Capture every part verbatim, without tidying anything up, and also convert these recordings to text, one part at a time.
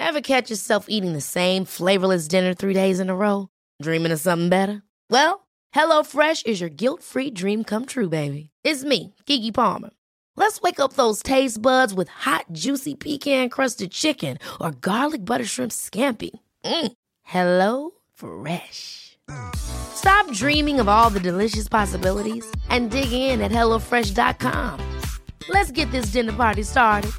Ever catch yourself eating the same flavorless dinner three days in a row? Dreaming of something better? Well, HelloFresh is your guilt-free dream come true, baby. It's me, Keke Palmer. Let's wake up those taste buds with hot, juicy pecan-crusted chicken or garlic butter shrimp scampi. Mm. Hello Fresh. Stop dreaming of all the delicious possibilities and dig in at hello fresh dot com. Let's get this dinner party started.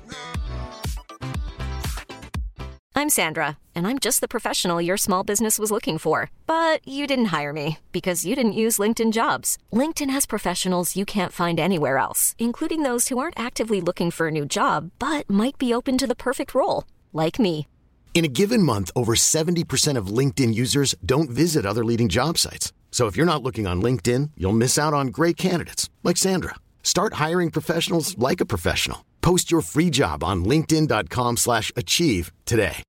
I'm Sandra, and I'm just the professional your small business was looking for. But you didn't hire me because you didn't use LinkedIn Jobs. LinkedIn has professionals you can't find anywhere else, including those who aren't actively looking for a new job, but might be open to the perfect role, like me. In a given month, over seventy percent of LinkedIn users don't visit other leading job sites. So if you're not looking on LinkedIn, you'll miss out on great candidates, like Sandra. Start hiring professionals like a professional. Post your free job on linkedin dot com slash achieve today.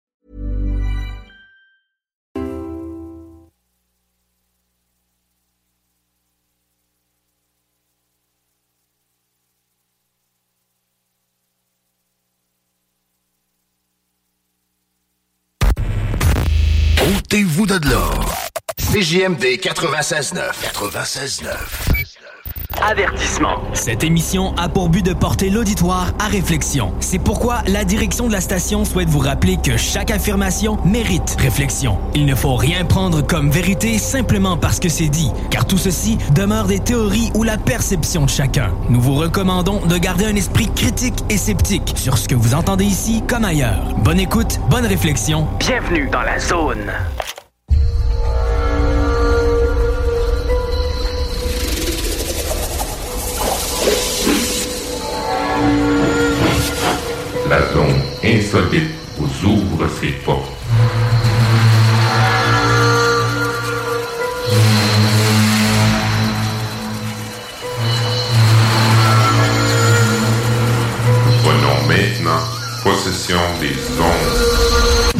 Ôtez-vous de là. C J M D quatre-vingt-seize neuf. quatre-vingt-seize neuf. Avertissement. Cette émission a pour but de porter l'auditoire à réflexion. C'est pourquoi la direction de la station souhaite vous rappeler que chaque affirmation mérite réflexion. Il ne faut rien prendre comme vérité simplement parce que c'est dit, car tout ceci demeure des théories ou la perception de chacun. Nous vous recommandons de garder un esprit critique et sceptique sur ce que vous entendez ici comme ailleurs. Bonne écoute, bonne réflexion. Bienvenue dans la zone. La zone insolite vous ouvre ses portes. Prenons maintenant possession des ondes.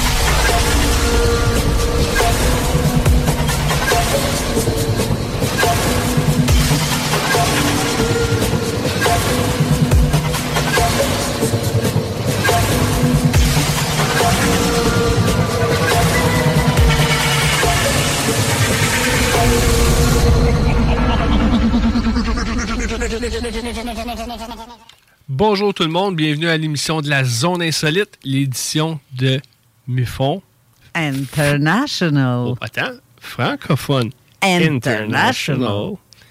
Bonjour tout le monde, bienvenue à l'émission de la Zone Insolite, l'édition de MUFON International. Oh, attends, francophone International. International.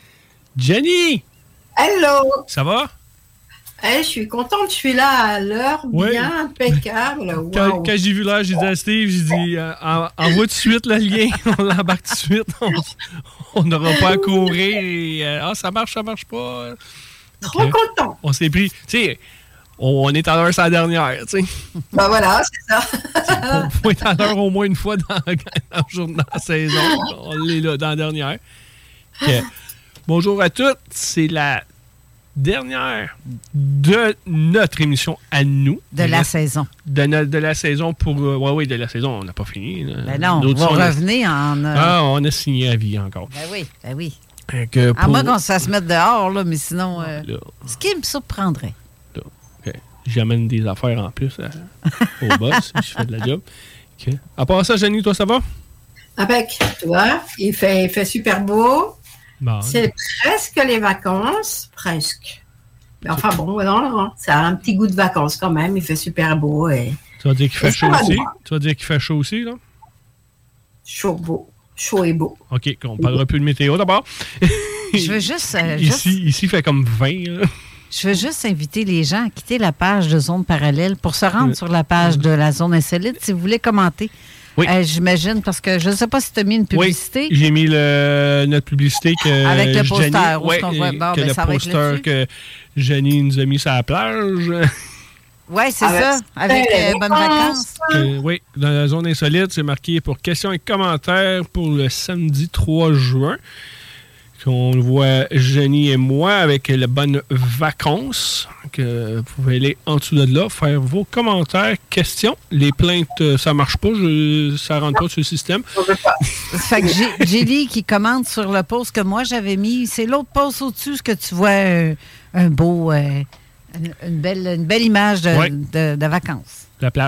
Jenny! Hello! Ça va? Hey, je suis contente, je suis là à l'heure, oui. Bien impeccable. Wow. Quand, quand j'ai vu l'heure, j'ai dit à Steve, j'ai dit euh, en, envoie tout de suite le lien, on l'embarque tout de suite, on n'aura pas à courir et euh, ah, ça marche, ça marche pas. Trop okay. Content. On s'est pris, tu sais, on, on est à l'heure, c'est la dernière, tu sais. Ben voilà, c'est ça. On faut être à l'heure au moins une fois dans, dans, dans, dans la saison. On l'est là dans la dernière. Okay. Bonjour à toutes, c'est la dernière de notre émission à nous. De la notre, saison. De, no, de la saison pour... Euh, oui, oui, de la saison, on n'a pas fini. Ben non, on va revenir en... Euh... Ah, on a signé à vie encore. Ben oui, ben oui. Que pour... À moins qu'on se fasse mettre dehors, là, mais sinon... Euh, là, ce qui me surprendrait. Là, okay. J'amène des affaires en plus à, au boss, je fais de la job. Okay. À part ça, Jenny, toi, ça va? Avec toi, il fait, il fait super beau. Bon. C'est presque les vacances, presque. Mais enfin bon, non, non, ça a un petit goût de vacances quand même, il fait super beau. Et... Tu vas dire qu'il fait chaud aussi? Tu vas dire qu'il fait chaud aussi, là? Chaud, beau. Chaud et beau. OK, on parlera plus de météo d'abord. Je veux juste... Euh, ici, juste... ici, il fait comme vingt. Là. Je veux juste inviter les gens à quitter la page de Zone Parallèle pour se rendre euh, sur la page de la Zone Insolite si vous voulez commenter. Oui. Euh, j'imagine, parce que je ne sais pas si tu as mis une publicité. Oui, j'ai mis le, notre publicité que avec le poster. Jenny, où ouais, qu'on voit, bon, que ben, le ça poster que Jenny nous a mis sur la plage. Oui, c'est avec ça, avec euh, bonnes vacances. Euh, oui, dans la Zone Insolite, c'est marqué pour questions et commentaires pour le samedi trois juin. On voit Jenny et moi avec les bonnes vacances. Que vous pouvez aller en dessous de là, faire vos commentaires, questions. Les plaintes, ça marche pas, je, ça rentre pas sur le système. Fait que Julie qui commente sur le post que moi j'avais mis, c'est l'autre post au-dessus, ce que tu vois un, un beau, euh, une, une, belle, une belle image de, ouais. de, de vacances. La plage.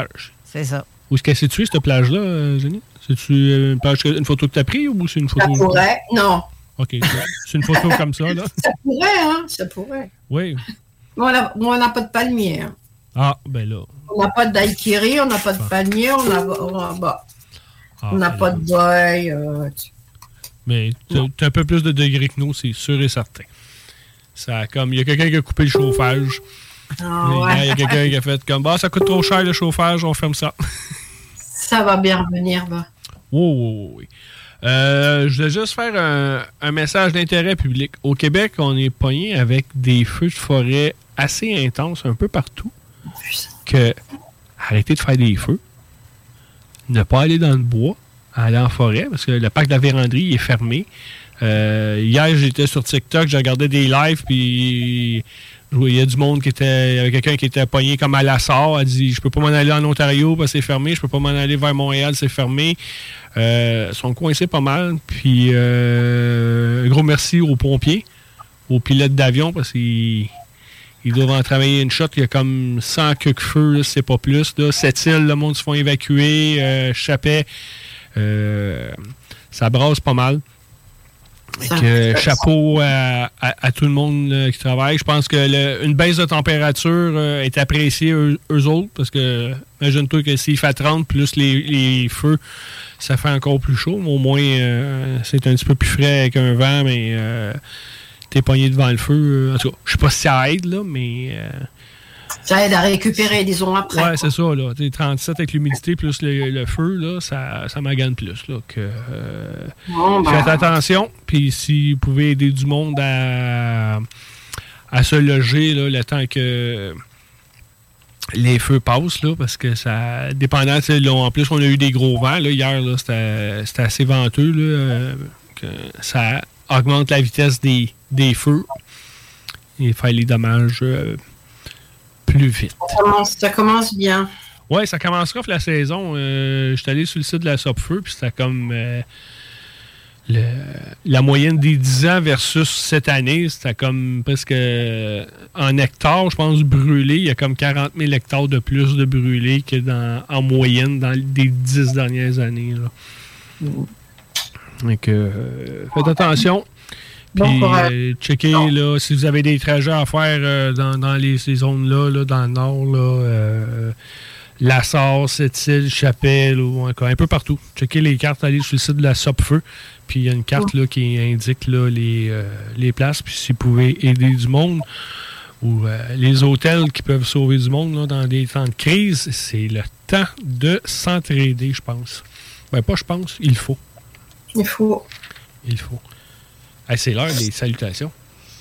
C'est ça. Où est-ce qu'elle s'est située, cette plage-là, euh, Jenny? C'est-tu une, plage, une photo que tu as prise ou c'est une photo? Ça pourrait, non. OK, c'est une photo comme ça, là? Ça pourrait, hein? Ça pourrait. Oui. Mais on n'a pas de palmier. Hein. Ah, ben là. On n'a pas de daiquiri, on n'a pas de palmier, on n'a on bah, ah, on n'a pas de boy. Euh, tu... Mais tu as un peu plus de degrés que nous, c'est sûr et certain. Ça, comme, il y a quelqu'un qui a coupé le chauffage. Oh, ouais. Il y a quelqu'un qui a fait comme, bah, ça coûte trop cher le chauffage, on ferme ça. Ça va bien revenir, bah. Oui, oui, oui. Euh, je voulais juste faire un, un message d'intérêt public. Au Québec, on est pogné avec des feux de forêt assez intenses un peu partout. Que arrêtez de faire des feux. Ne pas aller dans le bois, aller en forêt, parce que le parc de la Vérandrie est fermé. Euh, hier, j'étais sur TikTok, j'ai regardé des lives, puis il y a du monde qui était. Il y avait quelqu'un qui était pogné comme à la Sarre. Elle dit, je peux pas m'en aller en Ontario parce que c'est fermé. Je peux pas m'en aller vers Montréal, c'est fermé. Euh, ils sont coincés pas mal. Puis, euh, un gros merci aux pompiers, aux pilotes d'avion, parce qu'ils ils doivent en travailler une shot. Il y a comme cent quelques feux, là, c'est pas plus. Là. Cette île, le monde se font évacuer. Euh, Chapet, euh, ça brasse pas mal. Donc, euh, chapeau à, à, à tout le monde là, qui travaille. Je pense que le, une baisse de température euh, est appréciée eux, eux autres, parce que imagine-toi que s'il fait trente plus les, les feux, ça fait encore plus chaud. Au moins, euh, c'est un petit peu plus frais avec un vent, mais euh, t'es pogné devant le feu. En tout cas, je sais pas si ça aide, là, mais... Euh, ça aide à récupérer, disons, après. Ouais, c'est ça, là. T'sais, trente-sept avec l'humidité plus le, le feu, là, ça, ça magane plus, là. Que, euh, bon, ben... Faites attention, puis si vous pouvez aider du monde à, à se loger, là, le temps que les feux passent, là, parce que ça, dépendant, là, en plus, on a eu des gros vents, là, hier, là, c'était, c'était assez venteux, là, euh, que ça augmente la vitesse des, des feux et faire les dommages euh, plus vite. Ça commence, ça commence bien. Oui, ça commencera la saison. Euh, je suis allé sur le site de la Sopfeu, puis c'était comme euh, le, la moyenne des dix ans versus cette année. C'était comme presque euh, en hectares, je pense, brûlés. Il y a comme quarante mille hectares de plus de brûlés que dans, en moyenne dans les dix dernières années. Là. Donc, euh, faites attention. Puis, euh, checkez, là, si vous avez des trajets à faire euh, dans, dans les, ces zones-là, là, dans le nord, là, euh, La Sarre, Sept-Îles, Chapelle, ou encore un peu partout. Checkez les cartes, allez sur le site de la Sopfeu. Puis, il y a une carte là, qui indique là, les, euh, les places. Puis, si vous pouvez aider du monde ou euh, les hôtels qui peuvent sauver du monde là, dans des temps de crise, c'est le temps de s'entraider, je pense. Ben, pas je pense, il faut. Il faut. Il faut. Hey, c'est l'heure des salutations.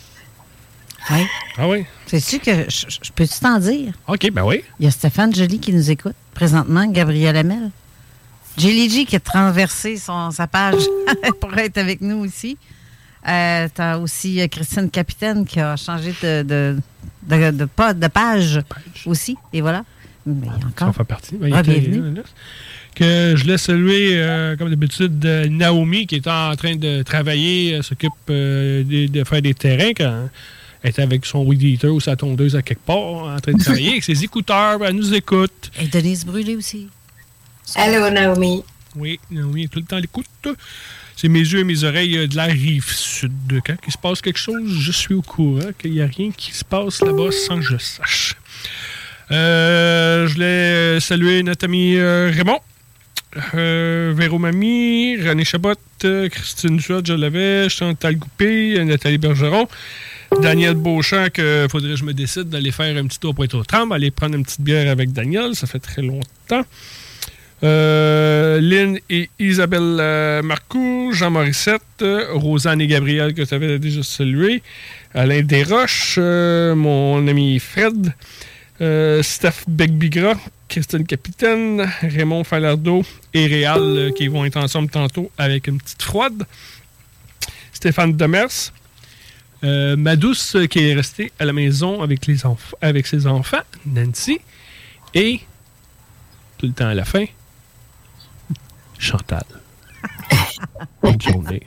Oui. Ah oui? Sais-tu que je, je peux-tu t'en dire? OK, ben oui. Il y a Stéphane Joly qui nous écoute présentement, Gabriel Hamel. Jelly G qui a traversé son, sa page pour être avec nous aussi. Euh, tu as aussi Christine Capitaine qui a changé de, de, de, de, de, de page, page aussi. Et voilà. Mais encore. Ça fait partie. Ben, ah, bienvenue. Que je laisse saluer, euh, comme d'habitude, Naomi, qui est en train de travailler, euh, s'occupe euh, de, de faire des terrains quand elle est avec son weed eater ou sa tondeuse à quelque part, en train de travailler avec ses écouteurs, ben, elle nous écoute. Et Denise Brûlé aussi. Allô, Naomi. Oui, Naomi est tout le temps à l'écoute. C'est mes yeux et mes oreilles de la rive sud. Quand il se passe quelque chose, je suis au courant qu'il n'y a rien qui se passe là-bas sans que je sache. Euh, je voulais saluer notre ami euh, Raymond. Euh, Véro Mamie, René Chabot, euh, Christine Duat, je l'avais, Chantal Goupé, Nathalie Bergeron, Daniel Beauchamp, que faudrait que je me décide d'aller faire un petit tour pour être au Tremble, aller prendre une petite bière avec Daniel, ça fait très longtemps. Euh, Lynn et Isabelle euh, Marcoux, Jean Morissette, euh, Rosanne et Gabriel, que tu avais déjà salué, Alain Desroches, euh, mon ami Fred, Euh, Steph Becbigra, Christine Capitaine, Raymond Falardeau et Réal euh, qui vont être ensemble tantôt avec une petite froide. Stéphane Demers. Euh, ma douce euh, qui est restée à la maison avec, les enf- avec ses enfants, Nancy. Et, tout le temps à la fin, Chantal. Bonne journée.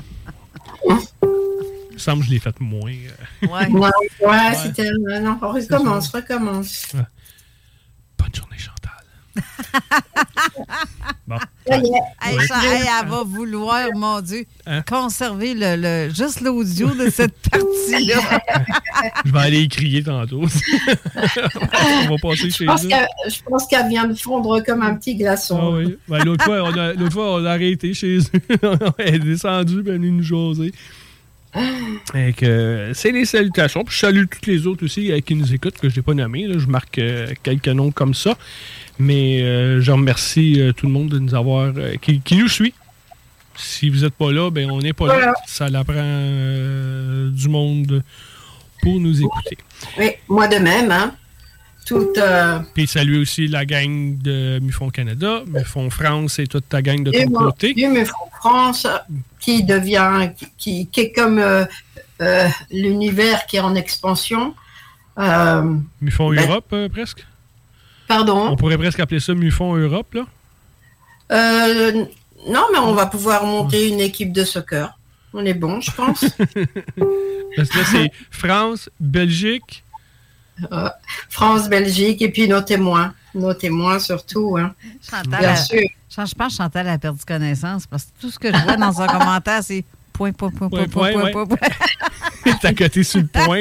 Il me semble que je l'ai fait moins. Euh... Ouais, ouais, ouais, ouais, c'était... Non, on recommence, recommence. Ouais. Bonne journée, Chantal. Bon. Hey, hey, hey, elle va vouloir, mon Dieu, hein? conserver le, le, juste l'audio de cette partie-là. Je vais aller y crier tantôt. On va passer chez eux. Je pense qu'elle vient de fondre comme un petit glaçon. Ah oui. Ben, l'autre, fois, on a, l'autre fois, on a arrêté chez eux. Elle est descendue, elle est venue nous jaser. Et que, c'est les salutations. Puis je salue toutes les autres aussi euh, qui nous écoutent, que je n'ai pas nommés. Là. Je marque euh, quelques noms comme ça. Mais euh, je remercie euh, tout le monde de nous avoir euh, qui, qui nous suit. Si vous n'êtes pas là, ben on n'est pas voilà. là. Ça l'apprend euh, du monde pour nous écouter. Oui, moi de même, hein. Tout, euh... Puis saluer aussi la gang de Mufon Canada, Mufon France et toute ta gang de ton moi, côté. Et Mufon France qui devient, qui, qui est comme euh, euh, l'univers qui est en expansion. Euh, Mufon ben, Europe, euh, presque? Pardon? On pourrait presque appeler ça Mufon Europe, là? Euh, non, mais on va pouvoir monter une équipe de soccer. On est bon, je pense. Parce que là, c'est France, Belgique. Euh, France, Belgique, et puis nos témoins. Nos témoins surtout. Hein. Chantal, Bien a, sûr. Je pense que Chantal a perdu connaissance parce que tout ce que je vois dans un commentaire, c'est point, point, point, point, point, point, point, point. T'as coté sur le point.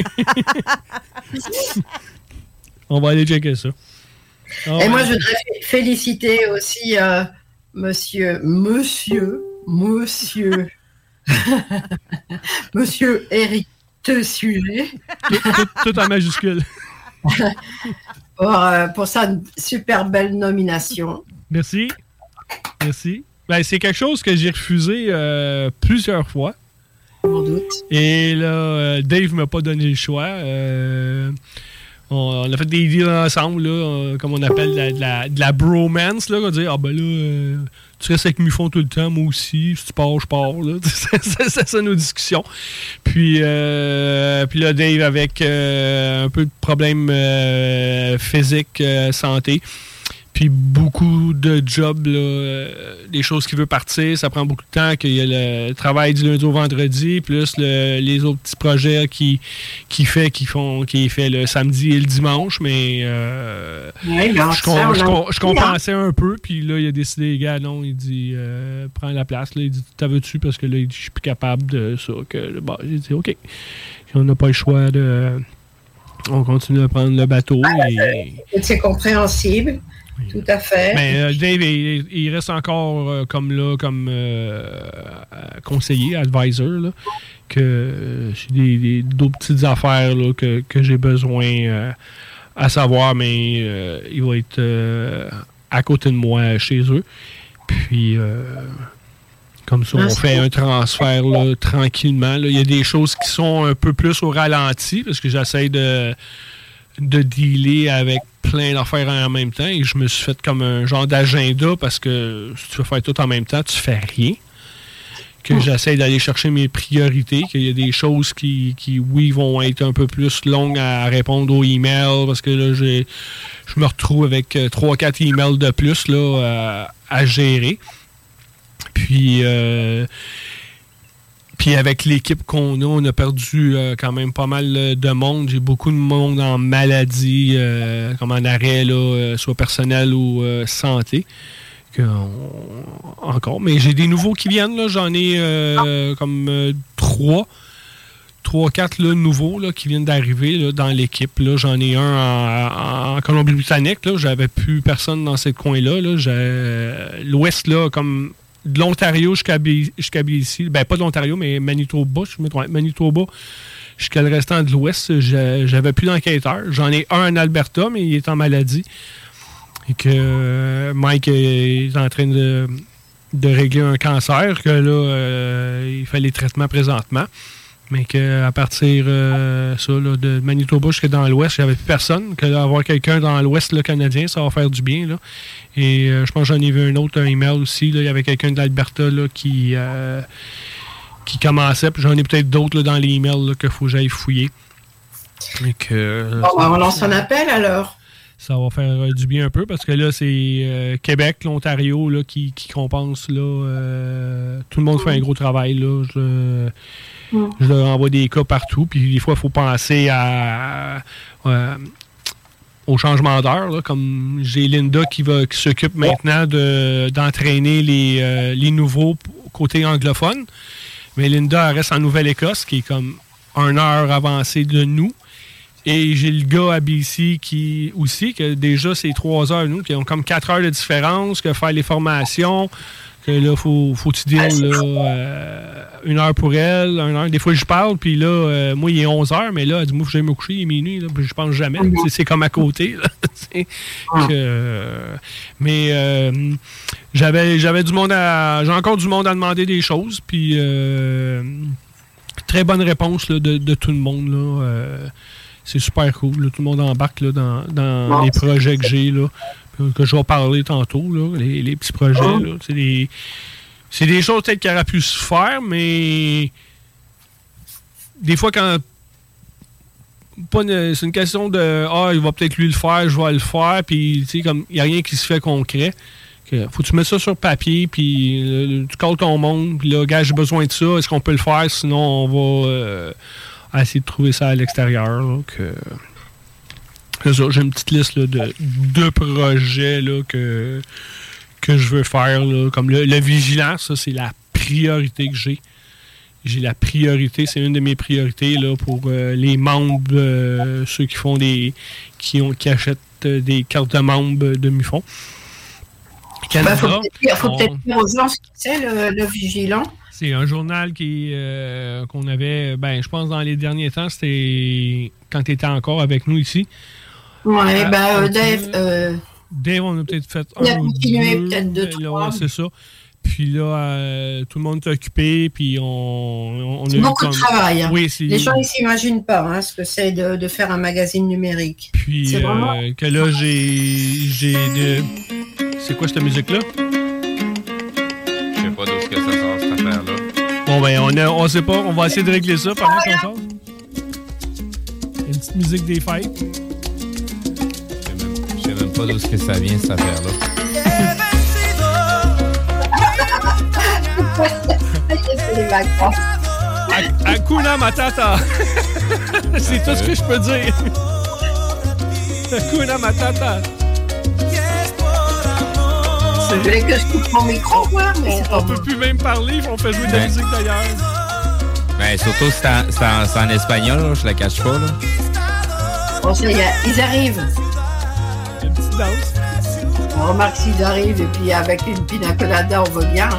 On va aller checker ça. Oh, et moi, je voudrais féliciter aussi euh, monsieur, monsieur, monsieur, monsieur Éric Tessulet. Tout, tout, tout en majuscule. pour, euh, pour sa super belle nomination. Merci. Merci. Ben, c'est quelque chose que j'ai refusé euh, plusieurs fois. Sans doute. Et là, euh, Dave ne m'a pas donné le choix. Euh, on, on a fait des deals ensemble, là, euh, comme on appelle de la, de la, de la bromance. Là, on dit, ah ben là, euh, tu restes avec Mufon tout le temps, moi aussi. Si tu pars, je pars. Là. c'est, c'est ça nos discussions. Puis, euh, puis là, Dave, avec euh, un peu de problèmes euh, physiques, euh, santé, puis beaucoup de jobs, là, euh, des choses qu'il veut partir, ça prend beaucoup de temps, qu'il y a le travail du lundi au vendredi, plus le, les autres petits projets qui, qui fait, qui font, qui est fait le samedi et le dimanche, mais euh, oui, ben, je, com- je, com- je compensais un peu, puis là, il a décidé, les gars, non, il dit, euh, prends la place, là, il dit, t'as veux-tu, parce que là, il dit, je suis plus capable de ça, que, bon, j'ai dit, OK, on n'a pas le choix de, on continue à prendre le bateau. Ah, et... C'est compréhensible. Oui. Tout à fait. Mais euh, Dave, il, il reste encore euh, comme là, comme euh, conseiller, advisor, là, que euh, j'ai des, des, d'autres petites affaires là, que, que j'ai besoin euh, à savoir, mais euh, il va être euh, à côté de moi chez eux. Puis, euh, comme ça, on fait un transfert là, tranquillement. Là. Il y a des choses qui sont un peu plus au ralenti, parce que j'essaie de, de dealer avec plein d'affaires en même temps, et je me suis fait comme un genre d'agenda, parce que si tu veux faire tout en même temps, tu fais rien. Que j'essaie d'aller chercher mes priorités, qu'il y a des choses qui, qui, oui, vont être un peu plus longues à répondre aux emails, parce que là, j'ai, je me retrouve avec trois quatre emails de plus là, à, à gérer. Puis, euh, Puis avec l'équipe qu'on a, on a perdu euh, quand même pas mal de monde. J'ai beaucoup de monde en maladie, euh, comme en arrêt, là, euh, soit personnel ou euh, santé. Que on, encore. Mais j'ai des nouveaux qui viennent. Là. J'en ai euh, comme euh, trois. Trois, quatre là, nouveaux là, qui viennent d'arriver là, dans l'équipe. Là. J'en ai un en, en Colombie-Britannique. Là. J'avais plus personne dans ce coin-là. Là. J'ai, l'Ouest, là, comme de l'Ontario jusqu'à, jusqu'à B C. Ben, pas de l'Ontario, mais Manitoba. Je me trompe. Manitoba jusqu'à le restant de l'Ouest. J'avais plus d'enquêteur. J'en ai un en Alberta, mais il est en maladie. Et que Mike est en train de, de régler un cancer, que là, euh, il fait les traitements présentement. Mais qu'à partir euh, ça, là, de Manitoba jusqu'à dans l'Ouest, j'avais plus personne. Que d'avoir quelqu'un dans l'Ouest là, canadien, ça va faire du bien. Là. Et euh, je pense que j'en ai vu un autre, un email aussi. Là, il y avait quelqu'un de l'Alberta là, qui, euh, qui commençait. Puis j'en ai peut-être d'autres là, dans les emails qu'il faut que j'aille fouiller. Et que, euh, bon, ben, on lance un appel alors. Ça va faire euh, du bien un peu parce que là, c'est euh, Québec, l'Ontario là, qui, qui compense. Là, euh, tout le monde fait un gros travail. Là. Je, mm. je leur envoie des cas partout. Puis des fois, il faut penser à, à, au changement d'heure. Là, comme j'ai Linda qui, va, qui s'occupe maintenant de, d'entraîner les, euh, les nouveaux côté anglophone. Mais Linda elle reste en Nouvelle-Écosse, qui est comme une heure avancée de nous. Et j'ai le gars à B C qui aussi, que déjà c'est trois heures, nous, qui ont comme quatre heures de différence, que faire les formations, que là, il faut, faut tu dire là, euh, une heure pour elle, une heure. Des fois, je parle, puis là, euh, moi, il est onze heures, mais là, elle dit, moi, je vais me coucher, il est minuit, là, puis je pense jamais. Mm-hmm. C'est comme à côté. Là, que, euh, mais euh, j'avais, j'avais du monde à. J'ai encore du monde à demander des choses, puis euh, très bonne réponse là, de, de tout le monde. Là, euh, c'est super cool. Là, tout le monde embarque là, dans, dans bon, les projets que j'ai, là, que je vais parler tantôt, là, les, les petits projets. Oh. Là, c'est, des, c'est des choses peut-être qui auraient pu se faire, mais des fois, quand. Pas une, c'est une question de ah, il va peut-être lui le faire, je vais le faire, puis tu sais, comme il n'y a rien qui se fait concret. Que, faut que tu mettes ça sur papier, puis euh, tu calls ton monde, puis là, gars, j'ai besoin de ça, est-ce qu'on peut le faire? Sinon, on va euh, essayer de trouver ça à l'extérieur. Là, que, c'est ça, j'ai une petite liste là, de deux projets là, que, que je veux faire. Là, comme le, le vigilant, ça, c'est la priorité que j'ai. J'ai la priorité, c'est une de mes priorités là, pour euh, les membres, euh, ceux qui font des. qui, ont, qui achètent euh, des cartes de membres de MUFON. Il ben, faut peut-être, faut on... peut-être dire aux gens ce que c'est le, le vigilant. C'est un journal qui, euh, qu'on avait, ben, je pense dans les derniers temps, c'était quand tu étais encore avec nous ici. Oui, euh, ben, euh, Dave. Euh, Dave, on a peut-être fait un. Il a continué peut-être deux, trois. Ouais, c'est ça. Puis là, euh, tout le monde est occupé, puis on, on c'est a beaucoup eu comme... de travail. Hein. Oui, c'est... Les gens ne s'imaginent pas hein, ce que c'est de, de faire un magazine numérique. Puis c'est vraiment... euh, que là, j'ai, j'ai de... C'est quoi cette musique-là? Je sais pas d'où est-ce que ça sort, cette affaire-là. Bon, ben, on a, on sait pas. On va essayer de régler ça pendant qu'on sort. Une petite musique des fêtes. Je sais même, même pas d'où est-ce que ça vient, cette affaire-là. Hakuna Matata. C'est tout ce que je peux dire. Hakuna Matata. C'est vrai que je coupe mon micro, moi, mais on peut plus même parler, on fait jouer de la ben, musique d'ailleurs. Ben, surtout c'est en, c'est en, c'est en espagnol, là, je la cache pas. Là. Bon, ça y est, ils arrivent. Une petite danse. On remarque s'ils arrivent, et puis avec une pina colada, on va bien, hein.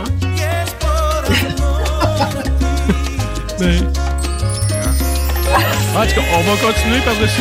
Mais... En tout cas, on va continuer par-dessus.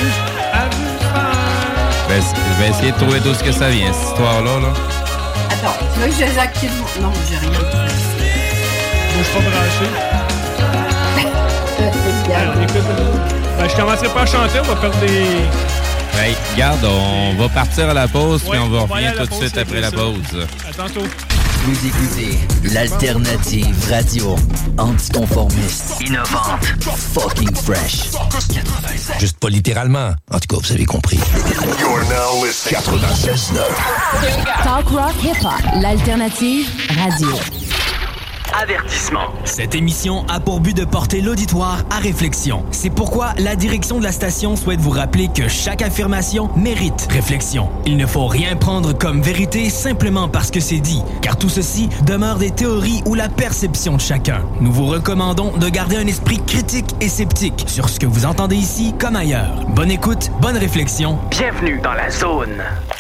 Ben, je vais essayer de trouver d'où est-ce que ça vient, cette histoire-là. Là. Attends, tu veux que je les active? Non, j'ai rien. Moi, je suis pas branché. Ouais, on écoute, ben, je commencerai pas à chanter, on va perdre des... Ben, regarde, on va partir à la pause, ouais, puis on va revenir tout de suite après la pause. À tantôt. Vous écoutez l'alternative radio anticonformiste, innovante, fucking fresh. Juste pas littéralement. En tout cas, vous avez compris. You're now listening quatre-vingt-seize neuf. Talk rock hip-hop, l'alternative radio. Avertissement. Cette émission a pour but de porter l'auditoire à réflexion. C'est pourquoi la direction de la station souhaite vous rappeler que chaque affirmation mérite réflexion. Il ne faut rien prendre comme vérité simplement parce que c'est dit, car tout ceci demeure des théories ou la perception de chacun. Nous vous recommandons de garder un esprit critique et sceptique sur ce que vous entendez ici comme ailleurs. Bonne écoute, bonne réflexion. Bienvenue dans la zone.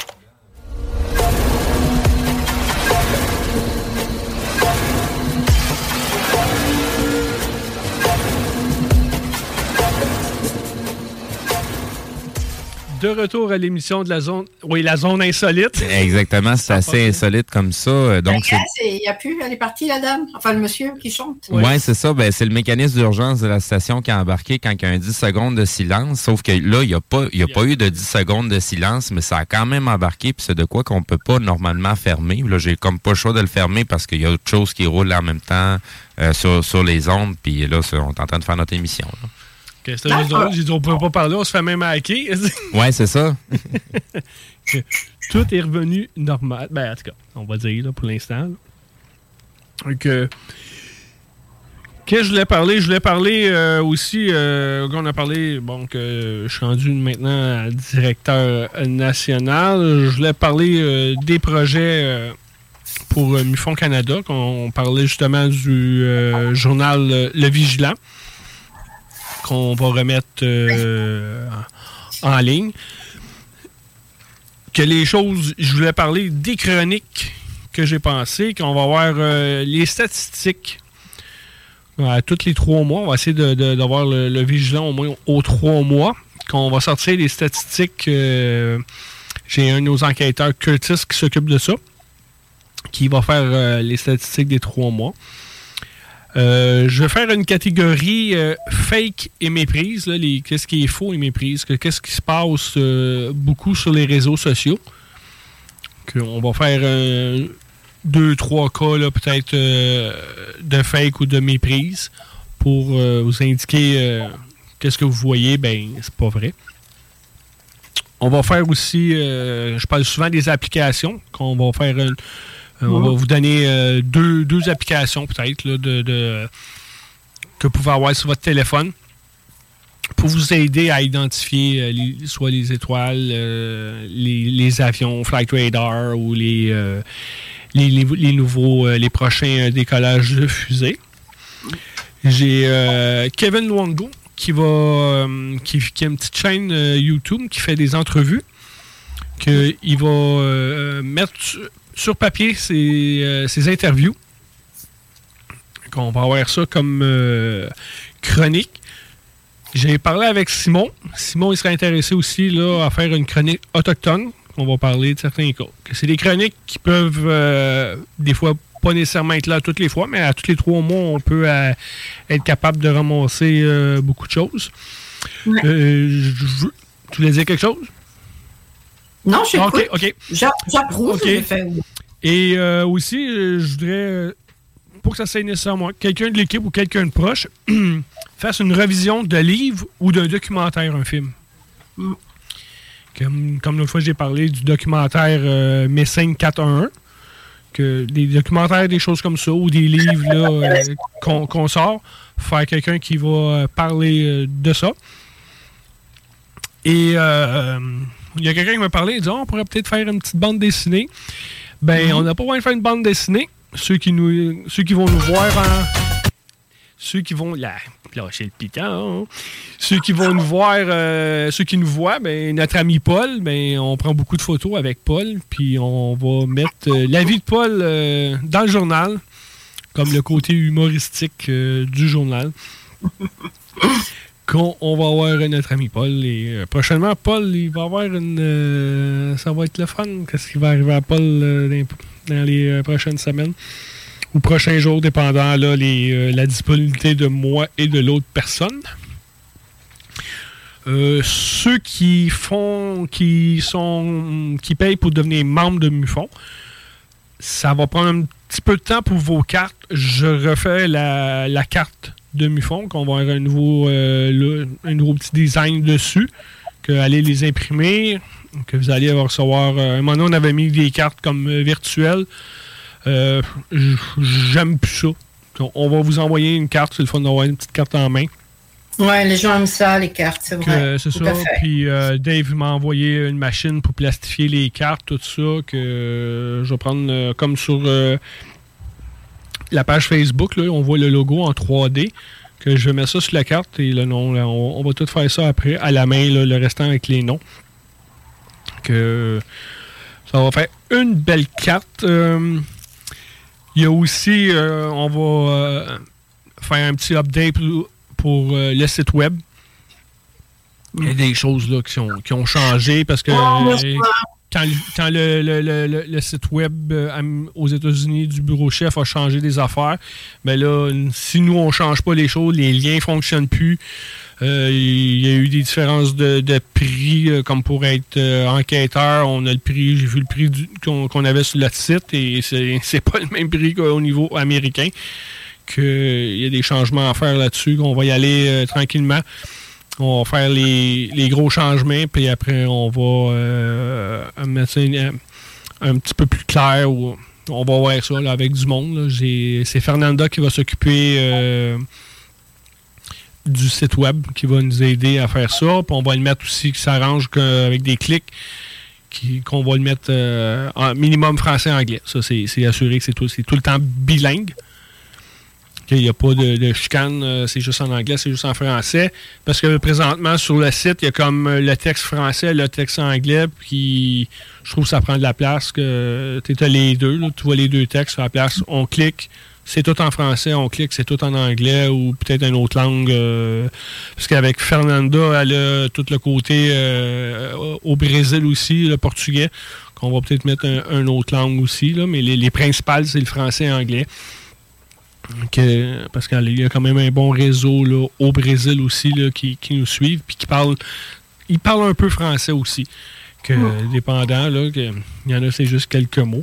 De retour à l'émission de la zone... Oui, la zone insolite. Exactement, c'est assez insolite comme ça. Donc, il n'y a plus, elle est partie, la dame. Enfin, le monsieur qui chante. Oui, ouais, c'est ça. Ben, c'est le mécanisme d'urgence de la station qui a embarqué quand il y a un dix secondes de silence. Sauf que là, il n'y a, pas, il y a pas eu de dix secondes de silence, mais ça a quand même embarqué. Puis c'est de quoi qu'on ne peut pas normalement fermer. Là, j'ai comme pas le choix de le fermer parce qu'il y a autre chose qui roule en même temps euh, sur, sur les ondes. Puis là, on est en train de faire notre émission. Là. Okay, c'est ça, j'ai dit, on peut pas parler, on se fait même hacker. Ouais, c'est ça. Tout est revenu normal. Ben, en tout cas, on va dire là, pour l'instant. Donc, euh, Qu'est-ce que je voulais parler? Je voulais parler euh, aussi, euh, on a parlé, bon, que je suis rendu maintenant directeur national. Je voulais parler euh, des projets euh, pour euh, MUFON Canada, qu'on parlait justement du euh, journal euh, Le Vigilant, qu'on va remettre euh, en ligne. Que les choses, je voulais parler des chroniques que j'ai pensées, qu'on va voir euh, les statistiques à tous les trois mois. On va essayer de, de, d'avoir le, le Vigilant au moins aux trois mois, qu'on va sortir les statistiques. Euh, j'ai un de nos enquêteurs, Curtis, qui s'occupe de ça, qui va faire euh, les statistiques des trois mois. Euh, je vais faire une catégorie euh, fake et méprise, là, les, qu'est-ce qui est faux et méprise, que, qu'est-ce qui se passe euh, beaucoup sur les réseaux sociaux. Que on va faire euh, deux, trois cas là, peut-être euh, de fake ou de méprise pour euh, vous indiquer euh, qu'est-ce que vous voyez. Ben, c'est pas vrai. On va faire aussi, euh, je parle souvent des applications, qu'on va faire une Euh, on va vous donner euh, deux, deux applications peut-être là, de, de, que vous pouvez avoir sur votre téléphone pour vous aider à identifier euh, les, soit les étoiles, euh, les, les avions, Flight Radar ou les, euh, les, les, les nouveaux, euh, les prochains décollages de fusées. J'ai euh, Kevin Luongo qui va euh, qui, qui a une petite chaîne euh, YouTube qui fait des entrevues, qu'il va euh, mettre sur papier ces, euh, ces interviews. On va avoir ça comme euh, chronique. J'ai parlé avec Simon. Simon, il serait intéressé aussi là, à faire une chronique autochtone. On va parler de certains cas. C'est des chroniques qui peuvent, euh, des fois, pas nécessairement être là toutes les fois, mais à tous les trois mois, on peut euh, être capable de ramasser euh, beaucoup de choses. Ouais. Euh, je, tu voulais dire quelque chose? Non, je suis OK, OK. J'approuve. Okay. Et euh, aussi, je voudrais, pour que ça soit nécessairement, quelqu'un de l'équipe ou quelqu'un de proche fasse une revision de livre ou d'un documentaire, un film. Mm. Comme, comme l'autre fois, j'ai parlé du documentaire euh, Messing quatre un un. Que des documentaires, des choses comme ça, ou des livres là, euh, qu'on, qu'on sort, faire quelqu'un qui va parler euh, de ça. Et euh, il y a quelqu'un qui m'a parlé, il dit oh, on pourrait peut-être faire une petite bande dessinée. Ben, mm-hmm. on n'a pas besoin de faire une bande dessinée. Ceux qui nous, ceux qui vont nous voir en. Ceux qui vont. Là, lâcher le piquant. Hein? Ceux qui vont nous voir. Euh, ceux qui nous voient, ben, notre ami Paul, ben, on prend beaucoup de photos avec Paul. Puis on va mettre euh, la vie de Paul euh, dans le journal. Comme le côté humoristique euh, du journal. Qu'on on va avoir notre ami Paul. Et euh, prochainement, Paul, il va avoir une. Euh, ça va être le fun. Qu'est-ce qui va arriver à Paul euh, dans, dans les euh, prochaines semaines ou prochains jours, dépendant là, les, euh, la disponibilité de moi et de l'autre personne. Euh, ceux qui font, qui sont, qui payent pour devenir membre de MUFON, ça va prendre un petit peu de temps pour vos cartes. Je refais la, la carte de MUFON, qu'on va avoir un nouveau, euh, là, un nouveau petit design dessus, que allez les imprimer, que vous allez recevoir. Euh, un moment donné, on avait mis des cartes comme euh, virtuelles. Euh, j'aime plus ça. On va vous envoyer une carte, c'est le fun d'avoir une petite carte en main. Ouais, les gens aiment ça, les cartes, c'est vrai. Que, c'est ça. Puis euh, Dave m'a envoyé une machine pour plastifier les cartes, tout ça, que euh, je vais prendre euh, comme sur euh, la page Facebook, là, on voit le logo en trois D, que je vais mettre ça sur la carte et le nom, là, on, on va tout faire ça après, à la main, là, le restant avec les noms. Que ça va faire une belle carte. Euh, Il y a aussi, euh, on va euh, faire un petit update pour, pour euh, le site web. Il y a des choses là qui, ont, qui ont changé parce que euh, quand, quand le, le, le, le site web euh, aux États-Unis du bureau chef a changé des affaires, ben là, si nous on ne change pas les choses, les liens ne fonctionnent plus. Euh, il y a eu des différences de, de prix, euh, comme pour être euh, enquêteur. On a le prix, j'ai vu le prix du, qu'on, qu'on avait sur le site et c'est, c'est pas le même prix qu'au niveau américain. Il y a des changements à faire là-dessus. On va y aller euh, tranquillement. On va faire les, les gros changements, puis après on va euh, mettre ça un, un petit peu plus clair ou on va voir ça là, avec du monde. Là. J'ai, c'est Fernanda qui va s'occuper euh, du site web, qui va nous aider à faire ça. Puis on va le mettre aussi, qui s'arrange avec des clics, qui, qu'on va le mettre euh, en minimum français-anglais. Ça, c'est, c'est assuré que c'est tout, c'est tout le temps bilingue. Il n'y a pas de, de chicane, euh, c'est juste en anglais, c'est juste en français. Parce que présentement, sur le site, il y a comme le texte français, le texte anglais, puis je trouve que ça prend de la place, que tu as les deux, là, tu vois les deux textes sur la place, on clique, c'est tout en français, on clique, c'est tout en anglais, ou peut-être une autre langue. Euh, parce qu'avec Fernanda, elle a tout le côté euh, au Brésil aussi, le portugais, qu'on va peut-être mettre un, une autre langue aussi, là, mais les, les principales, c'est le français et anglais. Que, parce qu'il y a quand même un bon réseau là, au Brésil aussi là, qui, qui nous suivent puis qui parlent ils parlent un peu français aussi que mmh. dépendant là, que, il y en a c'est juste quelques mots.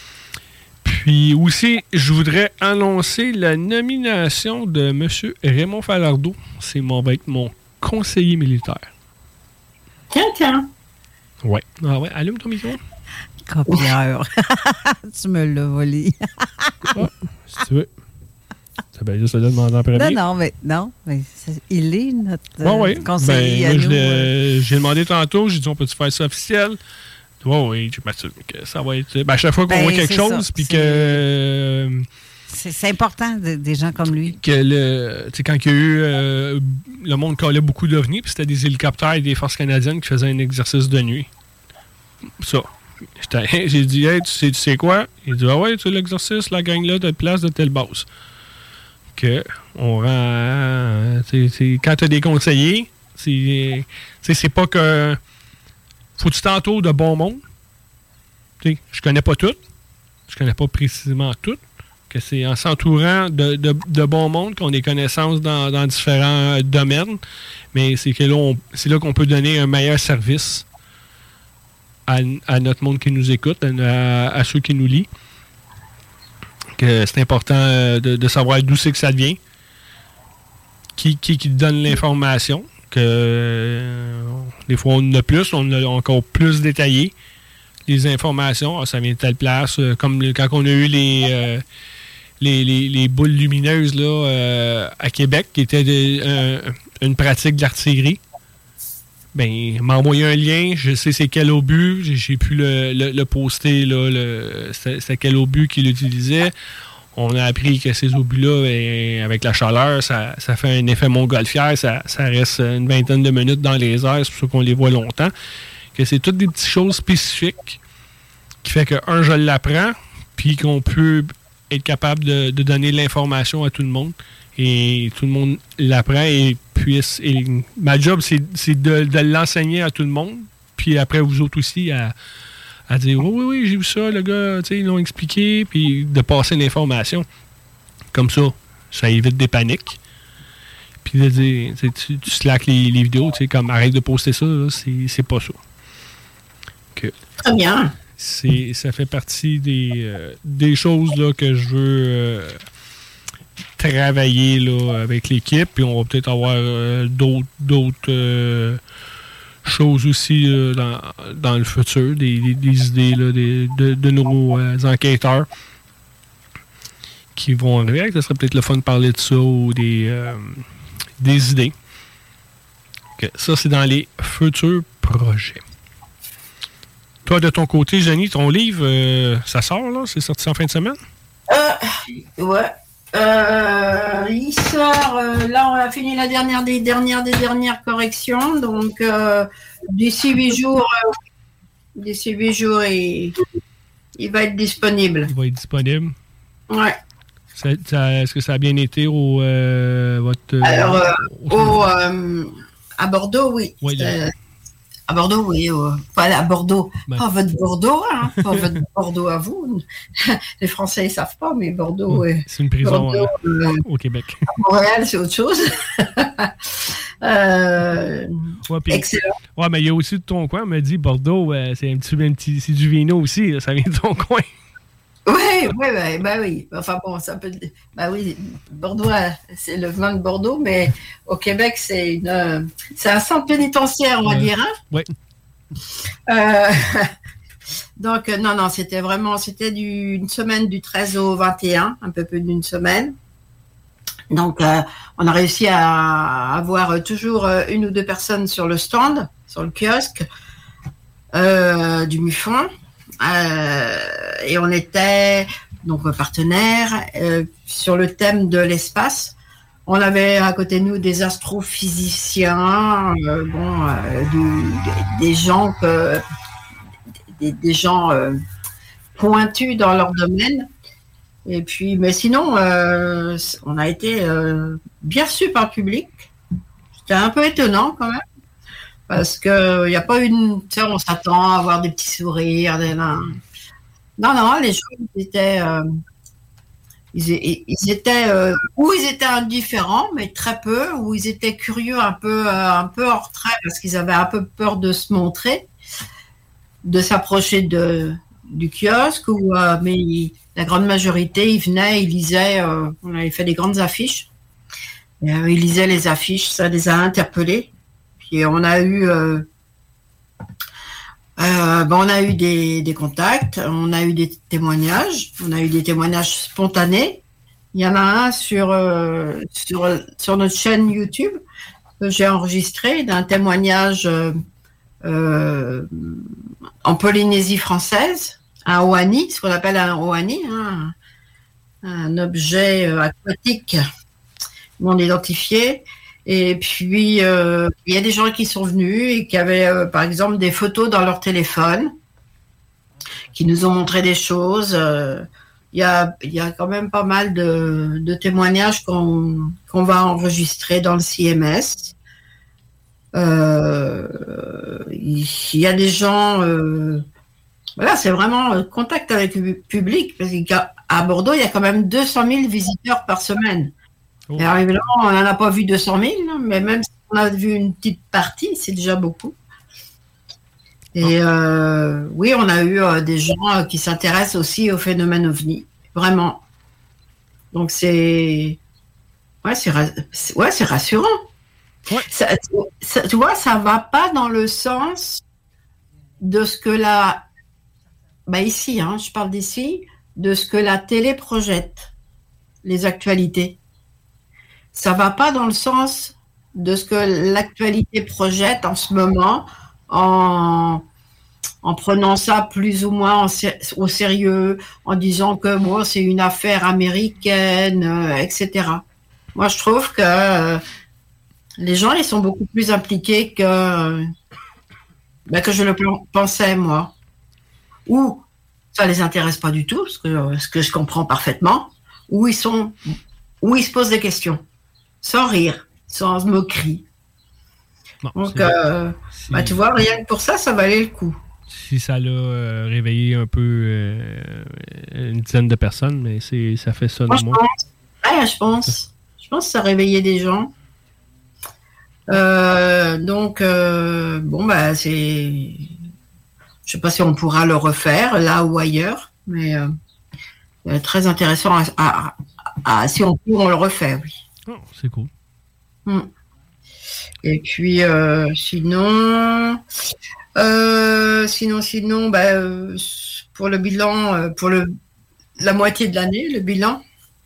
Puis aussi je voudrais annoncer la nomination de M. Raymond Falardeau. C'est mon, va être mon conseiller militaire. Tiens, tiens. Ouais. Ah ouais, allume ton micro. Copieur. Tu me l'as volé. Ah, si tu veux. Ça va juste le demander en premier. Non, non, mais, non, mais il est notre euh, ouais, ouais. conseiller. Ben, à moi, nous, je euh... j'ai demandé tantôt, j'ai dit on peut-tu faire ça officiel? Oui, oui, je m'assure que ça va être. Ben, à chaque fois qu'on ben, voit quelque chose, puis que. Euh, c'est, c'est important de, des gens comme lui. Que le, tu sais, quand il y a eu. Euh, le monde collait beaucoup d'ovnis, puis c'était des hélicoptères et des forces canadiennes qui faisaient un exercice de nuit. Ça. J'étais, j'ai dit, hey, tu sais, tu sais quoi? Il dit, ah ouais, tu sais, l'exercice, la gang-là, de place de telle base. Que on rend. T'sais, t'sais, quand tu as des conseillers, c'est, c'est pas que. Faut que tu t'entoures de bon monde. T'sais, je connais pas tout. Je connais pas précisément tout. Que c'est en s'entourant de, de, de bon monde qu'on a des connaissances dans, dans différents domaines. Mais c'est que là, on, c'est là qu'on peut donner un meilleur service à, à notre monde qui nous écoute, à, à ceux qui nous lisent. Que c'est important de, de savoir d'où c'est que ça vient, qui, qui, qui donne l'information, que euh, des fois on en a plus, on a encore plus détaillé les informations, ah, ça vient de telle place, euh, comme le, quand on a eu les, euh, les, les, les boules lumineuses là, euh, à Québec, qui était de, euh, une pratique de l'artillerie. Ben, il m'a envoyé un lien, je sais c'est quel obus, j'ai, j'ai pu le, le, le poster, là, le, c'était, c'était quel obus qu'il utilisait. On a appris que ces obus-là, ben, avec la chaleur, ça, ça fait un effet montgolfière, ça, ça reste une vingtaine de minutes dans les airs, c'est pour ça qu'on les voit longtemps. Que c'est toutes des petites choses spécifiques qui fait que, un, je l'apprends, puis qu'on peut être capable de, de donner l'information à tout le monde. Et tout le monde l'apprend et puisse. Et ma job, c'est, c'est de, de l'enseigner à tout le monde. Puis après, vous autres aussi, à, à dire oui, oui, oui, j'ai vu ça, le gars, tu sais, ils l'ont expliqué. Puis de passer l'information. Comme ça, ça évite des paniques. Puis de dire, tu, tu slack les, les vidéos, tu sais, comme arrête de poster ça, là, c'est, c'est pas ça. Que, Très bien. C'est, ça fait partie des, euh, des choses là, que je veux. Euh, travailler là, avec l'équipe, puis on va peut-être avoir euh, d'autres, d'autres euh, choses aussi euh, dans, dans le futur, des, des, des idées là, des, de, de nos euh, enquêteurs qui vont arriver. Ça serait peut-être le fun de parler de ça ou des, euh, des idées. Okay. Ça, c'est dans les futurs projets. Toi, de ton côté, Jenny, ton livre, euh, ça sort, là? C'est sorti en fin de semaine? Euh, ouais. Euh, il sort, euh, là on a fini la dernière des dernières des dernières corrections, donc euh, d'ici huit jours, euh, d'ici huit jours il, il va être disponible. Il va être disponible. Ouais. Ça, ça, est-ce que ça a bien été au euh, votre Alors euh, au, au, euh, à Bordeaux, oui. Ouais, euh, à Bordeaux, oui. Euh, pas à Bordeaux. Ben. Pas votre Bordeaux, hein, pas votre Bordeaux à vous. Les Français ne savent pas, mais Bordeaux. Ouais, euh, c'est une prison Bordeaux, euh, euh, au Québec. À Montréal, c'est autre chose. euh, ouais, puis, excellent. Ouais, mais il y a aussi de ton coin, on m'a dit Bordeaux, euh, c'est un petit, un petit c'est du vino aussi, là, ça vient de ton coin. Oui, oui, oui, bah oui. Enfin bon, ça peut. Bah oui, Bordeaux, c'est le vin de Bordeaux, mais au Québec, c'est une, c'est un centre pénitentiaire, on va euh, dire. Hein? Oui. Euh, Donc, euh, non, non, c'était vraiment, c'était du, une semaine du treize au vingt et un, un peu plus d'une semaine. Donc, euh, on a réussi à avoir toujours une ou deux personnes sur le stand, sur le kiosque euh, du MUFON. Euh, et on était donc partenaires euh, sur le thème de l'espace. On avait à côté de nous des astrophysiciens, euh, bon, euh, du, des gens, que, des, des gens euh, pointus dans leur domaine. Et puis, mais sinon, euh, on a été euh, bien reçus par le public. C'était un peu étonnant quand même, parce que il n'y a pas une, tu sais, on s'attend à avoir des petits sourires. Des, non, non, les gens ils étaient, euh, ils, ils étaient, euh, ou ils étaient indifférents, mais très peu, ou ils étaient curieux, un peu, euh, un peu hors trait, parce qu'ils avaient un peu peur de se montrer, de s'approcher de du kiosque, ou euh, mais ils, la grande majorité, ils venaient, ils lisaient, euh, on avait fait des grandes affiches, et, euh, ils lisaient les affiches, ça les a interpellés. Puis on a eu, euh, euh, ben on a eu des, des contacts, on a eu des témoignages, on a eu des témoignages spontanés. Il y en a un sur, euh, sur, sur notre chaîne YouTube que j'ai enregistré, d'un témoignage euh, euh, en Polynésie française, un Oani, ce qu'on appelle un Oani, hein, un objet euh, aquatique non identifié. Et puis, euh, il y a des gens qui sont venus et qui avaient, euh, par exemple, des photos dans leur téléphone, qui nous ont montré des choses. Euh, il y a, il y a quand même pas mal de, de témoignages qu'on, qu'on va enregistrer dans le C M S. Euh, il y a des gens... Euh, Voilà, c'est vraiment euh, contact avec le public, parce qu'à à Bordeaux, il y a quand même deux cent mille visiteurs par semaine. Oh. Et alors, évidemment, on n'en a pas vu deux cent mille, mais même si on a vu une petite partie, c'est déjà beaucoup. Et oh. euh, oui, on a eu euh, des gens euh, qui s'intéressent aussi au phénomène OVNI, vraiment. Donc, c'est... Ouais, c'est, ra... c'est... Ouais, c'est rassurant. Ouais. Ça, ça, tu vois, ça ne va pas dans le sens de ce que la... Bah ici, hein, je parle d'ici, de ce que la télé projette, les actualités. Ça va pas dans le sens de ce que l'actualité projette en ce moment, en, en prenant ça plus ou moins en, au sérieux, en disant que bon, c'est une affaire américaine, euh, et cetera. Moi, je trouve que euh, les gens, ils sont beaucoup plus impliqués que, euh, bah, que je le pensais, moi. Ou ça les intéresse pas du tout, ce que, ce que je comprends parfaitement, ou ils sont, ou ils se posent des questions, sans rire, sans moquerie. Bon, donc, euh, si... bah, tu vois, rien que pour ça, ça valait le coup. Si ça l'a euh, réveillé un peu euh, une dizaine de personnes, mais c'est, ça fait ça. Moi, je pense. Ouais, je pense. Je pense que ça réveillait des gens. Euh, donc, euh, bon, bah, c'est... Je ne sais pas si on pourra le refaire là ou ailleurs, mais euh, très intéressant. À, à, à, si on peut, on le refait, oui. Oh, c'est cool. Mm. Et puis, euh, sinon, euh, sinon, sinon, bah, euh, pour le bilan, euh, pour le, la moitié de l'année, le bilan,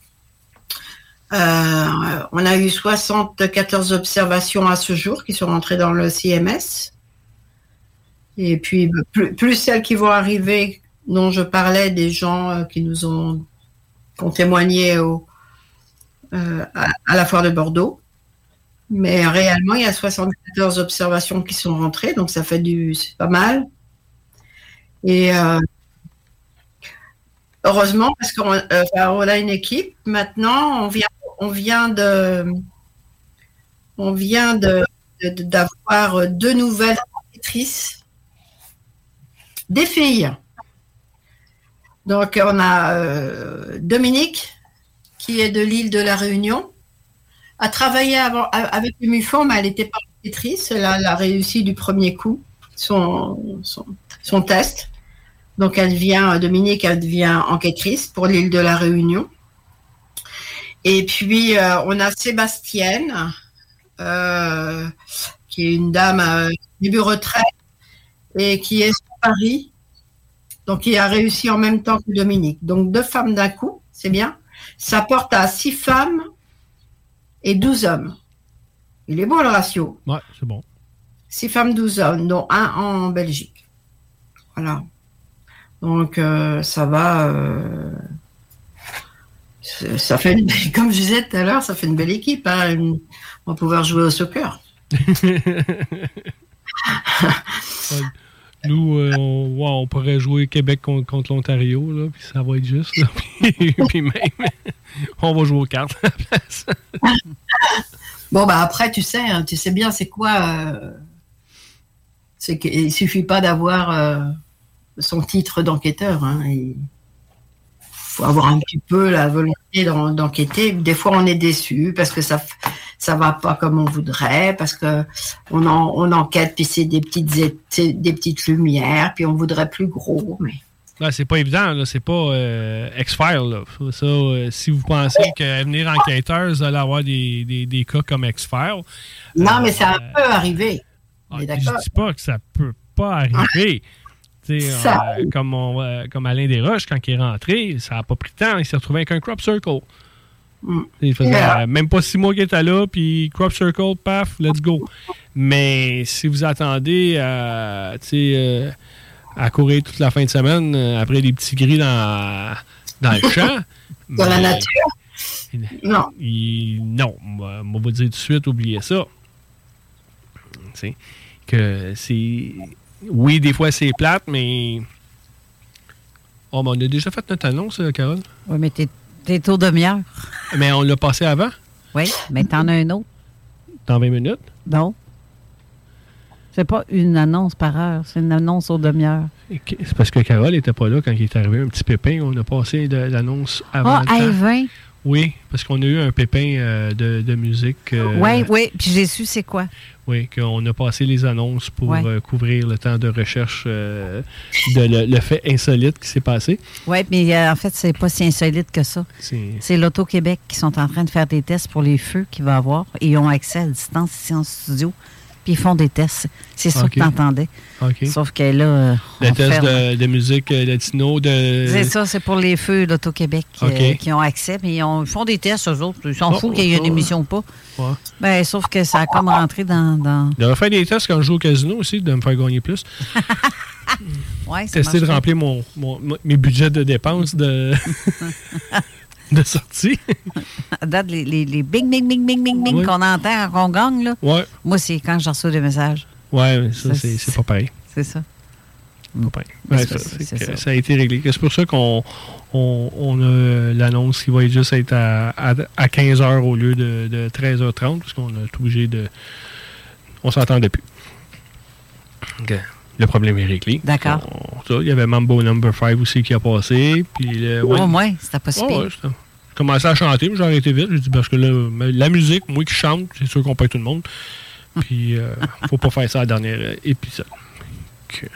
euh, on a eu soixante-quatorze observations à ce jour qui sont rentrées dans le C M S. Et puis, plus, plus celles qui vont arriver, dont je parlais, des gens euh, qui nous ont, qui ont témoigné au, euh, à, à la foire de Bordeaux. Mais réellement, il y a soixante-quatorze observations qui sont rentrées, donc ça fait du, c'est pas mal. Et euh, heureusement, parce qu'on euh, on a une équipe. Maintenant, on vient, on vient de, on vient de, de, d'avoir deux nouvelles enquêtrices. Des filles. Donc, on a euh, Dominique, qui est de l'île de la Réunion, a travaillé avant, avec le MUFON, mais elle n'était pas enquêtrice. Elle a, elle a réussi du premier coup son, son, son test. Donc, elle devient, Dominique, elle devient enquêtrice pour l'île de la Réunion. Et puis, euh, on a Sébastienne, euh, qui est une dame euh, début retraite, et qui est sur Paris, Donc, il a réussi en même temps que Dominique. Donc, deux femmes d'un coup, c'est bien. Ça porte à six femmes et douze hommes. Il est bon le ratio. Ouais, c'est bon. Six femmes, douze hommes, dont un en Belgique. Voilà. Donc, euh, ça va... Euh, ça fait, une, comme je disais tout à l'heure, ça fait une belle équipe. Hein. On va pouvoir jouer au soccer. Nous, euh, on, ouais, on pourrait jouer Québec contre, contre l'Ontario, là, puis ça va être juste. Là, puis, puis même, on va jouer aux cartes à la place. Bon, bah après, tu sais, hein, tu sais bien c'est quoi. Euh, c'est qu'il ne suffit pas d'avoir euh, son titre d'enquêteur. Hein, il faut avoir un petit peu la volonté d'en, d'enquêter. Des fois, on est déçu parce que ça ça va pas comme on voudrait, parce que on, en, on enquête, puis c'est des petites, des petites lumières, puis on voudrait plus gros. Mais... Là, c'est pas évident, là, c'est pas euh, X-Files. Là. Ça, euh, si vous pensez qu'à venir enquêteur, vous allez avoir des, des, des cas comme X-Files. Non, euh, mais ça peut arriver. Ah, je dis pas que ça peut pas arriver. Ça... Euh, comme, on, euh, comme Alain Desroches, quand il est rentré, ça n'a pas pris de temps. Il s'est retrouvé avec un crop circle. Mm. Il faisait yeah. euh, même pas six mois qu'il était là, puis crop circle, paf, let's go. Mais si vous attendez euh, euh, à courir toute la fin de semaine euh, après des petits gris dans, dans le champ... Dans la nature? Il, non. Il, non, on va vous dire tout de suite, oubliez ça. T'sais, que c'est... Oui, des fois, c'est plate, mais... Oh, ben, on a déjà fait notre annonce, Carole. Oui, mais t'es, t'es au demi-heure. Mais on l'a passé avant. Oui, mais t'en as un autre. Dans vingt minutes? Non. C'est pas une annonce par heure, c'est une annonce au demi-heure. C'est parce que Carole n'était pas là quand il est arrivé un petit pépin. On a passé de, l'annonce avant. Ah, à vingt? Oui, parce qu'on a eu un pépin euh, de, de musique. Euh, oui, oui, puis j'ai su c'est quoi. Oui, qu'on a passé les annonces pour ouais. euh, couvrir le temps de recherche euh, de le, le fait insolite qui s'est passé. Oui, mais euh, en fait, c'est pas si insolite que ça. C'est, c'est l'Auto-Québec qui sont en train de faire des tests pour les feux qu'il va y avoir et ils ont accès à distance ici en studio. Puis ils font des tests. C'est ça okay. que tu entendais. Okay. Sauf que là. Le test de, de musique latino. De... C'est ça, c'est pour les feux d'Auto-Québec okay. euh, qui ont accès. Mais ils, ont, ils font des tests, eux autres. Ils s'en oh, foutent qu'il y ait une émission ou pas. Ouais. Ben, sauf que ça a comme rentré dans. dans... Il devrait faire des tests quand je joue au casino aussi, de me faire gagner plus. ouais, Tester de remplir mon, mon, mes budgets de dépenses de. de sortie. À date, les, les, les bing, bing, bing, bing, bing, bing oui. qu'on entend quand on gagne, là. Ouais. Moi, c'est quand je reçois des messages. Oui, mais ça, ça c'est, c'est pas pareil. C'est ça. Pas pareil. Ouais, c'est ça, c'est c'est c'est ça. ça a été réglé. C'est pour ça qu'on on, on a l'annonce qui va juste être à, à, à quinze heures au lieu de, de treize heures trente, parce qu'on a tout obligé de... On s'entendait plus. Okay. Le problème est réglé. D'accord. On, il y avait Mambo Number five aussi qui a passé. Puis le, ouais. Au moins, c'était pas si pire. Ouais, c'était... J'ai commencé à chanter, mais j'ai arrêté vite. J'ai dit, parce que là, la musique, moi qui chante, c'est sûr qu'on paye tout le monde. Puis, euh, faut pas faire ça à la dernière épisode. Que...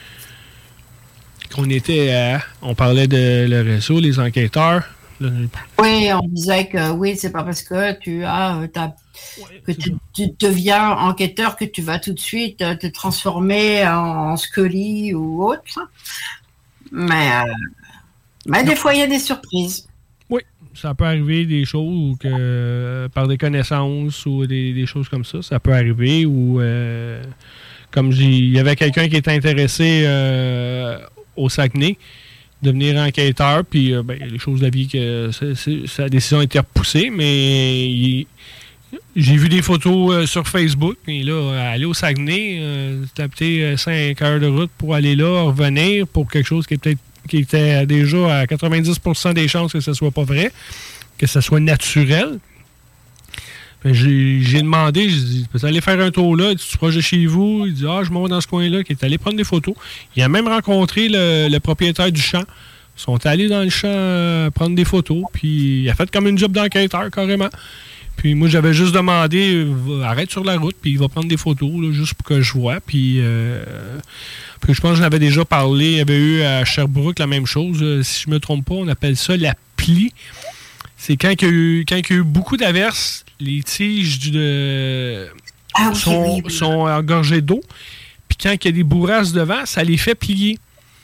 Qu'on était à... On parlait de le réseau, les enquêteurs. Là, oui, on disait que oui, c'est pas parce que tu as... T'as... que tu, tu deviens enquêteur que tu vas tout de suite te transformer en Scully ou autre. Mais, euh, mais des fois, il y a des surprises. Oui, ça peut arriver des choses que euh, par des connaissances ou des, des choses comme ça, ça peut arriver. Ou euh, comme il y avait quelqu'un qui était intéressé euh, au Saguenay, devenir enquêteur, puis euh, ben, les choses de la vie, que c'est, c'est, sa décision a été repoussée, mais il, j'ai vu des photos euh, sur Facebook, et là, aller au Saguenay, euh, taper cinq heures de route pour aller là, revenir pour quelque chose qui est peut-être qui était déjà à quatre-vingt-dix pour cent des chances que ce soit pas vrai, que ce soit naturel. Ben, j'ai, j'ai demandé, j'ai dit, tu peux aller faire un tour là, tu es proche de chez vous, il dit, ah, je monte dans ce coin-là, qui est allé prendre des photos. Il a même rencontré le, le propriétaire du champ. Ils sont allés dans le champ euh, prendre des photos, puis il a fait comme une job d'enquêteur, carrément. Puis moi, j'avais juste demandé, euh, arrête sur la route, puis il va prendre des photos, là, juste pour que je vois. Puis, euh, puis je pense que j'en avais déjà parlé. Il y avait eu à Sherbrooke la même chose. Euh, si je ne me trompe pas, on appelle ça la plie. C'est quand il y a eu, quand il y a eu beaucoup d'averses, les tiges du, de, ah, oui, sont, oui, oui. sont engorgées d'eau. Puis quand il y a des bourrasques devant, ça les fait plier.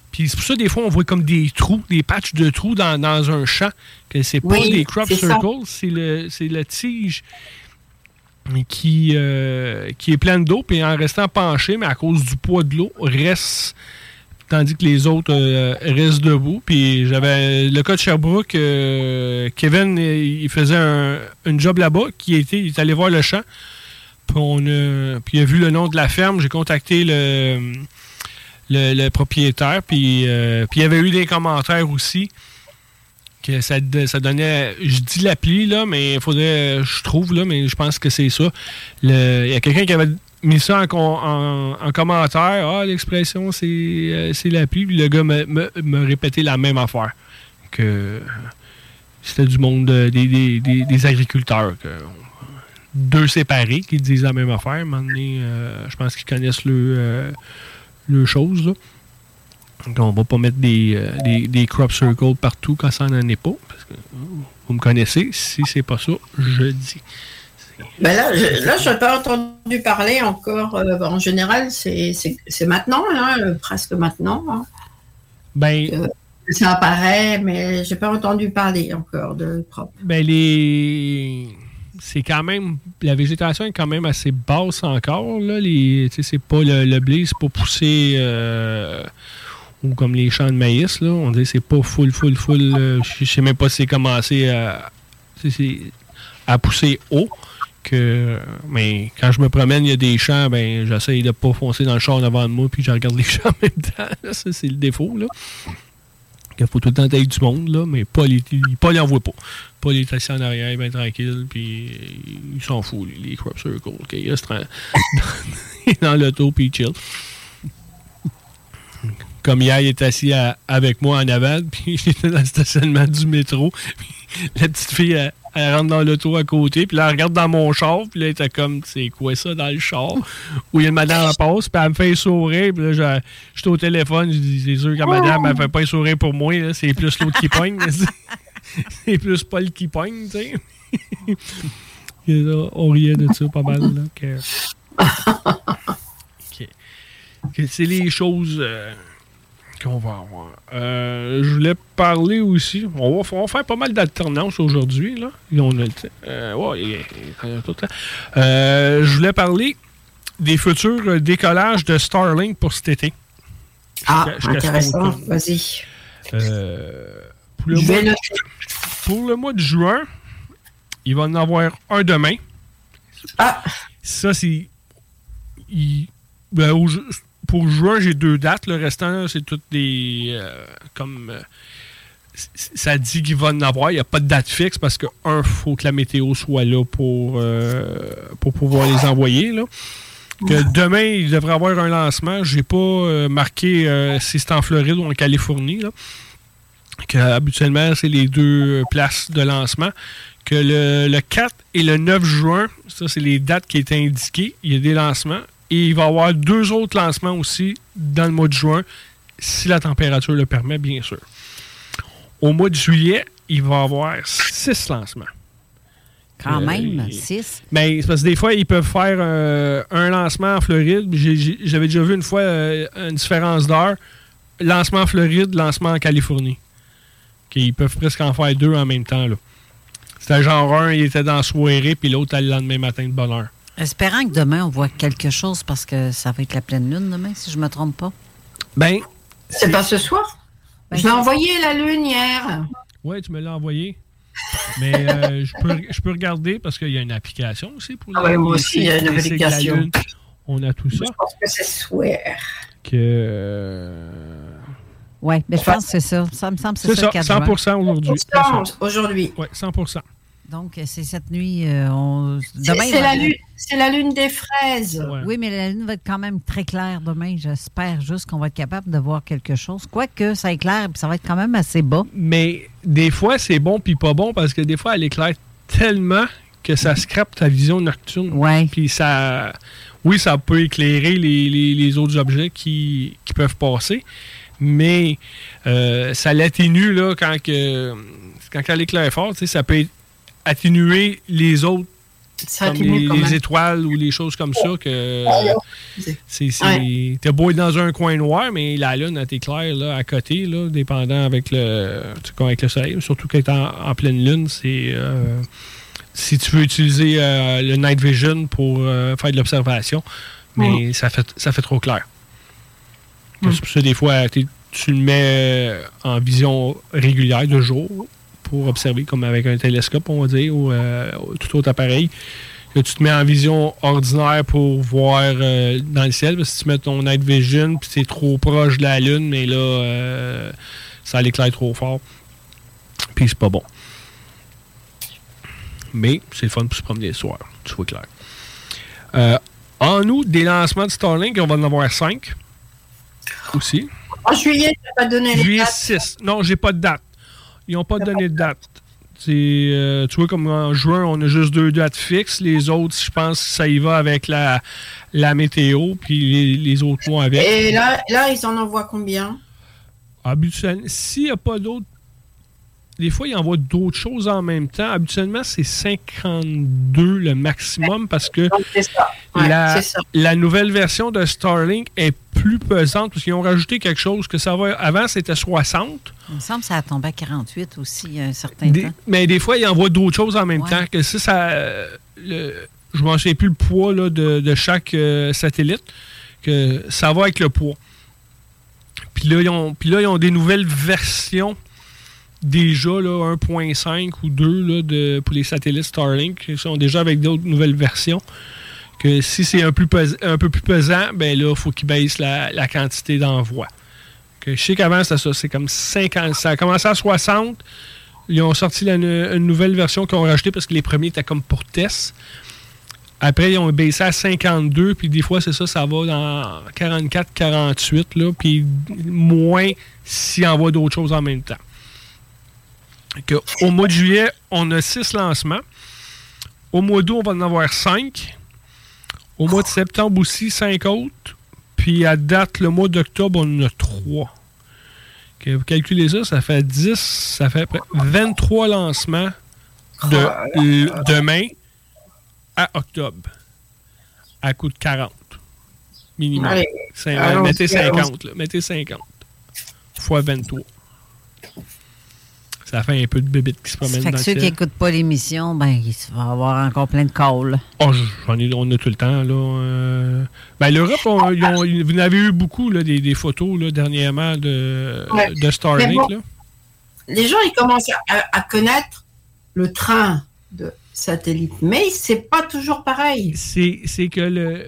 Puis c'est pour ça, des fois, on voit comme des trous, des patchs de trous dans, dans un champ, que c'est pas Oui, des crop c'est circles, ça. c'est le, c'est la tige qui, euh, qui est pleine d'eau, puis en restant penché, mais à cause du poids de l'eau, reste, tandis que les autres euh, restent debout. Puis j'avais le cas de Sherbrooke, euh, Kevin, il faisait un, une job là-bas, qui était, il est allé voir le champ, puis, on a, puis il a vu le nom de la ferme, j'ai contacté le, le, le propriétaire, puis, euh, puis il y avait eu des commentaires aussi, que ça, ça donnait, je dis l'appli, là, mais il faudrait, je trouve, là, mais je pense que c'est ça. Le, il y a quelqu'un qui avait mis ça en, en, en commentaire. Ah, l'expression, c'est, euh, c'est l'appli. Puis le gars me, me, me répétait la même affaire. Que c'était du monde des, des, des, des agriculteurs. Que, deux séparés qui disent la même affaire. À un moment donné, euh, je pense qu'ils connaissent le, euh, le chose, là. Donc, on va pas mettre des, euh, des, des crop circles partout quand ça n'en est pas. Parce que vous me connaissez. Si c'est pas ça, je dis. Ben là, je, là, je n'ai pas entendu parler encore. Euh, en général, c'est, c'est, c'est maintenant, hein, euh, presque maintenant. Hein. Ben, euh, ça apparaît, mais j'ai pas entendu parler encore de crop. Ben les, c'est quand même, la végétation est quand même assez basse encore là. Les, tu sais, c'est pas le, le blé, c'est pas poussé. Euh, ou comme les champs de maïs, là, on dit c'est pas full, full, full. Euh, je sais même pas si c'est commencé à, c'est, à pousser haut. Que, mais quand je me promène, il y a des champs, ben j'essaye de pas foncer dans le champ devant de moi, puis je regarde les champs en même temps. Là, ça, c'est le défaut, là. Il faut tout le temps être du monde, là, mais pas les, pas les envoie pas. Pas les assis en arrière, bien tranquille, puis ils s'en foutent, les, les crop circles. Okay, il reste dans l'auto, puis il chill. Comme hier, il est assis à, avec moi en avant, puis j'étais dans le stationnement du métro. Puis la petite fille, elle, elle rentre dans l'auto à côté, puis là, elle regarde dans mon char, puis là, elle était comme, c'est quoi ça dans le char? Où il y a une madame en passe, puis elle me fait un sourire, puis là, j'étais au téléphone, je dis, c'est sûr que la madame, elle fait pas un sourire pour moi, là, c'est plus l'autre qui pogne. C'est plus Paul qui pogne, tu sais. Et là, on riait de ça pas mal, là. Que... Okay. Que c'est les choses... Euh... qu'on va avoir. Euh, je voulais parler aussi. On va, on va faire pas mal d'alternance aujourd'hui. Là. On a le temps. Euh, ouais, il y a tout le temps. Euh, je voulais parler des futurs décollages de Starlink pour cet été. Ah, je, intéressant. Vas-y. Euh, pour, le mois de, pour le mois de juin, il va en avoir un demain. Ah. Ça, c'est... Il, ben, au, pour juin, j'ai deux dates. Le restant, c'est toutes des... Euh, comme... Euh, ça dit qu'il va en avoir. Il n'y a pas de date fixe parce que, un, il faut que la météo soit là pour, euh, pour pouvoir les envoyer. Là. Que demain, il devrait y avoir un lancement. Je n'ai pas euh, marqué euh, si c'est en Floride ou en Californie. Là. Que, habituellement, c'est les deux places de lancement. Que le, le quatre et le neuf juin, ça, c'est les dates qui étaient indiquées. Il y a des lancements. Et il va y avoir deux autres lancements aussi dans le mois de juin, si la température le permet, bien sûr. Au mois de juillet, il va y avoir six lancements. Quand euh, même, et, six? Mais c'est parce que des fois, ils peuvent faire euh, un lancement en Floride. J'ai, j'ai, j'avais déjà vu une fois euh, une différence d'heure. Lancement en Floride, lancement en Californie. Okay, ils peuvent presque en faire deux en même temps. Là. C'était genre un, il était dans la soirée, puis l'autre, le lendemain matin de bonne heure. Espérant que demain, on voit quelque chose parce que ça va être la pleine lune demain, si je ne me trompe pas. Ben, c'est, c'est pas ce soir? Ben, je l'ai envoyé la lune hier. Oui, tu me l'as envoyé. Mais euh, je, peux, je peux regarder parce qu'il y a une application aussi pour ah oui, moi aussi, il y a une application. On a tout ça. Je pense que c'est soir. Que. Euh... Oui, mais je pense que c'est ça. Ça me semble que c'est, c'est ça. ça, cent pour cent aujourd'hui. Aujourd'hui. Oui, cent pour cent. Donc, c'est cette nuit. Euh, on... c'est, demain, c'est, va... la lune, c'est la lune des fraises. Ouais. Oui, mais la lune va être quand même très claire demain. J'espère juste qu'on va être capable de voir quelque chose. Quoique, ça éclaire et ça va être quand même assez bas. Mais des fois, c'est bon puis pas bon parce que des fois, elle éclaire tellement que ça scrape ta vision nocturne. Oui. Puis ça... Oui, ça peut éclairer les, les, les autres objets qui, qui peuvent passer. Mais euh, ça l'atténue là, quand, que, quand elle éclaire fort. Ça peut être atténuer les autres comme les, les étoiles ou les choses comme ça, que c'est, c'est, ouais. T'es beau être dans un coin noir, mais la lune, elle t'éclaire là, à côté, là, dépendant avec le, avec le soleil. Surtout quand t'es en, en pleine lune, c'est... Euh, si tu veux utiliser euh, le night vision pour euh, faire de l'observation, mais mmh. ça, fait, ça fait trop clair. Mmh. C'est pour ça, des fois, tu le mets en vision régulière de jour pour observer, comme avec un télescope, on va dire, ou euh, tout autre appareil. Que tu te mets en vision ordinaire pour voir euh, dans le ciel. Parce que si tu mets ton night vision puis c'est trop proche de la Lune, mais là, euh, ça l'éclaire trop fort. Puis c'est pas bon. Mais c'est le fun pour se promener le soir, tu vois clair. Euh, en août, des lancements de Starlink, on va en avoir cinq aussi. En juillet, tu n'as pas donné les juillet dates? six. Non, j'ai pas de date. Ils n'ont pas donné de date. C'est, euh, tu vois, comme en juin, on a juste deux dates fixes. Les autres, je pense que ça y va avec la, la météo, puis les, les autres mois avec. Et là, là, ils en envoient combien? Habituellement, s'il n'y a pas d'autres, des fois, ils envoient d'autres choses en même temps. Habituellement, c'est cinquante-deux le maximum parce que c'est ça. Ouais, la, c'est ça. la nouvelle version de Starlink est plus pesante parce qu'ils ont rajouté quelque chose que ça va. Avant, c'était soixante. Il me semble que ça a tombé à quarante-huit aussi un certain des, temps. Mais des fois, ils envoient d'autres choses en même ouais. temps. Que ça, ça le, je ne m'en souviens plus le poids là, de, de chaque euh, satellite. Que ça va avec le poids. Puis là, ils ont, puis là, ils ont des nouvelles versions. Déjà, là, un virgule cinq ou deux là, de, pour les satellites Starlink. Ils sont déjà avec d'autres nouvelles versions. Que si c'est un, plus pes- un peu plus pesant, ben là, il faut qu'ils baissent la, la quantité d'envoi. Que je sais qu'avant, c'était ça. C'est comme cinquante. Ça a commencé à soixante. Ils ont sorti la, une nouvelle version qu'ils ont rajoutée parce que les premiers étaient comme pour test. Après, ils ont baissé à cinquante-deux. Puis des fois, c'est ça, ça va dans quarante-quatre quarante-huit. Là, puis moins s'ils envoient d'autres choses en même temps. Que, au mois de juillet, on a six lancements. Au mois d'août, on va en avoir cinq. Au mois de septembre aussi, cinq autres. Puis à date, le mois d'octobre, on en a trois. Okay, vous calculez ça, ça fait dix, ça fait vingt-trois lancements de demain à octobre. À coût de quarante. Minimum. Allez, Cinq, allons, mettez cinquante. Là, mettez cinquante. Fois vingt-trois. Ça fait un peu de bébites qui se promènent dans le ciel. Ceux qui n'écoutent pas l'émission, ben, il va y avoir encore plein de calls. Oh, j'en ai, on a tout le temps. Là. Euh... Ben, l'Europe, on, ils ont, vous en avez eu beaucoup, là, des, des photos là, dernièrement de, ouais. de Starlink. Bon, là. Les gens, ils commencent à, à connaître le train de satellite, mais c'est pas toujours pareil. C'est, c'est que le...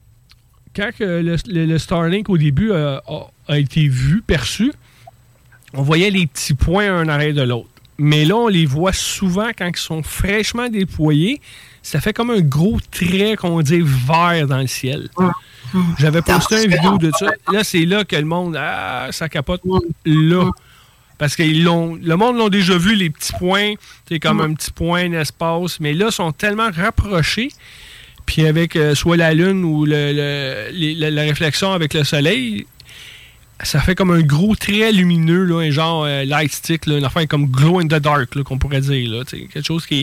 quand que le, le, le Starlink, au début, a, a, a été vu, perçu, on voyait les petits points un arrêt de l'autre. Mais là, on les voit souvent quand ils sont fraîchement déployés. Ça fait comme un gros trait, qu'on dit, vert dans le ciel. Mmh. J'avais posté une vidéo de ça. Là, c'est là que le monde, ah, ça capote là. Parce que ils l'ont, le monde l'a déjà vu, les petits points. C'est comme mmh. un petit point, un espace. Mais là, ils sont tellement rapprochés. Puis avec euh, soit la Lune ou le, le, les, la, la réflexion avec le Soleil, ça fait comme un gros trait lumineux, là, un genre euh, light stick, là, une affaire comme glow in the dark, là, qu'on pourrait dire. Là, quelque chose qui est...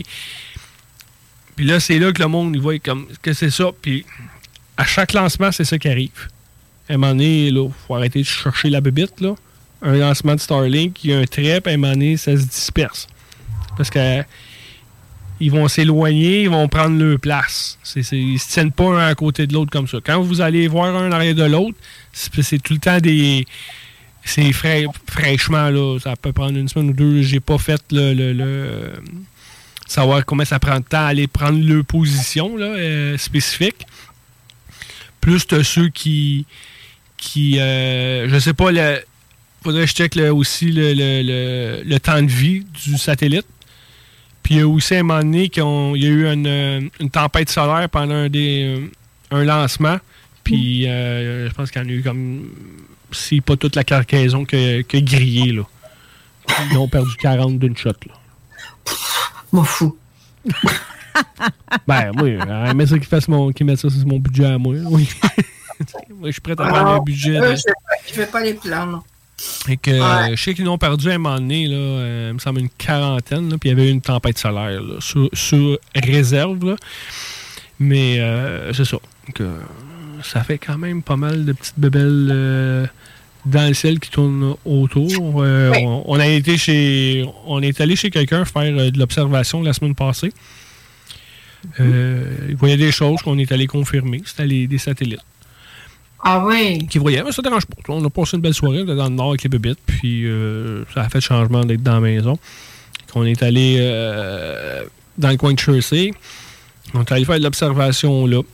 Puis là, c'est là que le monde, il voit comme que c'est ça. Puis à chaque lancement, c'est ça qui arrive. À un moment donné, il faut arrêter de chercher la bébite. Là. Un lancement de Starlink, il y a un trait, puis à un moment donné, ça se disperse. Parce que ils vont s'éloigner, ils vont prendre leur place. C'est, c'est, ils ne se tiennent pas un à côté de l'autre comme ça. Quand vous allez voir un arrière de l'autre, c'est, c'est tout le temps des... C'est frais, fraîchement, là. Ça peut prendre une semaine ou deux. J'ai pas fait le... le, le savoir combien ça prend de temps à aller prendre leur position là, euh, spécifique. Plus de ceux qui... qui euh, je sais pas, il faudrait que je check là, aussi le, le, le, le temps de vie du satellite. Puis il y a aussi un moment donné qu'il y a eu une, une tempête solaire pendant un, des, un lancement. Puis euh, je pense qu'il y en a eu comme, si pas toute la cargaison que, que grillé, là. Ils ont perdu quarante d'une shot, là. M'en fous. Ben, oui, mais ça qui fasse mon, qui mette ça sur mon budget à moi. Oui. Moi, je suis prêt à prendre un budget. Euh, de... Je ne vais pas les plaindre. Et que ouais. Je sais qu'ils l'ont perdu à un moment donné, là, euh, il me semble une quarantaine, là, puis il y avait eu une tempête solaire là, sur, sur réserve. Là. Mais euh, c'est ça. Que, ça fait quand même pas mal de petites bébelles euh, dans le ciel qui tournent autour. Euh, oui. on, on a été chez. On est allé chez quelqu'un faire euh, de l'observation la semaine passée. Euh, il voyait des choses qu'on est allé confirmer. C'était les, des satellites. Ah oui. Qui voyaient, mais ça ne dérange pas. On a passé une belle soirée dans le nord avec les bébites, puis euh, ça a fait le changement d'être dans la maison. On est allé euh, dans le coin de Chersey. On est allé faire de l'observation là.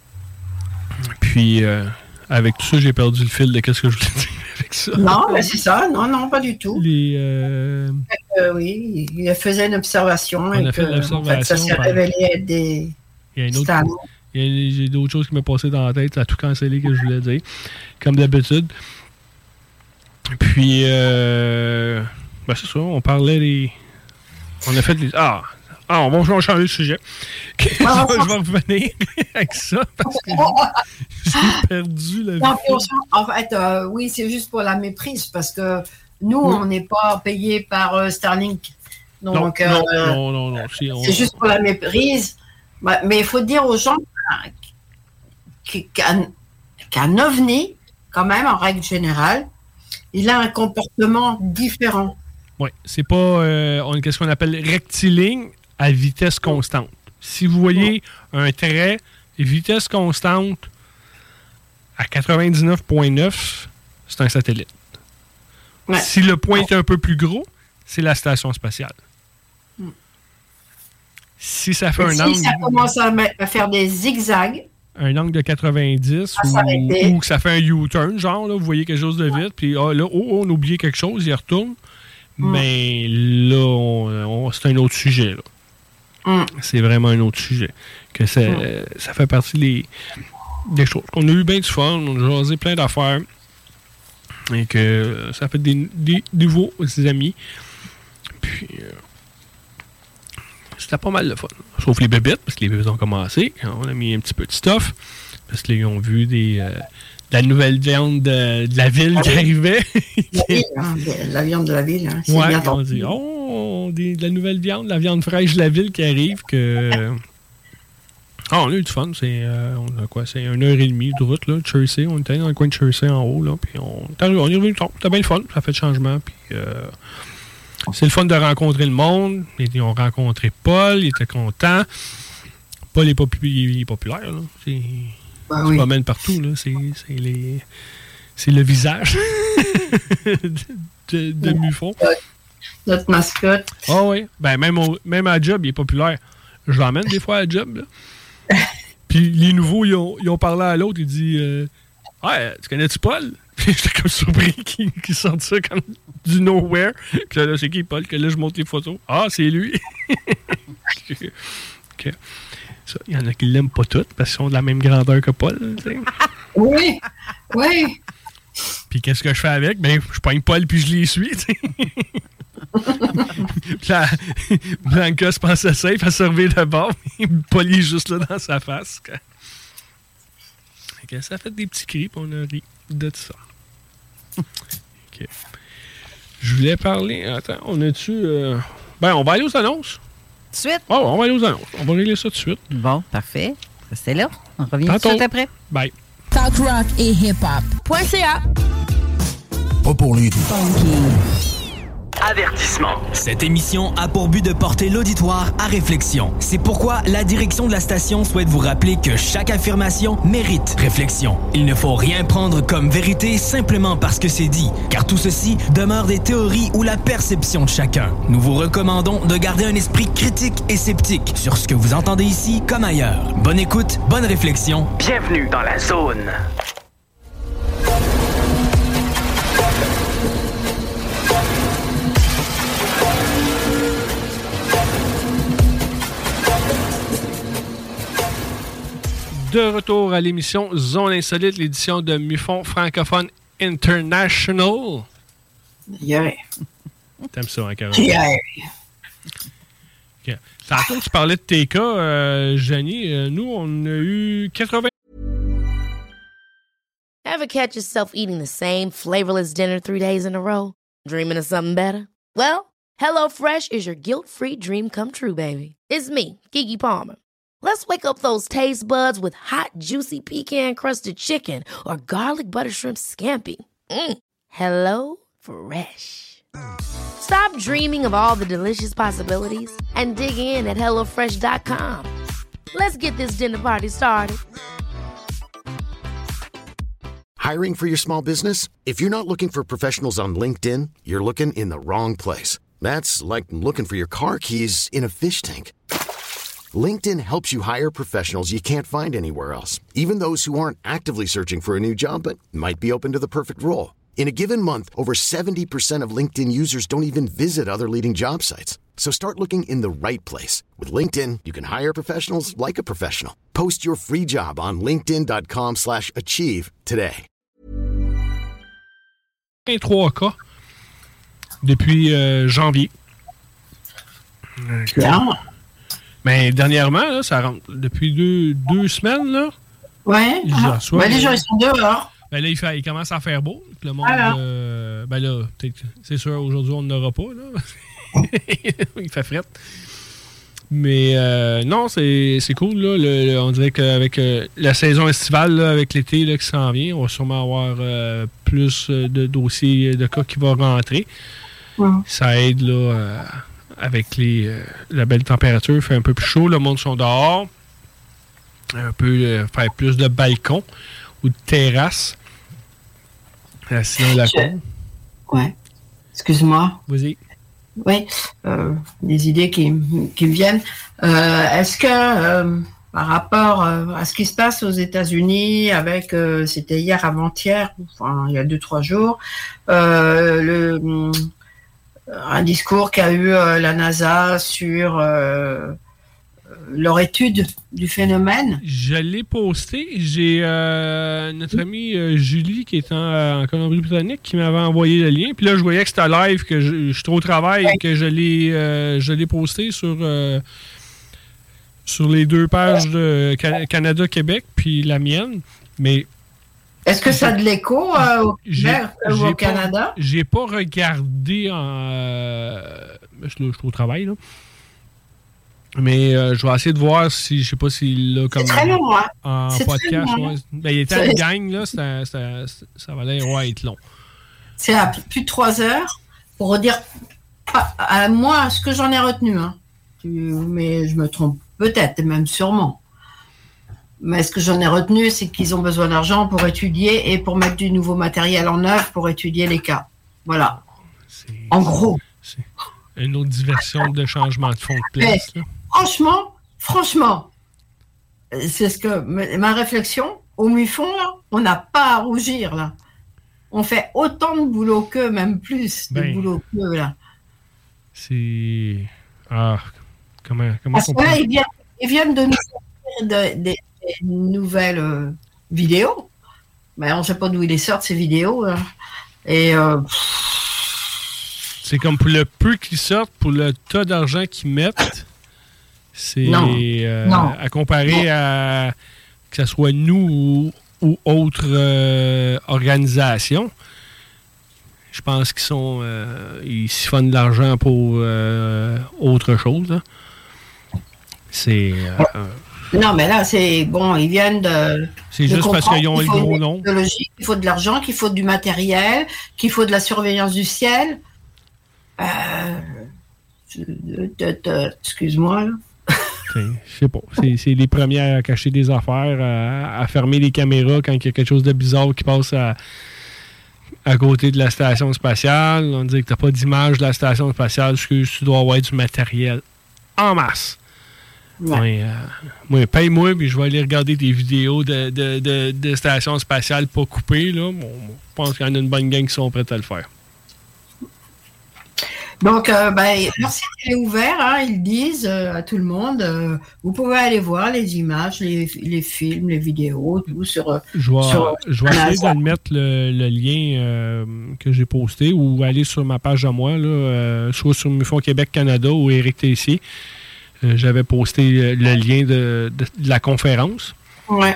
Puis, euh, avec tout ça, j'ai perdu le fil de qu'est-ce que je voulais dire avec ça. Non, mais c'est ça. Non, non, pas du tout. Les, euh... Euh, oui, il faisait une observation. On et a fait que, l'observation. En fait, ça s'est par... révélé être des il y a une autre... il y a, J'ai d'autres choses qui m'ont passé dans la tête. Ça a tout cancellé que je voulais dire. Comme d'habitude. Puis, euh... ben, c'est ça. On parlait des... On a fait des... Ah! Ah, on va changer de sujet. Ah, je vais revenir avec ça parce que j'ai perdu la non, vie. En fait, euh, oui, c'est juste pour la méprise parce que nous, oui. on n'est pas payé par euh, Starlink. Donc, non, euh, non, non, non, non. Si on... C'est juste pour la méprise. Mais il faut dire aux gens qu'un, qu'un ovni, quand même, en règle générale, il a un comportement différent. Oui, c'est pas euh, on, qu'est-ce qu'on appelle rectiligne à vitesse constante. Si vous voyez un trait, vitesse constante à quatre-vingt-dix-neuf virgule neuf, c'est un satellite. Ouais. Si le point est un peu plus gros, c'est la station spatiale. Mm. Si ça fait Et un si angle... Si ça commence à, à faire des zigzags... Un angle de quatre-vingt-dix ou, ou que ça fait un U-turn, genre, là, vous voyez quelque chose de vite, puis oh, là, oh, on a oublié quelque chose, il retourne. Mm. Mais là, on, on, c'est un autre sujet, là. Mm. C'est vraiment un autre sujet. Que ça, mm. ça fait partie des, des choses. On a eu bien du fun, on a jasé plein d'affaires. Et que ça fait des, des nouveaux amis. Puis, euh, c'était pas mal de fun. Sauf les bébites, parce que les bébites ont commencé. On a mis un petit peu de stuff. Parce qu'ils ont vu des, euh, de la nouvelle viande de, de la ville qui arrivait. La, ville, hein, la viande de la ville. Hein, c'est ouais, bien on dit, oh, des, de la nouvelle viande, la viande fraîche de la ville qui arrive. que Ah, on a eu du fun. C'est, euh, on a quoi, c'est une heure et demie de route, là, de Chersey. On était dans le coin de Chersey en haut, là. Puis on, on est revenu. C'était bien le fun. Ça a fait le changement. Puis euh, c'est le fun de rencontrer le monde. Ils ont rencontré Paul. Il était content. Paul est, popu- il est populaire, là. C'est, ben oui. Il se promène partout, là. C'est, c'est, les, c'est le visage de, de Mufon. Notre mascotte. Ah oh, oui. Ben, même, au, même à job, il est populaire. Je l'emmène des fois à job, là. Puis les nouveaux, ils ont, ils ont parlé à l'autre. Il dit euh, ouais, tu connais-tu Paul? Puis j'étais comme surpris qu'il, qu'il sorte ça comme du nowhere. Puis là, c'est qui Paul? Que là, je montre les photos. Ah, c'est lui. OK. Ça, il y en a qui l'aiment pas toutes parce qu'ils sont de la même grandeur que Paul. T'sais. Oui, oui. Puis qu'est-ce que je fais avec? Ben, je pogne Paul puis je les suis. Là, Blanca se pensait safe à servir de bord. Paul est juste là dans sa face. Okay, ça fait des petits cris puis on a ri de tout ça. Okay. Je voulais parler... Attends, on a-tu... Euh... Ben, on va aller aux annonces. Tout de suite? Oh, on va aller aux annonces. On va régler ça tout de suite. Bon, parfait. Restez là. On revient Tantôt. Tout de suite après. Bye. Talk rock et hip-hop.ca. Pas pour les doux. Avertissement. Cette émission a pour but de porter l'auditoire à réflexion. C'est pourquoi la direction de la station souhaite vous rappeler que chaque affirmation mérite réflexion. Il ne faut rien prendre comme vérité simplement parce que c'est dit, car tout ceci demeure des théories ou la perception de chacun. Nous vous recommandons de garder un esprit critique et sceptique sur ce que vous entendez ici comme ailleurs. Bonne écoute, bonne réflexion. Bienvenue dans la zone. De retour à l'émission Zone Insolite, l'édition de Mufon francophone International. Yeah. T'aimes ça, hein, Carole? Yeah. Okay. Tantôt, tu parlais de tes cas, euh, Jenny. Euh, nous, on a eu quatre-vingts... Ever catch yourself eating the same flavorless dinner three days in a row? Dreaming of something better? Well, HelloFresh is your guilt-free dream come true, baby. It's me, Keke Palmer. Let's wake up those taste buds with hot, juicy pecan-crusted chicken or garlic butter shrimp scampi. Mm. Hello Fresh. Stop dreaming of all the delicious possibilities and dig in at hello fresh dot com. Let's get this dinner party started. Hiring for your small business? If you're not looking for professionals on LinkedIn, you're looking in the wrong place. That's like looking for your car keys in a fish tank. LinkedIn helps you hire professionals you can't find anywhere else, even those who aren't actively searching for a new job but might be open to the perfect role. In a given month, over seventy percent of LinkedIn users don't even visit other leading job sites. So start looking in the right place. With LinkedIn, you can hire professionals like a professional. Post your free job on linkedin dot com slash achieve today. trois cas depuis euh, janvier. Bien. Mais dernièrement, là, ça rentre depuis deux, deux semaines. Là, ouais. Ah. Reçois, ouais, les gens ils sont dehors. Ben là, il, fait, il commence à faire beau. Le monde, voilà. euh, ben là, peut-être, c'est sûr, aujourd'hui, on n'aura pas. Là. Il fait fret. Mais euh, non, c'est, c'est cool. Là. Le, le, on dirait qu'avec euh, la saison estivale, là, avec l'été là, qui s'en vient, on va sûrement avoir euh, plus de dossiers de cas qui vont rentrer. Ouais. Ça aide là, euh, avec les, euh, la belle température. Il fait un peu plus chaud. Le monde sont dehors. Un peu euh, faire plus de balcons ou de terrasses. Sinon, la cour. Ouais. Excuse-moi. Vas-y. Oui, euh, des idées qui, qui me viennent. Euh, est-ce que, euh, par rapport euh, à ce qui se passe aux États-Unis, avec, euh, c'était hier avant-hier, enfin, il y a deux, trois jours, euh, le, un discours qu'a eu euh, la NASA sur euh, leur étude du phénomène. Je l'ai posté. J'ai euh, notre amie euh, Julie, qui est en, en Colombie-Britannique, qui m'avait envoyé le lien. Puis là, je voyais que c'était live, que je, je suis trop au travail, ouais. que je l'ai, euh, je l'ai posté sur, euh, sur les deux pages de Canada-Québec, puis la mienne. Mais est-ce que ça a de l'écho euh, au Québec ou au Canada? J'ai pas regardé en... Euh, je, je suis au travail, là. Mais euh, je vais essayer de voir si, je sais pas s'il l'a comme c'est très long, hein? en c'est podcast. Très long, ouais. Ben, il était en gang, là, c'était, c'était, ça va l'air ouais, être long. C'est à plus de trois heures pour redire, à, à moi, ce que j'en ai retenu. Hein. Mais je me trompe peut-être, et même sûrement. Mais ce que j'en ai retenu, c'est qu'ils ont besoin d'argent pour étudier et pour mettre du nouveau matériel en œuvre pour étudier les cas. Voilà. C'est, en gros. C'est une autre diversion de changement de fond de place. Mais, franchement, franchement, c'est ce que ma réflexion, au MUFON, là, on n'a pas à rougir, là. On fait autant de boulot qu'eux, même plus de ben, boulot qu'eux, là. C'est... Ah, comment, comment Parce que là, ils viennent, ils viennent de nous sortir de, de, de nouvelles euh, vidéos. Mais on ne sait pas d'où ils les sortent, ces vidéos. Là. Et... Euh, c'est comme pour le peu qu'ils sortent, pour le tas d'argent qu'ils mettent, c'est non. Euh, non. à comparer non. à que ce soit nous ou, ou autres euh, organisations. Je pense qu'ils sont euh, ils siphonnent de l'argent pour euh, autre chose. Là. C'est euh, non, mais là, c'est bon, ils viennent de. C'est de juste parce qu'ils ont le gros nom. Il faut de l'argent, qu'il faut du matériel, qu'il faut de la surveillance du ciel. Euh, excuse-moi. Là. Je sais pas. C'est, c'est les premiers à cacher des affaires, à, à fermer les caméras quand il y a quelque chose de bizarre qui passe à, à côté de la station spatiale. On dit que t'as pas d'image de la station spatiale, parce que tu dois avoir du matériel en masse. Ouais. Moi, euh, moi, paye-moi, puis je vais aller regarder des vidéos de, de, de, de stations spatiales pas coupées. Là. Bon, je pense qu'il y en a une bonne gang qui sont prêtes à le faire. Donc, euh, ben, leur site est ouvert, hein, ils disent euh, à tout le monde, euh, vous pouvez aller voir les images, les, les films, les vidéos, tout sur... Je vais, sur, je vais essayer de mettre le, le lien euh, que j'ai posté ou aller sur ma page à moi, là, euh, soit sur MUFON Québec Canada ou Éric Tessier. Euh, j'avais posté le lien de, de, de la conférence. Ouais.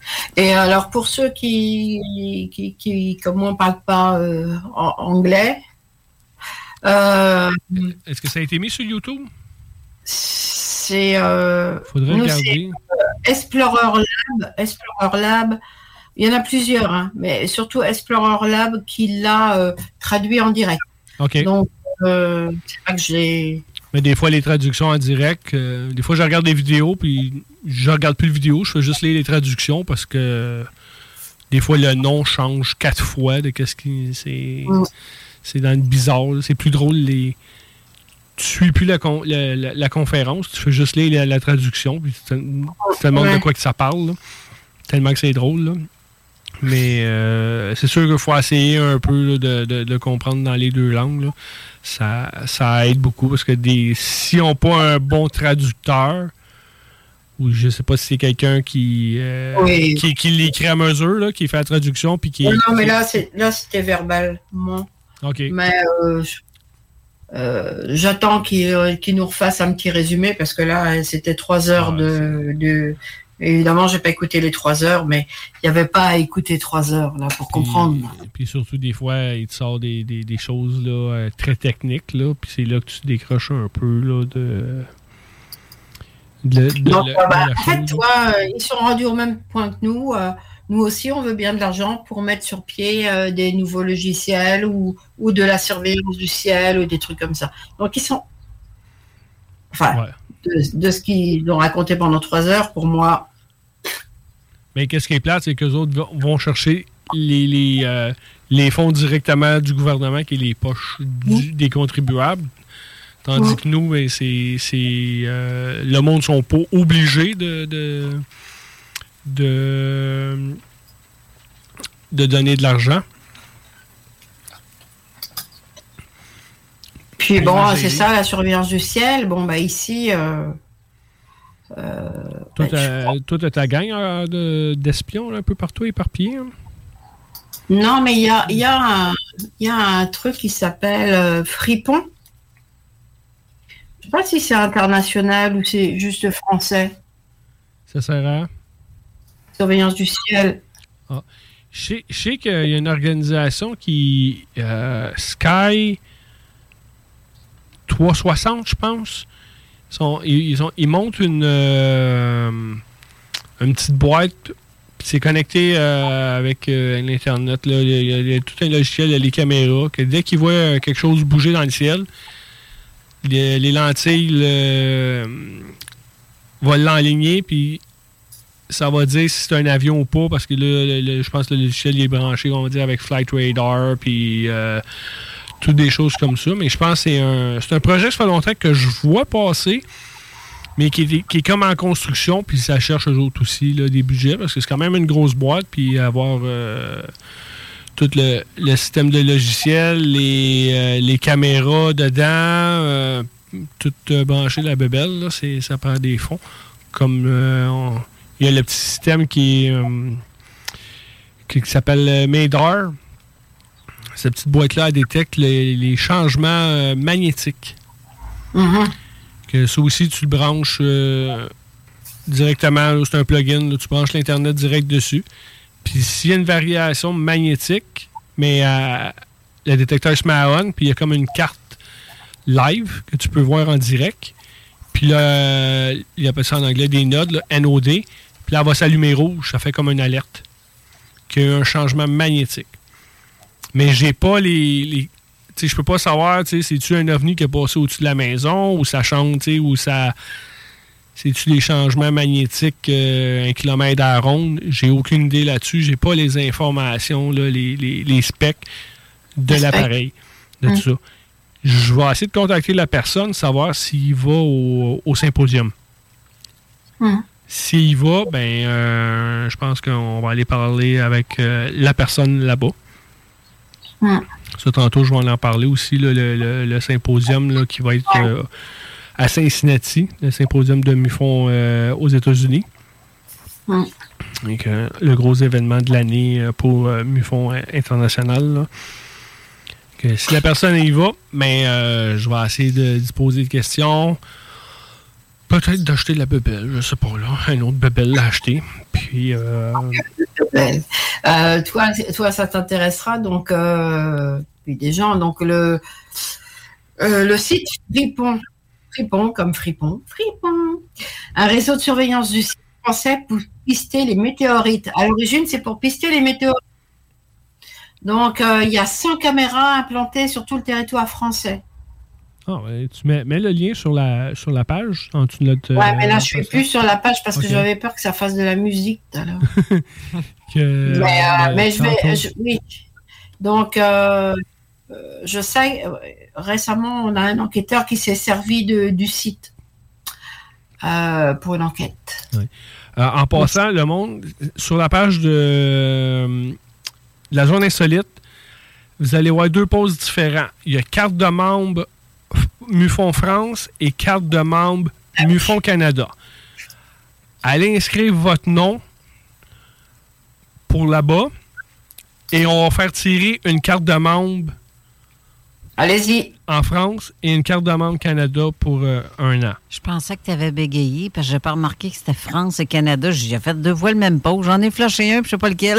Et alors, pour ceux qui, qui, qui comme moi, ne parlent pas euh, en anglais... Euh, Est-ce que ça a été mis sur YouTube? C'est... Euh, Faudrait nous, regarder. C'est, euh, Explorer Lab. Explorer Lab. Il y en a plusieurs, hein, mais surtout Explorer Lab qui l'a euh, traduit en direct. OK. Donc, euh, c'est pas que j'ai... Mais des fois, les traductions en direct, euh, des fois, je regarde des vidéos, puis je regarde plus les vidéos, je fais juste lire les traductions parce que euh, des fois, le nom change quatre fois de qu'est-ce qui... C'est, mm. c'est dans le bizarre. Là. C'est plus drôle. Les, tu suis plus la, con, la, la, la conférence, tu fais juste lire la, la traduction, puis tu te, tu te demandes ouais. de quoi que ça parle. Là. Tellement que c'est drôle. Là. Mais euh, c'est sûr qu'il faut essayer un peu là, de, de, de comprendre dans les deux langues. Là. Ça, ça aide beaucoup parce que des, si on n'a pas un bon traducteur, ou je ne sais pas si c'est quelqu'un qui, euh, oui. qui, qui l'écrit à mesure, là, qui fait la traduction. Puis qui, non, qui, mais là, c'est, là c'était verbalement. OK. Mais euh, euh, j'attends qu'il, qu'il nous refasse un petit résumé parce que là, c'était trois heures ah, de... de Évidemment, je n'ai pas écouté les trois heures, mais il n'y avait pas à écouter trois heures là, pour comprendre. Et puis surtout, des fois, il te sort des, des, des choses là, euh, très techniques, là, puis c'est là que tu te décroches un peu là, de... de, de, Donc, de, bah, de la en fait, toi, euh, ils sont rendus au même point que nous. Euh, nous aussi, on veut bien de l'argent pour mettre sur pied euh, des nouveaux logiciels ou, ou de la surveillance du ciel ou des trucs comme ça. Donc, ils sont... Enfin... Ouais. De, de ce qu'ils ont raconté pendant trois heures, pour moi. Mais qu'est-ce qui est plate, c'est qu'eux autres vont chercher les, les, euh, les fonds directement du gouvernement, qui est les poches du, oui. des contribuables. Tandis oui. que nous, ben, c'est, c'est, euh, le monde ne sont pas obligés de, de, de, de donner de l'argent. Puis bon, c'est ça, la surveillance du ciel. Bon, bah ici... Euh, euh, toi, ben, tu as ta gang euh, de, d'espions là, un peu partout éparpillés? Hein? Non, mais il y a, y, a un, y a un truc qui s'appelle euh, Fripon. Je ne sais pas si c'est international ou c'est juste français. Ça sert à? Surveillance du ciel. Ah. Je sais, je sais qu'il y a une organisation qui... Euh, Sky... trois cent soixante, je pense. Ils, sont, ils, ont, ils montent une, euh, une petite boîte. Puis c'est connecté euh, avec euh, l'Internet. Là. Il, y a, il y a tout un logiciel, il y a les caméras. Que dès qu'ils voient quelque chose bouger dans le ciel, les, les lentilles le, vont l'enligner. Puis ça va dire si c'est un avion ou pas. Parce que là, le, le, je pense que le logiciel il est branché, on va dire, avec Flight Radar. Puis... Euh, toutes des choses comme ça, mais je pense que c'est un, c'est un projet, ça fait longtemps que je vois passer, mais qui est, qui est comme en construction, puis ça cherche eux autres aussi là, des budgets, parce que c'est quand même une grosse boîte, puis avoir euh, tout le, le système de logiciel, les, euh, les caméras dedans, euh, tout euh, branché la bébelle, là, c'est, ça prend des fonds. Comme euh, on, il y a le petit système qui, euh, qui, qui s'appelle Madar. Cette petite boîte-là, elle détecte les, les changements euh, magnétiques. Mm-hmm. Que ça aussi, tu le branches euh, directement. Là, c'est un plugin. Là, tu branches l'Internet direct dessus. Puis s'il y a une variation magnétique, mais euh, le détecteur se met à on, puis il y a comme une carte live que tu peux voir en direct. Puis là, euh, il appelle ça en anglais des nodes, là, N O D. Puis là, elle va s'allumer rouge. Ça fait comme une alerte qu'il y a eu un changement magnétique. Mais j'ai pas les... les tu sais, je peux pas savoir, tu sais, c'est-tu un ovni qui a passé au-dessus de la maison, ou ça change, tu sais, ou ça... C'est-tu des changements magnétiques euh, un kilomètre à la ronde? J'ai aucune idée là-dessus. J'ai pas les informations, là, les, les, les specs de l'appareil, de tout ça. Je vais essayer de contacter la personne, savoir s'il va au, au symposium. Mm. S'il va, ben, euh, je pense qu'on va aller parler avec euh, la personne là-bas. Mm. Ça, tantôt, je vais en parler aussi, là, le, le, le symposium là, qui va être euh, à Cincinnati, le symposium de MUFON euh, aux États-Unis. Mm. Donc, euh, le gros événement de l'année pour euh, MUFON international. Là. Que si la personne y va, ben, euh, je vais essayer de, de poser des questions. Peut-être d'acheter de la bebelle, je sais pas, là. Un autre bebelle l'a acheté. Puis. Euh... Euh, toi, toi, ça t'intéressera. Donc, euh, puis des gens. Donc, le, euh, le site Fripon. Fripon, comme Fripon. Fripon. Un réseau de surveillance du site français pour pister les météorites. À l'origine, c'est pour pister les météorites. Donc, euh, il y a cent caméras implantées sur tout le territoire français. Ah, ouais, tu mets, mets le lien sur la, sur la page en dessous de notre. Ouais, mais là, je suis plus sur la page parce okay. que j'avais peur que ça fasse de la musique tout à l'heure. que, mais, euh, mais je vais. Je, oui. Donc, euh, je sais, récemment, on a un enquêteur qui s'est servi de, du site euh, pour une enquête. Oui. Euh, en passant, le monde, sur la page de, euh, de la zone insolite, vous allez voir deux posts différents. Il y a carte de membre MUFON France et carte de membre MUFON Canada. Allez inscrire votre nom pour là-bas et on va faire tirer une carte de membre. Allez-y. En France et une carte de membre Canada pour euh, un an. Je pensais que tu avais bégayé parce que j'ai pas remarqué que c'était France et Canada. J'ai fait deux fois le même pot. J'en ai flashé un puis je sais pas lequel.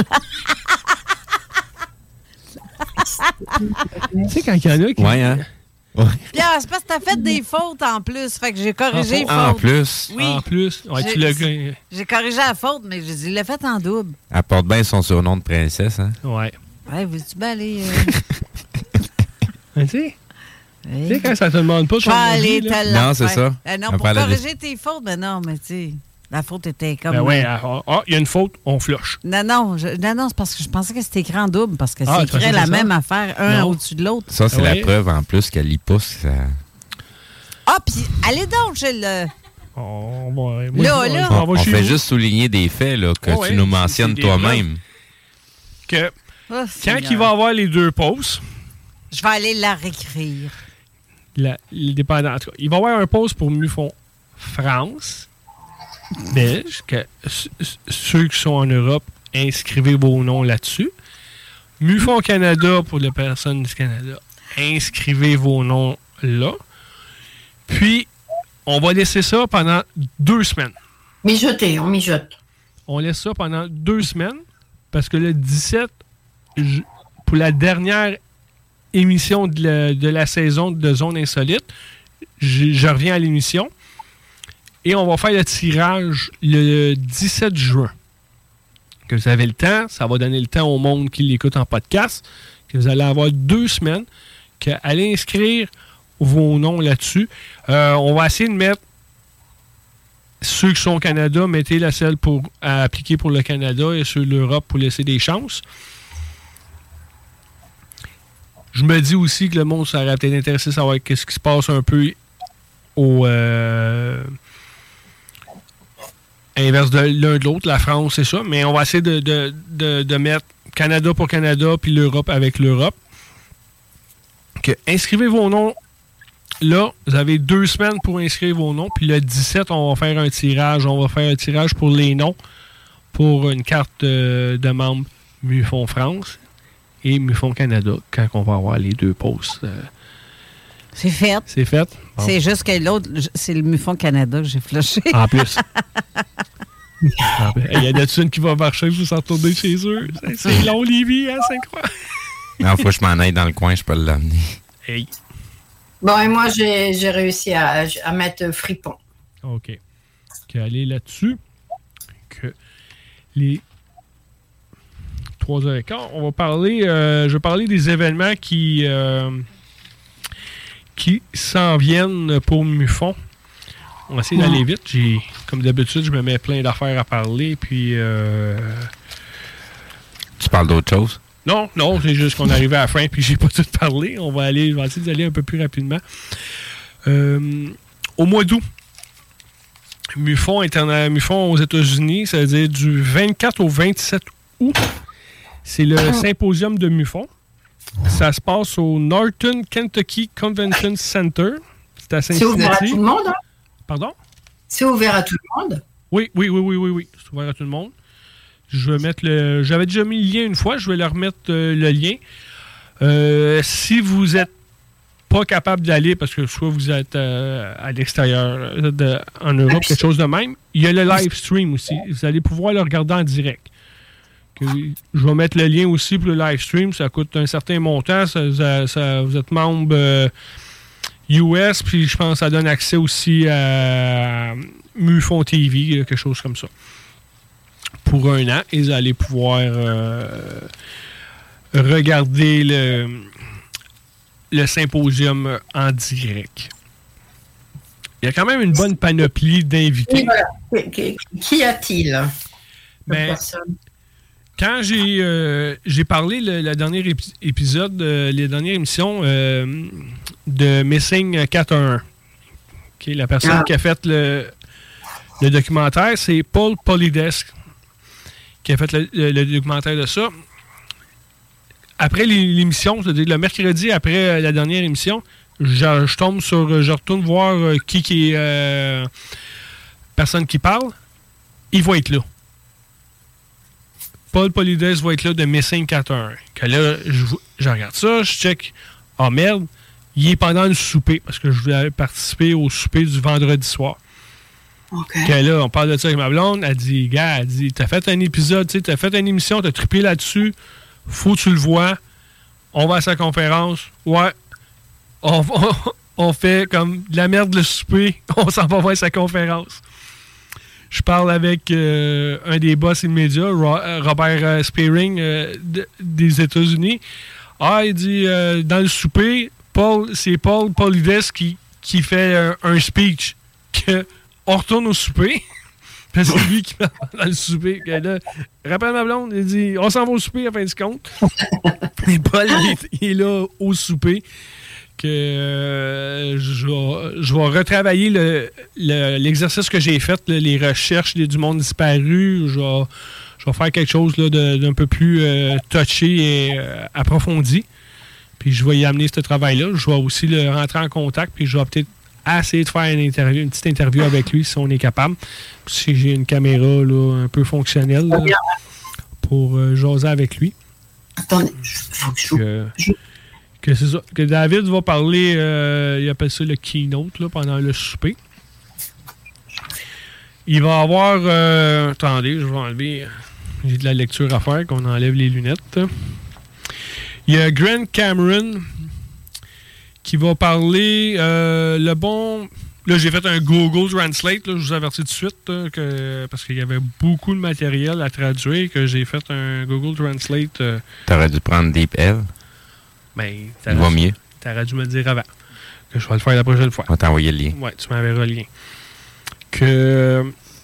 Tu sais, quand il y en a qui. Ouais, hein? Ouais. Yeah, c'est parce que t'as fait des fautes en plus. Fait que j'ai corrigé en, faute. En plus? Oui. En plus? Ouais, tu l'as... J'ai corrigé la faute, mais je l'ai fait en double. Elle porte bien son surnom de princesse, hein? Ouais. Ouais, veux-tu bien aller... Euh... tu sais? Oui. Tu sais, quand ça te demande pas... Je vais aller te la Non, c'est ça. Euh, non, pour corriger tes fautes, mais non, mais tu sais... La faute était comme... Ben ouais, ah, oh, il y a une faute, on flush. Non, non, je, non, non, c'est parce que je pensais que c'était écrit en double, parce que ah, c'est écrit la ça? même affaire, un non. au-dessus de l'autre. Ça, c'est ah, la oui. preuve, en plus, qu'elle lit pas. Ça... Ah, puis allez donc, je le... Oh, bon, ouais, moi, là, là. On, on, on fait vous. juste souligner des faits là, que oh, tu ouais, nous mentionnes toi-même. Que oh, quand il va avoir les deux pauses... Je vais aller la réécrire. La, le dépendant, en tout cas, il va y avoir un pause pour MUFON France... belge, que ceux qui sont en Europe, inscrivez vos noms là-dessus. MUFON Canada, pour les personnes du Canada, inscrivez vos noms là. Puis, on va laisser ça pendant deux semaines. Mijoter, on mijote. On laisse ça pendant deux semaines, parce que le dix-sept, je, pour la dernière émission de la, de la saison de Zone Insolite, je, je reviens à l'émission. Et on va faire le tirage le dix-sept juin. Que vous avez le temps, ça va donner le temps au monde qui l'écoute en podcast, que vous allez avoir deux semaines, qu'allez inscrire vos noms là-dessus. Euh, on va essayer de mettre ceux qui sont au Canada, mettez la celle pour à appliquer pour le Canada et ceux de l'Europe pour laisser des chances. Je me dis aussi que le monde serait peut-être intéressé à savoir ce qui se passe un peu au... Euh, inverse de l'un de l'autre, la France, c'est ça. Mais on va essayer de, de, de, de mettre Canada pour Canada, puis l'Europe avec l'Europe. Que, inscrivez vos noms là. Vous avez deux semaines pour inscrire vos noms. Puis le dix-sept, on va faire un tirage. On va faire un tirage pour les noms pour une carte euh, de membre MUFON France et MUFON Canada, quand on va avoir les deux postes. Euh, c'est fait. C'est fait. Bon. C'est juste que l'autre, c'est le MUFON Canada que j'ai flashé. En plus. Il y a d'autres qui vont marcher pour s'en retourner chez eux. C'est long, Livy, hein, Sainte-Croix. Non, faut que je m'en aille dans le coin, je peux l'amener. Hey. Bon, et moi, j'ai, j'ai réussi à, à mettre Fripon. OK. Aller là-dessus. Que les trois heures quinze, on va parler, euh, je vais parler des événements qui, euh, qui s'en viennent pour MUFON. On va essayer d'aller vite. J'ai, comme d'habitude, je me mets plein d'affaires à parler, puis... Euh... Tu parles d'autre chose? Non, non, c'est juste qu'on est arrivé à la fin, puis j'ai pas tout parlé. On va aller, je vais essayer d'aller un peu plus rapidement. Euh, au mois d'août, MUFON, interna- MUFON aux États-Unis, ça veut dire du vingt-quatre au vingt-sept août. C'est le symposium de MUFON. Ça se passe au Norton Kentucky Convention Center. C'est à Cincinnati. C'est ouvert à tout le monde, hein? Pardon? C'est ouvert à tout le monde? Oui, oui, oui, oui, oui, oui. C'est ouvert à tout le monde. Je vais mettre le. J'avais déjà mis le lien une fois, je vais leur remettre euh, le lien. Euh, si vous êtes pas pas capable d'aller parce que soit vous êtes euh, à l'extérieur de, en Europe, quelque chose de même, il y a le live stream aussi. Vous allez pouvoir le regarder en direct. Que, je vais mettre le lien aussi pour le live stream. Ça coûte un certain montant. Ça, ça, ça, vous êtes membre euh, U S, puis je pense que ça donne accès aussi à MUFON T V, quelque chose comme ça. Pour un an, et vous allez pouvoir euh, regarder le, le symposium en direct. Il y a quand même une bonne panoplie d'invités. Voilà. Qui, qui a-t-il? Ben, quand j'ai euh, j'ai parlé le, le dernier épi- épisode, euh, les dernières émissions euh, de Missing quatre un un, okay, la personne ah. qui a fait le, le documentaire, c'est Paul Polydesque qui a fait le, le, le documentaire de ça. Après l'émission, c'est-à-dire le mercredi après la dernière émission, je, je tombe sur, je retourne voir qui qui est euh, personne qui parle. Il va être là. Paul Polydesque va être là de Missing quatre un un. Que là, je, je regarde ça, je check. Ah oh, merde, il est pendant le souper, parce que je voulais participer au souper du vendredi soir. Okay. Que là, on parle de ça avec ma blonde. Elle dit, gars, elle dit, t'as fait un épisode, tu sais, t'as fait une émission, t'as trippé là-dessus, faut que tu le vois. On va à sa conférence. Ouais. On, on, on fait comme de la merde le souper. On s'en va voir sa conférence. Je parle avec euh, un des boss immédiats, Robert euh, Spearing euh, de, des États-Unis. Ah, il dit, euh, dans le souper, Paul, c'est Paul Polydesque qui, qui fait un, un speech. Que on retourne au souper. Parce que c'est lui qui parle dans le souper. Que là, rappelle ma blonde, il dit, on s'en va au souper à fin du compte. Et Paul, il est, il est là au souper. Que euh, je, vais, je vais retravailler le, le, l'exercice que j'ai fait, là, les recherches les, du monde disparu. Je vais, je vais faire quelque chose là, de, d'un peu plus euh, touché et euh, approfondi. Puis je vais y amener ce travail-là. Je vais aussi le rentrer en contact. Puis je vais peut-être essayer de faire une, interview, une petite interview avec lui si on est capable. Si j'ai une caméra là, un peu fonctionnelle là, pour euh, jaser avec lui. Attendez, faut que je... Euh, je... Que, c'est ça, que David va parler, euh, il appelle ça le keynote là, pendant le souper. Il va avoir... Euh, attendez, je vais enlever... J'ai de la lecture à faire, qu'on enlève les lunettes. Il y a Grant Cameron qui va parler euh, le bon... Là, j'ai fait un Google Translate, là, je vous avertis tout de suite, là, que, parce qu'il y avait beaucoup de matériel à traduire, que j'ai fait un Google Translate. Euh, T'aurais dû prendre DeepL. Ben, il va mieux. T'aurais dû me le dire avant. Que je vais le faire la prochaine fois. On va t'envoyer le lien. Ouais, tu m'enverras le lien. Que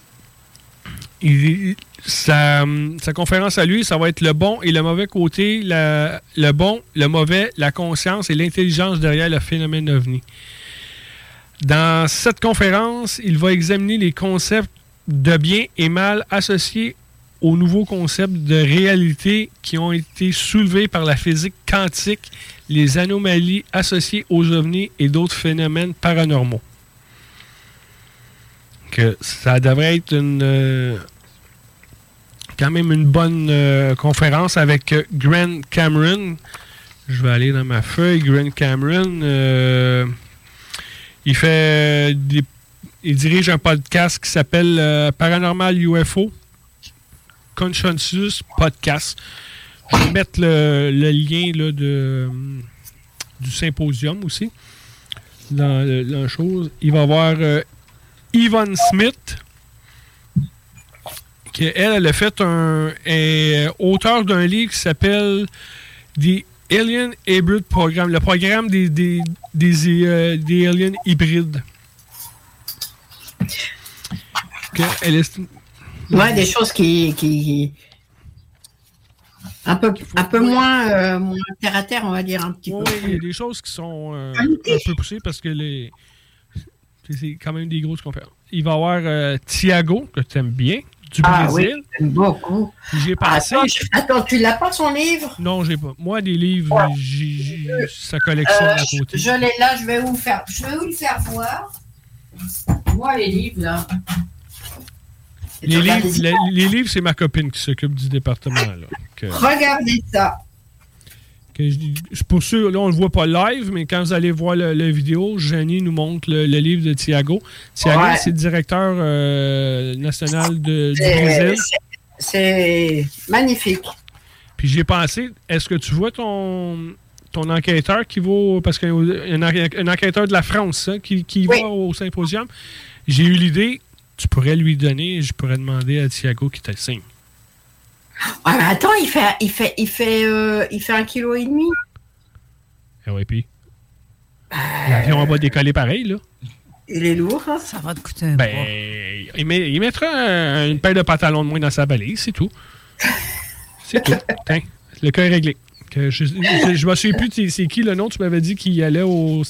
il, sa, sa conférence à lui, ça va être le bon et le mauvais côté, la, le bon, le mauvais, la conscience et l'intelligence derrière le phénomène ovni. Dans cette conférence, il va examiner les concepts de bien et mal associés aux nouveaux concepts de réalité qui ont été soulevés par la physique quantique, les anomalies associées aux ovnis et d'autres phénomènes paranormaux. Que ça devrait être une euh, quand même une bonne euh, conférence avec euh, Grant Cameron. Je vais aller dans ma feuille. Grant Cameron, euh, il fait des, il dirige un podcast qui s'appelle euh, Paranormal U F O. Conscious Podcast. Je vais mettre le, le lien là, de, du symposium aussi. Dans, dans la chose. Il va y avoir euh, Yvonne Smith, qui elle, elle a fait un est auteur d'un livre qui s'appelle The Alien Hybrid Program, le programme des, des, des, euh, des aliens hybrides. Que elle est, Ouais, des choses qui, qui un peu, un peu moins, euh, moins terre à terre, on va dire un petit oui, peu. Oui, il y a des choses qui sont euh, un peu poussées parce que les, c'est quand même des grosses conférences. Il va y avoir euh, Thiago, que tu aimes bien, du ah, Brésil. Oui, j'aime beaucoup. J'ai pensé. Attends, je... Attends, tu l'as pas son livre? Non, j'ai pas. Moi, des livres, ouais. j'ai, j'ai sa collection euh, à côté. Je, je l'ai là, je vais vous faire, je vais vous le faire voir. Moi, les livres là. Les livres, les, les livres, c'est ma copine qui s'occupe du département. Là, que, regardez ça. Que Que je, je, pour ceux, là, on le voit pas live, mais quand vous allez voir le, la vidéo, Jenny nous montre le, le livre de Thiago. Thiago, ouais. c'est le directeur euh, national de, du Brésil. C'est magnifique. Puis j'ai pensé, est-ce que tu vois ton, ton enquêteur qui va... Parce qu'il y a un, un enquêteur de la France hein, qui, qui oui. va au symposium. J'ai eu l'idée, tu pourrais lui donner, je pourrais demander à Thiago qui te le signe. Ah, mais attends, il fait, il fait, il fait, euh, il fait un kilo et demi. Ah oui, puis. Euh... L'avion va décoller pareil, là. Il est lourd, hein? Ça va te coûter un Ben, il, met, il mettra un, une paire de pantalons de moins dans sa valise, c'est tout. C'est tout. Tiens, le cas est réglé. Que je, je, je me souviens plus, c'est qui le nom, tu m'avais dit qu'il allait au.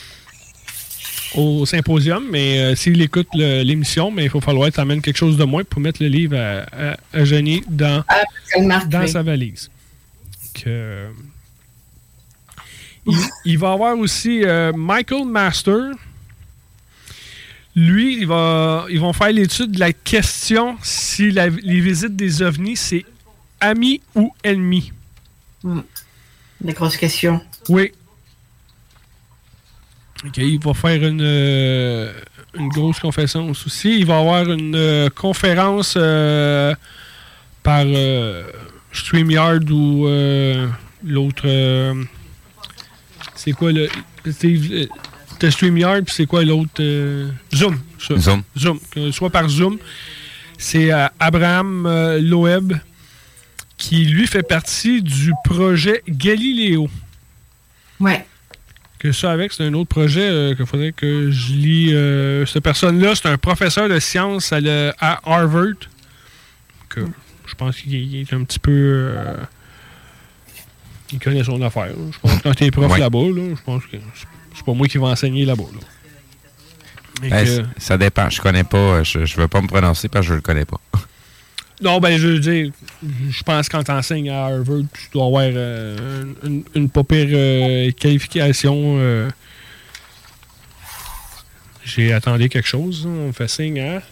au symposium, mais euh, s'il écoute le, l'émission, mais il faut falloir que tu amènes quelque chose de moins pour mettre le livre à, à, à Jenny dans, ah, dans sa valise. Que, il, il va y avoir aussi euh, Michael Master. Lui, il va, ils vont faire l'étude de la question si la, les visites des ovnis, c'est amis ou ennemis. Mmh. Des grosses questions. Oui. OK, il va faire une, euh, une grosse conférence aussi. Il va avoir une euh, conférence euh, par euh, StreamYard ou euh, l'autre... Euh, c'est quoi le... C'est, c'est StreamYard, puis c'est quoi l'autre... Euh, Zoom. Ça. Zoom. Zoom. Que, soit par Zoom. C'est euh, Abraham euh, Loeb qui, lui, fait partie du projet Galileo. Ouais. Que ça avec, c'est un autre projet euh, qu'il faudrait que je lis. Euh, cette personne-là, c'est un professeur de sciences à, le, à Harvard. Que je pense qu'il est un petit peu... Euh, il connaît son affaire. Là. Je pense que quand tu es prof ouais. là-bas, là, je pense que c'est pas moi qui vais enseigner là-bas. Là. Ben, que, ça dépend. Je connais pas. Je, je veux pas me prononcer parce que je le connais pas. Non, ben, je veux dire, je pense que quand tu enseignes à Harvard, tu dois avoir euh, une, une pas pire euh, qualification. Euh. J'ai attendu quelque chose. On me fait signe à...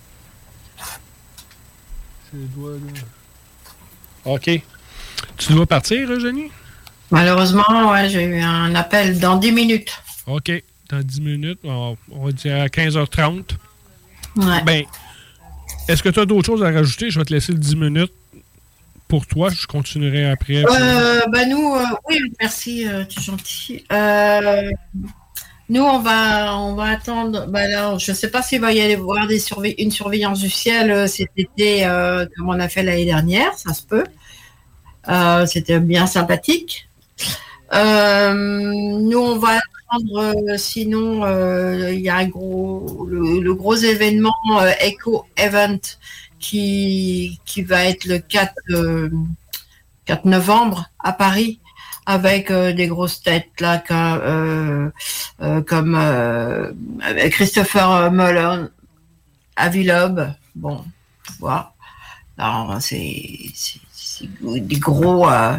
OK. Tu dois partir, Jenny? Malheureusement, ouais, j'ai eu un appel dans dix minutes. OK. Dans dix minutes, on va dire à quinze heures trente. Ouais. Ben... Est-ce que tu as d'autres choses à rajouter? Je vais te laisser le dix minutes pour toi. Je continuerai après. Euh, ben nous, euh, oui, merci, euh, tu es gentil. Euh, nous, on va, on va attendre. Ben alors, je ne sais pas s'il va y avoir des surve- une surveillance du ciel euh, cet été, euh, comme on a fait l'année dernière. Ça se peut. Euh, c'était bien sympathique. Euh, nous, on va attendre, euh, sinon, il euh, y a un gros, le, le gros événement euh, Echo Event qui, qui va être le quatre novembre à Paris, avec euh, des grosses têtes là, comme, euh, euh, comme euh, Christopher Muller, Avi Loeb. Bon, tu vois. Alors, c'est, c'est, c'est des gros... Euh,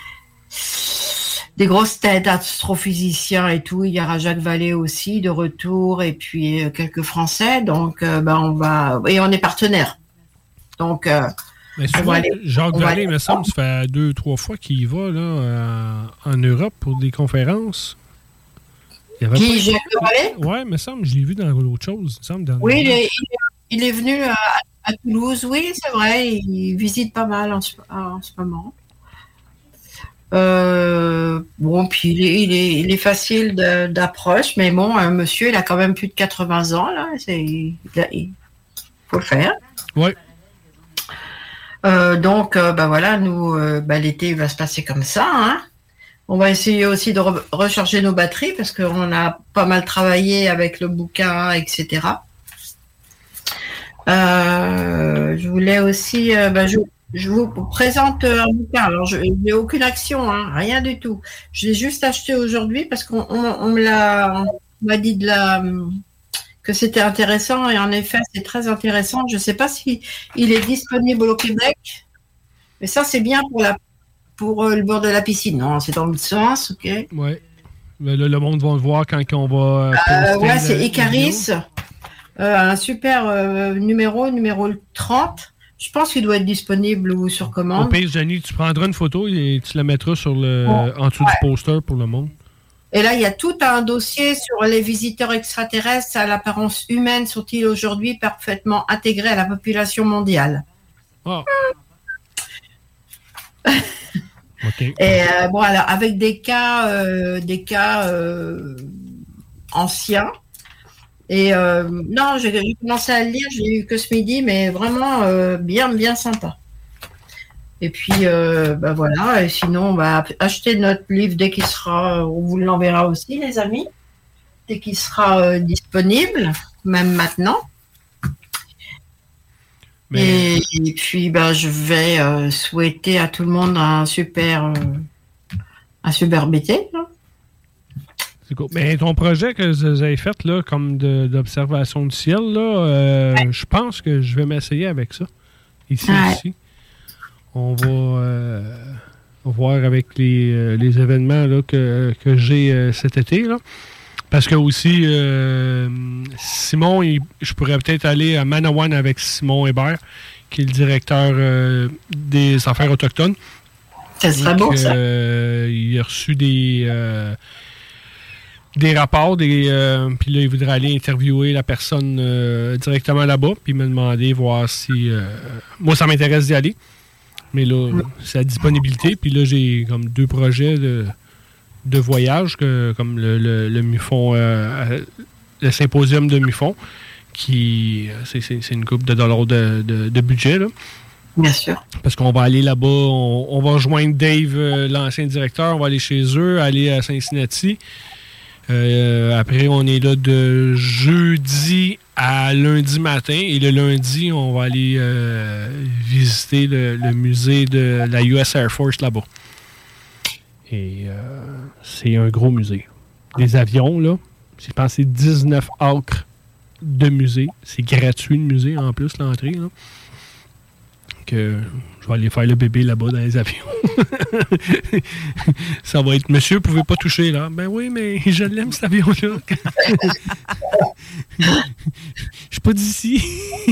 des grosses têtes, astrophysiciens et tout. Il y aura Jacques Vallée aussi de retour et puis euh, quelques Français. Donc, euh, ben, on va... Et on est partenaires. Donc, euh, mais souvent, aller, Jacques Vallée, il me semble, ça fait deux, trois fois qu'il y va là, euh, en Europe pour des conférences. Il y avait Qui, Jacques Vallée? Oui, il me semble, je l'ai vu dans l'autre chose. Il me semble, oui, il est, il est venu à, à Toulouse. Oui, c'est vrai. Il visite pas mal en ce, en ce moment. Euh, bon, puis il est, il est, il est facile de, d'approche, mais bon, un monsieur, il a quand même plus de quatre-vingts ans, là. C'est, il, il faut le faire. Oui. Euh, donc, euh, ben voilà, nous, euh, ben, l'été, il va se passer comme ça, hein. On va essayer aussi de re- recharger nos batteries parce qu'on a pas mal travaillé avec le bouquin, et cetera. Euh, je voulais aussi, euh, ben, je, je vous présente un bouquin. Alors, je n'ai aucune action, hein, rien du tout. Je l'ai juste acheté aujourd'hui parce qu'on on, on me l'a, on m'a dit de la, que c'était intéressant et en effet, c'est très intéressant. Je ne sais pas si il est disponible au Québec, mais ça, c'est bien pour la pour le bord de la piscine. Non, c'est dans le sens, ok. Oui. Le, le monde va le voir quand on va. Euh, ouais, c'est Icaris. Euh, un super euh, numéro, numéro trente. Je pense qu'il doit être disponible ou sur commande. Au pire, Jenny, tu prendras une photo et tu la mettras sur le, oh, en dessous ouais. du poster pour le monde. Et là, il y a tout un dossier sur les visiteurs extraterrestres à l'apparence humaine. Sont-ils aujourd'hui parfaitement intégrés à la population mondiale? Oh. Okay. Et euh, bon, alors, avec des cas, euh, des cas euh, anciens. Et euh, non, j'ai commencé à le lire, je l'ai eu que ce midi, mais vraiment euh, bien, bien sympa. Et puis, euh, ben voilà, et sinon, on va acheter notre livre dès qu'il sera, on vous l'enverra aussi, les amis, dès qu'il sera euh, disponible, même maintenant. Mais... Et, et puis, ben, je vais euh, souhaiter à tout le monde un super, euh, un super B T. Hein. C'est cool. Mais ton projet que vous avez fait, là, comme de, d'observation du ciel, là, euh, ouais. je pense que je vais m'essayer avec ça. Ici, ouais. ici. On va euh, voir avec les, euh, les événements là, que, que j'ai euh, cet été. Là. Parce que aussi, euh, Simon, il, je pourrais peut-être aller à Manawan avec Simon Hébert, qui est le directeur euh, des affaires autochtones. Ça serait beau, ça. Euh, il a reçu des, euh, des rapports, des, euh, puis là, il voudrait aller interviewer la personne euh, directement là-bas, puis me demander, voir si... Euh, moi, ça m'intéresse d'y aller. Mais là, oui. c'est la disponibilité. Puis là, j'ai comme deux projets de... de voyage, que, comme le, le, le MUFON, euh, le symposium de MUFON, qui c'est, c'est, c'est une couple de dollars de, de, de budget. Là. Bien sûr. Parce qu'on va aller là-bas, on, on va rejoindre Dave, euh, l'ancien directeur, on va aller chez eux, aller à Cincinnati. Euh, après, on est là de jeudi à lundi matin. Et le lundi, on va aller euh, visiter le, le musée de la U S Air Force là-bas. Et euh, c'est un gros musée. Les avions, là, j'ai pensé dix-neuf acres de musée. C'est gratuit, le musée, en plus, l'entrée. Là. Que je vais aller faire le bébé là-bas dans les avions. Ça va être « Monsieur, vous ne pouvez pas toucher, là. » Ben oui, mais je l'aime, cet avion-là. Je suis pas d'ici.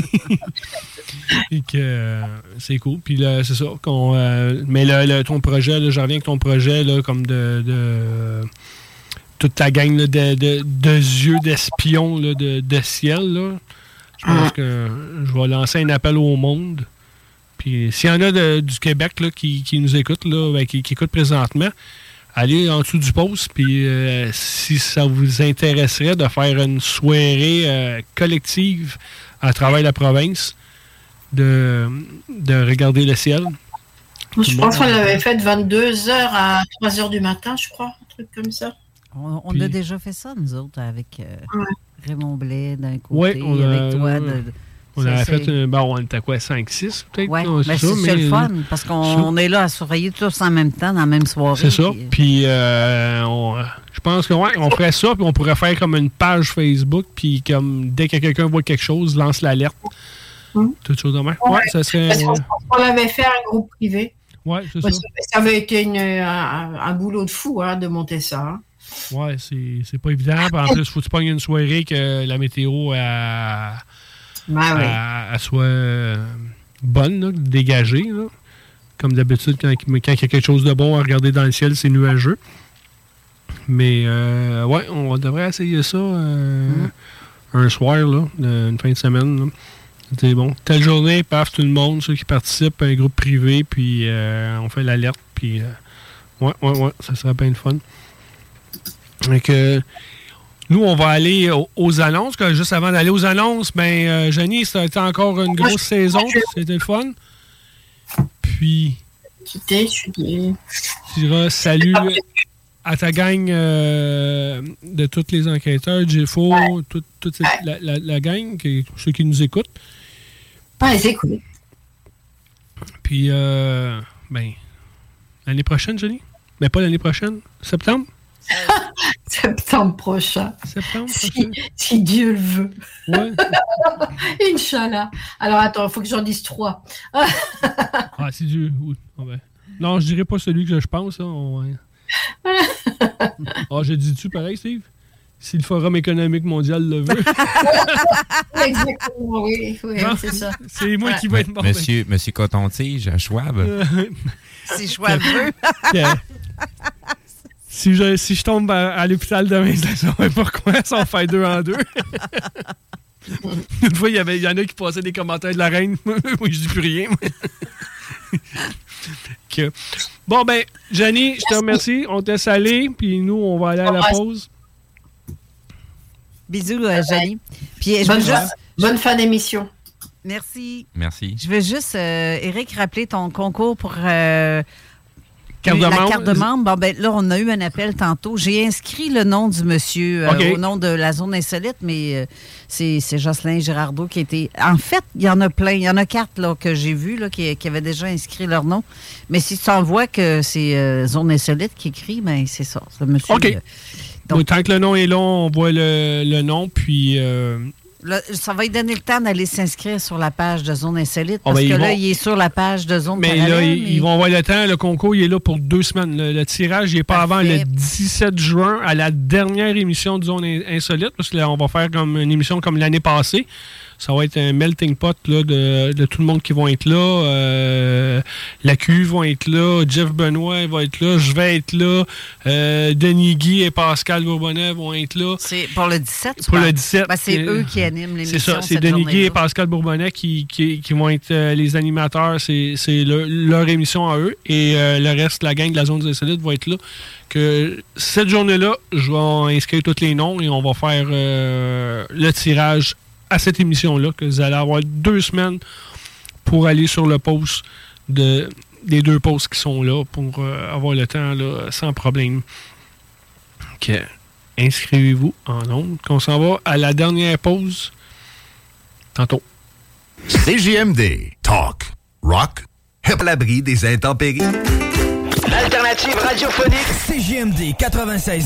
Et que euh, c'est cool. Puis là, c'est ça. Qu'on, euh, mais là, là, ton projet, là, je reviens avec ton projet, là, comme de, de euh, toute ta gang là, de, de, de yeux d'espions là, de, de ciel. Là. Je pense que je vais lancer un appel au monde. Puis s'il y en a de, du Québec là, qui, qui nous écoutent, là, ben, qui, qui écoutent présentement, allez en dessous du post, puis euh, si ça vous intéresserait de faire une soirée euh, collective à travers la province, de, de regarder le ciel. Je pense qu'on l'avait fait de vingt-deux heures à trois heures du matin, je crois, un truc comme ça. On, on puis... a déjà fait ça, nous autres, avec euh, ouais. Raymond Blais d'un côté, ouais, on a, avec toi. De, de, on avait fait, un, bon, on était à quoi, cinq six peut-être? Oui, ben c'est, ça, c'est mais, le fun, parce qu'on on est là à surveiller tous en même temps, dans la même soirée. C'est ça, puis, puis euh, on, je pense qu'on ouais, on ferait ça, puis on pourrait faire comme une page Facebook, puis comme dès que quelqu'un voit quelque chose, lance l'alerte. Mmh. Tout ça demain. Ouais, ouais, ça serait. Parce qu'on, on avait fait un groupe privé. Ouais, c'est parce ça. Que ça avait été une, un, un boulot de fou hein, de monter ça. Hein. Ouais, c'est, c'est pas évident. En plus, il faut que tu pognes une soirée que la météo a, ben ouais. a, a soit euh, bonne, là, dégagée. Là. Comme d'habitude, quand, quand il y a quelque chose de bon à regarder dans le ciel, c'est nuageux. Mais euh, ouais, on devrait essayer ça euh, mmh. un soir, là, une fin de semaine. Là. C'est bon. Telle journée, paf, tout le monde, ceux qui participent, un groupe privé, puis euh, on fait l'alerte, puis euh, ouais, ouais, ouais, ça serait bien le fun. Donc, euh, nous, on va aller aux, aux annonces. Que juste avant d'aller aux annonces, ben, euh, Jenny, ça a été encore une grosse saison. C'était le fun. Puis, tu diras salut à ta gang euh, de tous les enquêteurs, J F O, ouais. toute, toute cette, ouais. la, la, la gang, qui, ceux qui nous écoutent. Ouais, c'est cool. Puis, euh, ben, l'année prochaine, Jenny? Ben, pas l'année prochaine. Septembre? Septembre prochain. Septembre si, prochain. Si Dieu le veut. Ouais. Inch'Allah. Alors, attends, il faut que j'en dise trois. Ah, si Dieu... Oui. Oh, ben. Non, je dirais pas celui que je pense. Hein. On... Ah, j'ai dit-tu pareil, Steve? Si le Forum économique mondial le veut. Exactement, oui, oui non, c'est ça. C'est moi ouais. qui vais être mort. Monsieur, Monsieur Coton-Tige à Schwab. Si Schwab veut. Si je, si je tombe à, à l'hôpital demain, je ne sais pas pourquoi, ça va faire deux en deux. Une fois, il y, avait, il y en a qui passaient des commentaires de la reine. Moi, je dis plus rien. que... Bon, ben, Jenny, je te remercie. On te laisse aller, puis nous, on va aller à la pause. Bisous, euh, Jenny. Puis, je bonne, veux juste... bonne fin d'émission. Merci. Merci. Je veux juste, euh, Éric, rappeler ton concours pour... Euh, Carte de la membre. carte de membre. Bon, ben là, on a eu un appel tantôt. J'ai inscrit le nom du monsieur euh, okay. au nom de la zone insolite, mais euh, c'est, c'est Jocelyn Girardeau qui était... En fait, il y en a plein. Il y en a quatre là, que j'ai vues là, qui, qui avaient déjà inscrit leur nom. Mais si tu en vois que c'est euh, zone insolite qui écrit, ben c'est ça. C'est le monsieur. OK. Euh, donc, bon, tant que le nom est long, on voit le, le nom, puis... Euh... Là, ça va lui donner le temps d'aller s'inscrire sur la page de Zone Insolite, oh, parce ben, que vont... là, il est sur la page de Zone mais Parallèle. Là, mais ils, ils vont avoir le temps. Le concours, il est là pour deux semaines. Le, le tirage, il n'est pas Parfait. Avant le dix-sept juin, à la dernière émission de Zone Insolite, parce que là, on va faire comme une émission comme l'année passée. Ça va être un melting pot là, de, de tout le monde qui vont être là. Euh, la Q vont être là. Jeff Benoît va être là. Je vais être là. Euh, Denis Guy et Pascal Bourbonnais vont être là. C'est pour le dix-sept, tu Pour parles? le dix-sept. Ben, c'est eux qui animent l'émission. C'est ça. C'est Denis Guy et Pascal Bourbonnais qui, qui, qui vont être euh, les animateurs. C'est, c'est le, leur émission à eux. Et euh, le reste, la gang de la Zone des Insolites va être là. Que cette journée-là, je vais inscrire tous les noms et on va faire euh, le tirage à cette émission-là, que vous allez avoir deux semaines pour aller sur le post de, des deux posts qui sont là pour euh, avoir le temps là, sans problème. Okay. Inscrivez-vous en ondes, qu'on s'en va à la dernière pause tantôt. C J M D, talk, rock, hip à l'abri des intempéries. L'alternative radiophonique C J M D quatre-vingt-seize.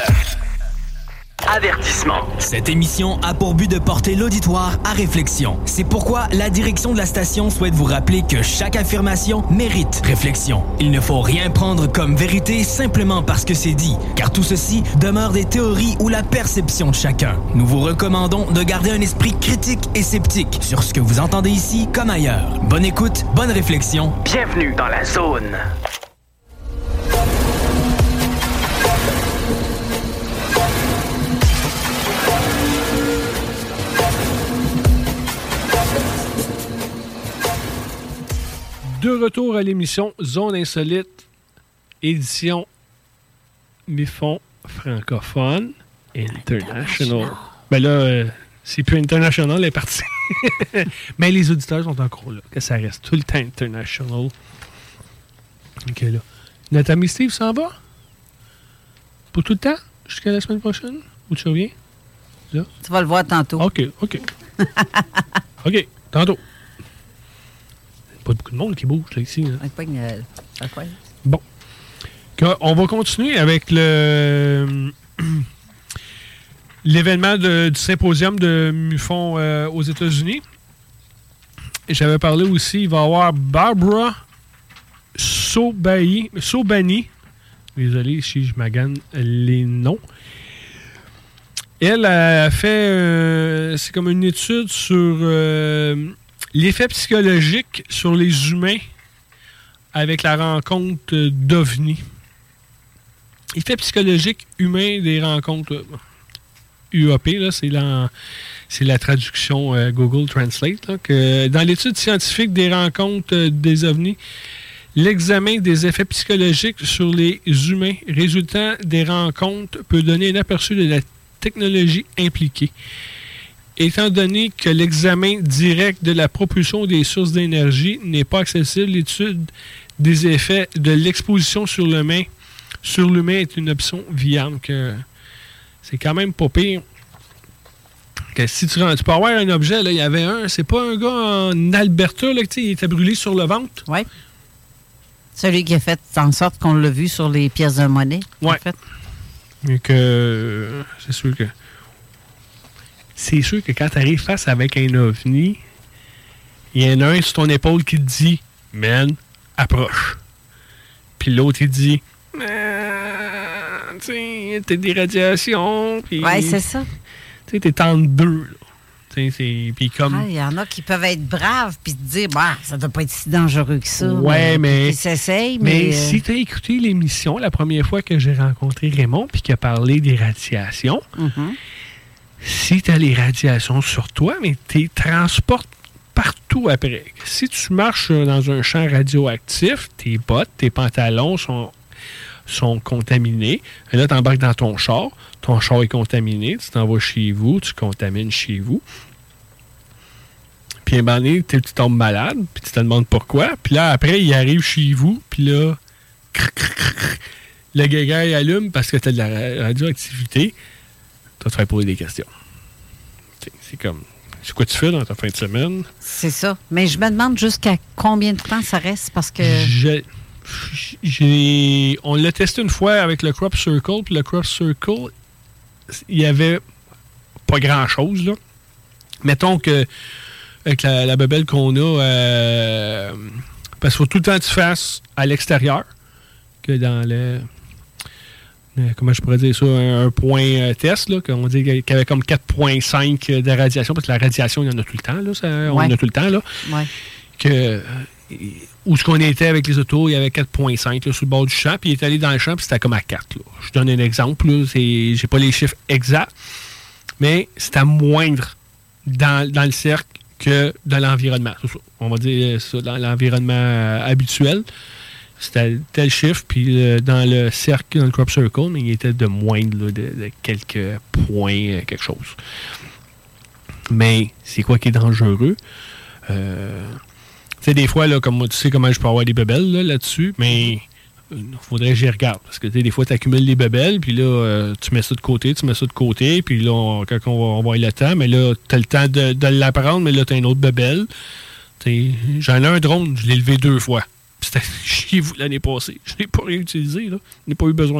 Avertissement. Cette émission a pour but de porter l'auditoire à réflexion. C'est pourquoi la direction de la station souhaite vous rappeler que chaque affirmation mérite réflexion. Il ne faut rien prendre comme vérité simplement parce que c'est dit, car tout ceci demeure des théories ou la perception de chacun. Nous vous recommandons de garder un esprit critique et sceptique sur ce que vous entendez ici comme ailleurs. Bonne écoute, bonne réflexion. Bienvenue dans la zone. De retour à l'émission Zone Insolite, édition mi-fond francophone, international. Ben là, euh, c'est plus international, elle est partie. Mais les auditeurs sont encore là, que ça reste tout le temps international. OK, là. Notre ami Steve s'en va? Pour tout le temps? Jusqu'à la semaine prochaine? Ou tu reviens? Là? Tu vas le voir tantôt. OK, OK. OK, tantôt. Pas beaucoup de monde qui bouge là, ici. Hein. Pas une, euh, bon. On va continuer avec le l'événement de, du symposium de MUFON euh, aux États-Unis. Et j'avais parlé aussi, il va y avoir Barbara Sobani. Sobani. Désolé si je magane les noms. Elle a fait, euh, c'est comme une étude sur euh, l'effet psychologique sur les humains avec la rencontre d'OVNI. Effet psychologique humain des rencontres U A P, là, c'est, la, c'est la traduction euh, Google Translate. Là, que dans l'étude scientifique des rencontres euh, des OVNI, l'examen des effets psychologiques sur les humains résultant des rencontres peut donner un aperçu de la technologie impliquée. Étant donné que l'examen direct de la propulsion des sources d'énergie n'est pas accessible, l'étude des effets de l'exposition sur l'humain, sur l'humain est une option viable. Que c'est quand même pas pire. Que si tu, tu peux avoir un objet, là, il y avait un, c'est pas un gars en Alberta, là, il était brûlé sur le ventre? Oui. Celui qui a fait en sorte qu'on l'a vu sur les pièces de monnaie. Oui. En fait. Et que c'est sûr que c'est sûr que quand tu arrives face avec un ovni, il y en a un sur ton épaule qui te dit « Man, approche ». Puis l'autre, il dit « Tu tu sais, t'as des radiations. Oui, c'est ça. Tu sais, t'es en deux, là. Puis comme... Il ah, y en a qui peuvent être braves puis te dire, bah, ça doit pas être si dangereux que ça. Ouais, mais... Ils s'essayent, mais... mais... si t'as écouté l'émission la première fois que j'ai rencontré Raymond puis qu'il a parlé des radiations, mm-hmm. si t'as les radiations sur toi, mais t'es transportes partout après. Si tu marches dans un champ radioactif, tes bottes, tes pantalons sont, sont contaminés. Et là, tu embarques dans ton char. Ton char est contaminé. Tu t'en vas chez vous. Tu contamines chez vous. Puis, à un moment donné, tu tombes malade. Puis, tu te demandes pourquoi. Puis là, après, il arrive chez vous. Puis là, crrr, crrr, crrr, le gaga il allume parce que tu as de la radioactivité. Tu vas te faire poser des questions. T'sais, c'est comme... C'est quoi tu fais dans ta fin de semaine? C'est ça. Mais je me demande jusqu'à combien de temps ça reste parce que... Je, j'ai, on l'a testé une fois avec le Crop Circle. Puis le Crop Circle, il y avait pas grand-chose, là. Mettons que avec la, la bebelle qu'on a, euh, parce qu'il faut tout le temps que tu fasses à l'extérieur que dans le... Comment je pourrais dire ça, un, un point euh, test, là, qu'on dit qu'il y avait comme quatre virgule cinq de radiation, parce que la radiation, il y en a tout le temps, là, ça, on ouais. en a tout le temps, là. Ouais. Que, où ce qu'on était avec les autos, il y avait quatre virgule cinq là, sur le bord du champ, puis il est allé dans le champ, puis c'était comme à quatre. Là. Je donne un exemple, là, c'est, j'ai pas les chiffres exacts, mais c'était moindre dans, dans le cercle que dans l'environnement. C'est ça. On va dire ça, dans l'environnement euh, habituel. C'était tel chiffre, puis euh, dans le cercle, dans le crop circle, mais il était de moindre là, de, de quelques points, euh, quelque chose. Mais c'est quoi qui est dangereux? Euh, tu sais, des fois, là, comme moi, tu sais comment je peux avoir des bebelles là, là-dessus, mais il euh, faudrait que j'y regarde. Parce que des fois, tu accumules les bebelles, puis là, euh, tu mets ça de côté, tu mets ça de côté, puis là, on, quand on va, on va avoir le temps, mais là, tu as le temps de, de l'apprendre, mais là, tu as une autre bebelle. T'sais, j'en ai un drone, je l'ai levé deux fois. C'était chez vous l'année passée. Je ne l'ai pas réutilisé, là. Je n'ai pas eu besoin.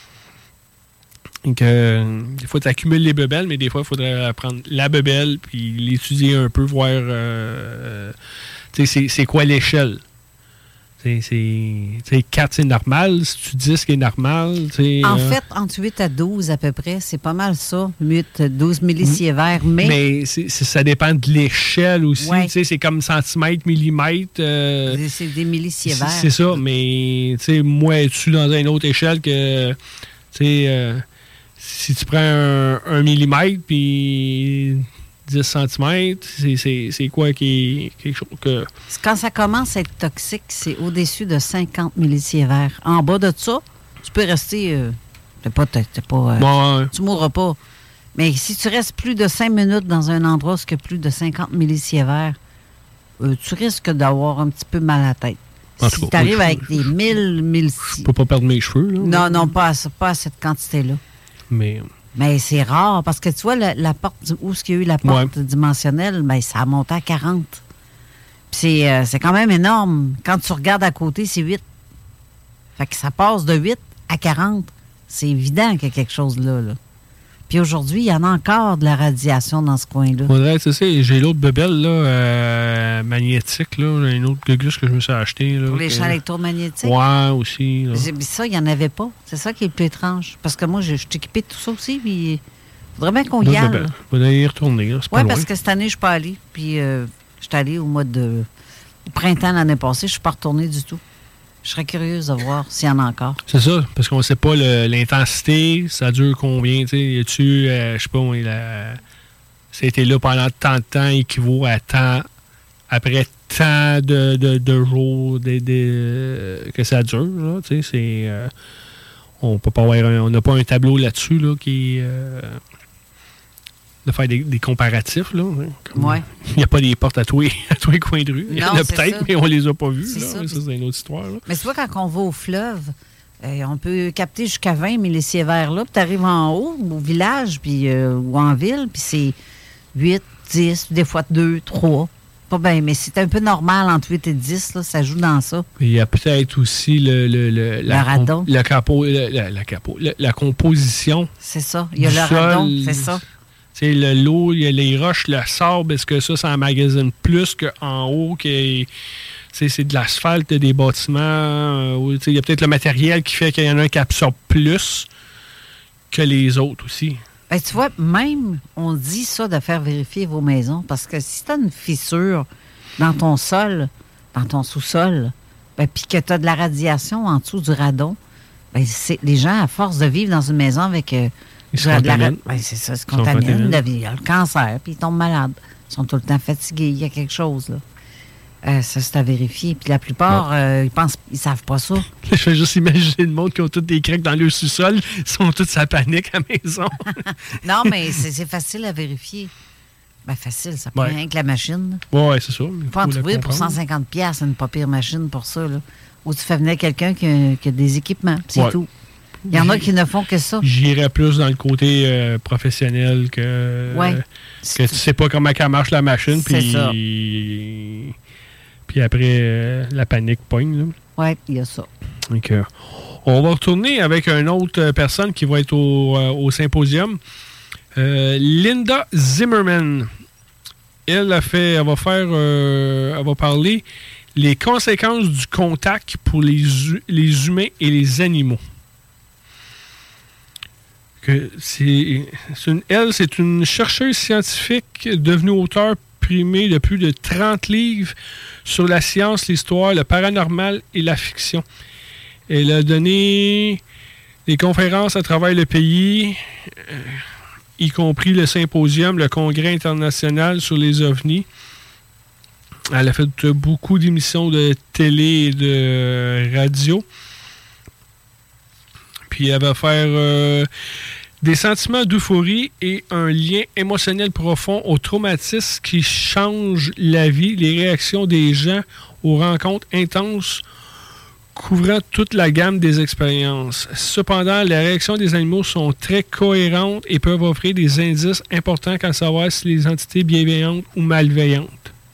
Donc, euh, des fois, tu accumules les bebelles, mais des fois, il faudrait prendre la bebelle puis l'étudier un peu, voir euh, c'est, c'est quoi l'échelle. C'est, c'est, quatre, c'est normal. Si tu dis ce qui est normal. En euh, fait, entre huit à douze à peu près, c'est pas mal ça. huit à douze millisievert, mais... Mais c'est, c'est, ça dépend de l'échelle aussi. Ouais. C'est comme centimètre, millimètre. Euh, c'est, c'est des millisievert. C'est, c'est ça, mais moi, es-tu dans une autre échelle que... Euh, si tu prends un, un millimètre puis dix centimètres, c'est, c'est, c'est quoi qui est quelque chose que... Quand ça commence à être toxique, c'est au-dessus de cinquante millisievert. En bas de ça, tu peux rester... Euh, t'es pas, t'es, t'es pas, euh, bon, ouais. Tu mourras pas. Mais si tu restes plus de cinq minutes dans un endroit où il y a plus de cinquante millisievert, euh, tu risques d'avoir un petit peu mal à la tête. En si tu arrives avec des mille, mille... Je peux pas perdre mes cheveux, là. Non, non, pas à, pas à cette quantité-là. Mais... Mais c'est rare, parce que tu vois, la, la porte, où est-ce qu'il y a eu la porte ouais. dimensionnelle, ben, ça a monté à quarante. Puis c'est, euh, c'est quand même énorme. Quand tu regardes à côté, c'est huit. Fait que ça passe de huit à quarante. C'est évident qu'il y a quelque chose là, là. Puis aujourd'hui, il y en a encore de la radiation dans ce coin-là. Ouais, c'est ça. J'ai l'autre bebelle, là, euh, magnétique, là. J'ai une autre gugus que je me suis acheté, là. Pour les que... champs électromagnétiques? Ouais, aussi. Là. Mais ça, il n'y en avait pas. C'est ça qui est le plus étrange. Parce que moi, je, je suis équipé de tout ça aussi, puis il faudrait bien qu'on y aille. Il faudrait y retourner, là. Oui, parce que cette année, je ne suis pas allée. Puis euh, je suis allée au mois de... au printemps l'année passée. Je ne suis pas retournée du tout. Je serais curieuse de voir s'il y en a encore. C'est ça, parce qu'on ne sait pas le, l'intensité, ça dure combien, tu sais, y a-tu, euh, je sais pas, la, ça a été là pendant tant de temps équivaut à tant, après tant de, de, de jours de, de, que ça dure, là, tu sais, c'est, euh, on peut pas avoir, un, on n'a pas un tableau là-dessus, là, qui, euh, de faire des, des comparatifs, là. Ouais. Il n'y a pas des portes à tous les, à tous les coins de rue. Il y en a peut-être, ça. Mais on les a pas vues. C'est là. ça. Mais ça, c'est une autre histoire. Là. Mais tu vois, quand on va au fleuve, euh, on peut capter jusqu'à vingt millisievert là, puis tu arrives en haut, au village, puis euh, ou en ville, puis c'est huit, dix, des fois deux, trois. Pas bien, mais c'est un peu normal entre huit et dix, là, ça joue dans ça. Il y a peut-être aussi le, le, le, la, le radon. Com- le capo, le, la, la, capo, le, la composition. C'est ça. Il y a le sol, radon, c'est ça. Tu sais, le l'eau, il y a les roches, le sable, est-ce que ça, ça emmagasine plus qu'en haut, que c'est de l'asphalte, des bâtiments, euh, il y a peut-être le matériel qui fait qu'il y en a un qui absorbe plus. que les autres aussi. Ben, tu vois, même, on dit ça de faire vérifier vos maisons, parce que si tu as une fissure dans ton sol, dans ton sous-sol, ben, puis que tu as de la radiation en dessous du radon, ben, c'est, les gens, à force de vivre dans une maison avec... Euh, ils se contaminent. Ben, c'est ça, ils se contaminent. Il y a le cancer, puis ils tombent malades. Ils sont tout le temps fatigués. Il y a quelque chose, là. Euh, ça, c'est à vérifier. Puis la plupart, ouais. euh, ils pensent, ils savent pas ça. Je fais juste imaginer le monde qui ont tous des craques dans le sous-sol. Ils sont tous à panique à la maison. Non, mais c'est, c'est facile à vérifier. Ben facile, ça prend ouais. rien que la machine. Oui, c'est ça. Il faut en trouver pour cent cinquante dollars, c'est une pas pire machine pour ça, là. Ou tu fais venir quelqu'un qui a, qui a des équipements, c'est ouais. tout. Il y en a qui ne font que ça. J'irais plus dans le côté euh, professionnel que, ouais. euh, que tu sais pas comment elle marche la machine. C'est puis, ça. Puis après, euh, la panique pogne. Oui, il y a ça. Donc, euh, on va retourner avec une autre personne qui va être au, euh, au symposium. Euh, Linda Zimmerman. Elle a fait, elle va faire, euh, elle va parler les conséquences du contact pour les, les humains et les animaux. Que c'est, c'est une, elle, c'est une chercheuse scientifique devenue auteure primée de plus de trente livres sur la science, l'histoire, le paranormal et la fiction. Elle a donné des conférences à travers le pays, euh, y compris le symposium, le congrès international sur les ovnis. Elle a fait beaucoup d'émissions de télé et de radio. Puis elle va faire euh, des sentiments d'euphorie et un lien émotionnel profond au traumatisme qui change la vie, les réactions des gens aux rencontres intenses couvrant toute la gamme des expériences. Cependant, les réactions des animaux sont très cohérentes et peuvent offrir des indices importants quant à savoir si les entités bienveillantes ou malveillantes.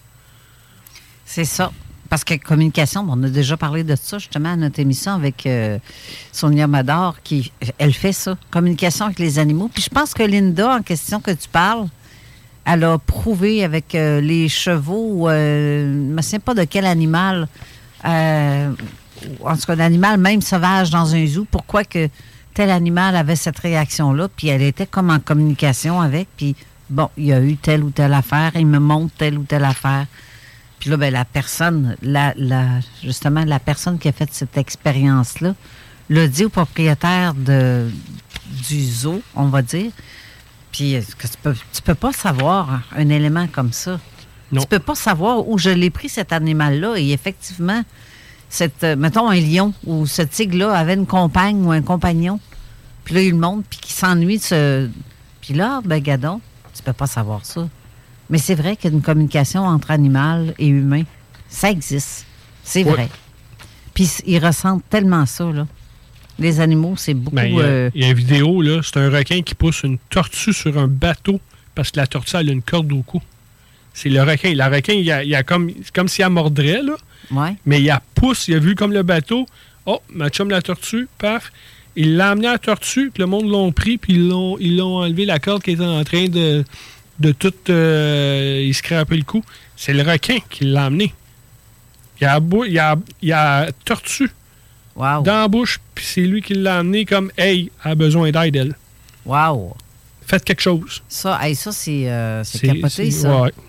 C'est ça. Parce que communication, on a déjà parlé de ça justement à notre émission avec euh, Sonia Mador, qui, elle fait ça, communication avec les animaux. Puis je pense que Linda, en question que tu parles, elle a prouvé avec euh, les chevaux, euh, je ne me souviens pas de quel animal, euh, en tout cas d'animal même sauvage dans un zoo, pourquoi que tel animal avait cette réaction-là, puis elle était comme en communication avec, puis bon, il y a eu telle ou telle affaire, il me montre telle ou telle affaire. Puis là, ben, la personne, la, la, justement, la personne qui a fait cette expérience-là, l'a dit au propriétaire de, du zoo, on va dire. Puis que tu peux, tu peux pas savoir un élément comme ça. Non. Tu peux pas savoir où je l'ai pris, cet animal-là. Et effectivement, cette, mettons un lion ou ce tigre-là avait une compagne ou un compagnon. Puis là, il le montre, puis qu'il s'ennuie de ce... Puis là, ben, gadon, tu peux pas savoir ça. Mais c'est vrai qu'il y a une communication entre animal et humain. Ça existe. C'est vrai. Ouais. Puis ils ressentent tellement ça, là. Les animaux, c'est beaucoup... Ben, il, y a, euh... il y a une vidéo, là. C'est un requin qui pousse une tortue sur un bateau parce que la tortue, elle a une corde au cou. C'est le requin. Le requin, il a, il a comme, comme s'il la mordrait, là. Ouais. Mais il la pousse. Il a vu comme le bateau. Oh, ma chum, la tortue, paf. Il l'a amené à la tortue, puis le monde l'ont pris, puis ils l'ont, ils l'ont enlevé la corde qui était en train de... de tout... Euh, il se crée un peu le cou. C'est le requin qui l'a amené. Il a, il a, il a tortue wow. dans la bouche, puis c'est lui qui l'a amené comme « Hey, elle a besoin d'aide, elle. » Wow! Faites quelque chose. Ça, hey, ça c'est, euh, c'est, c'est capoté, c'est, ça. Ouais.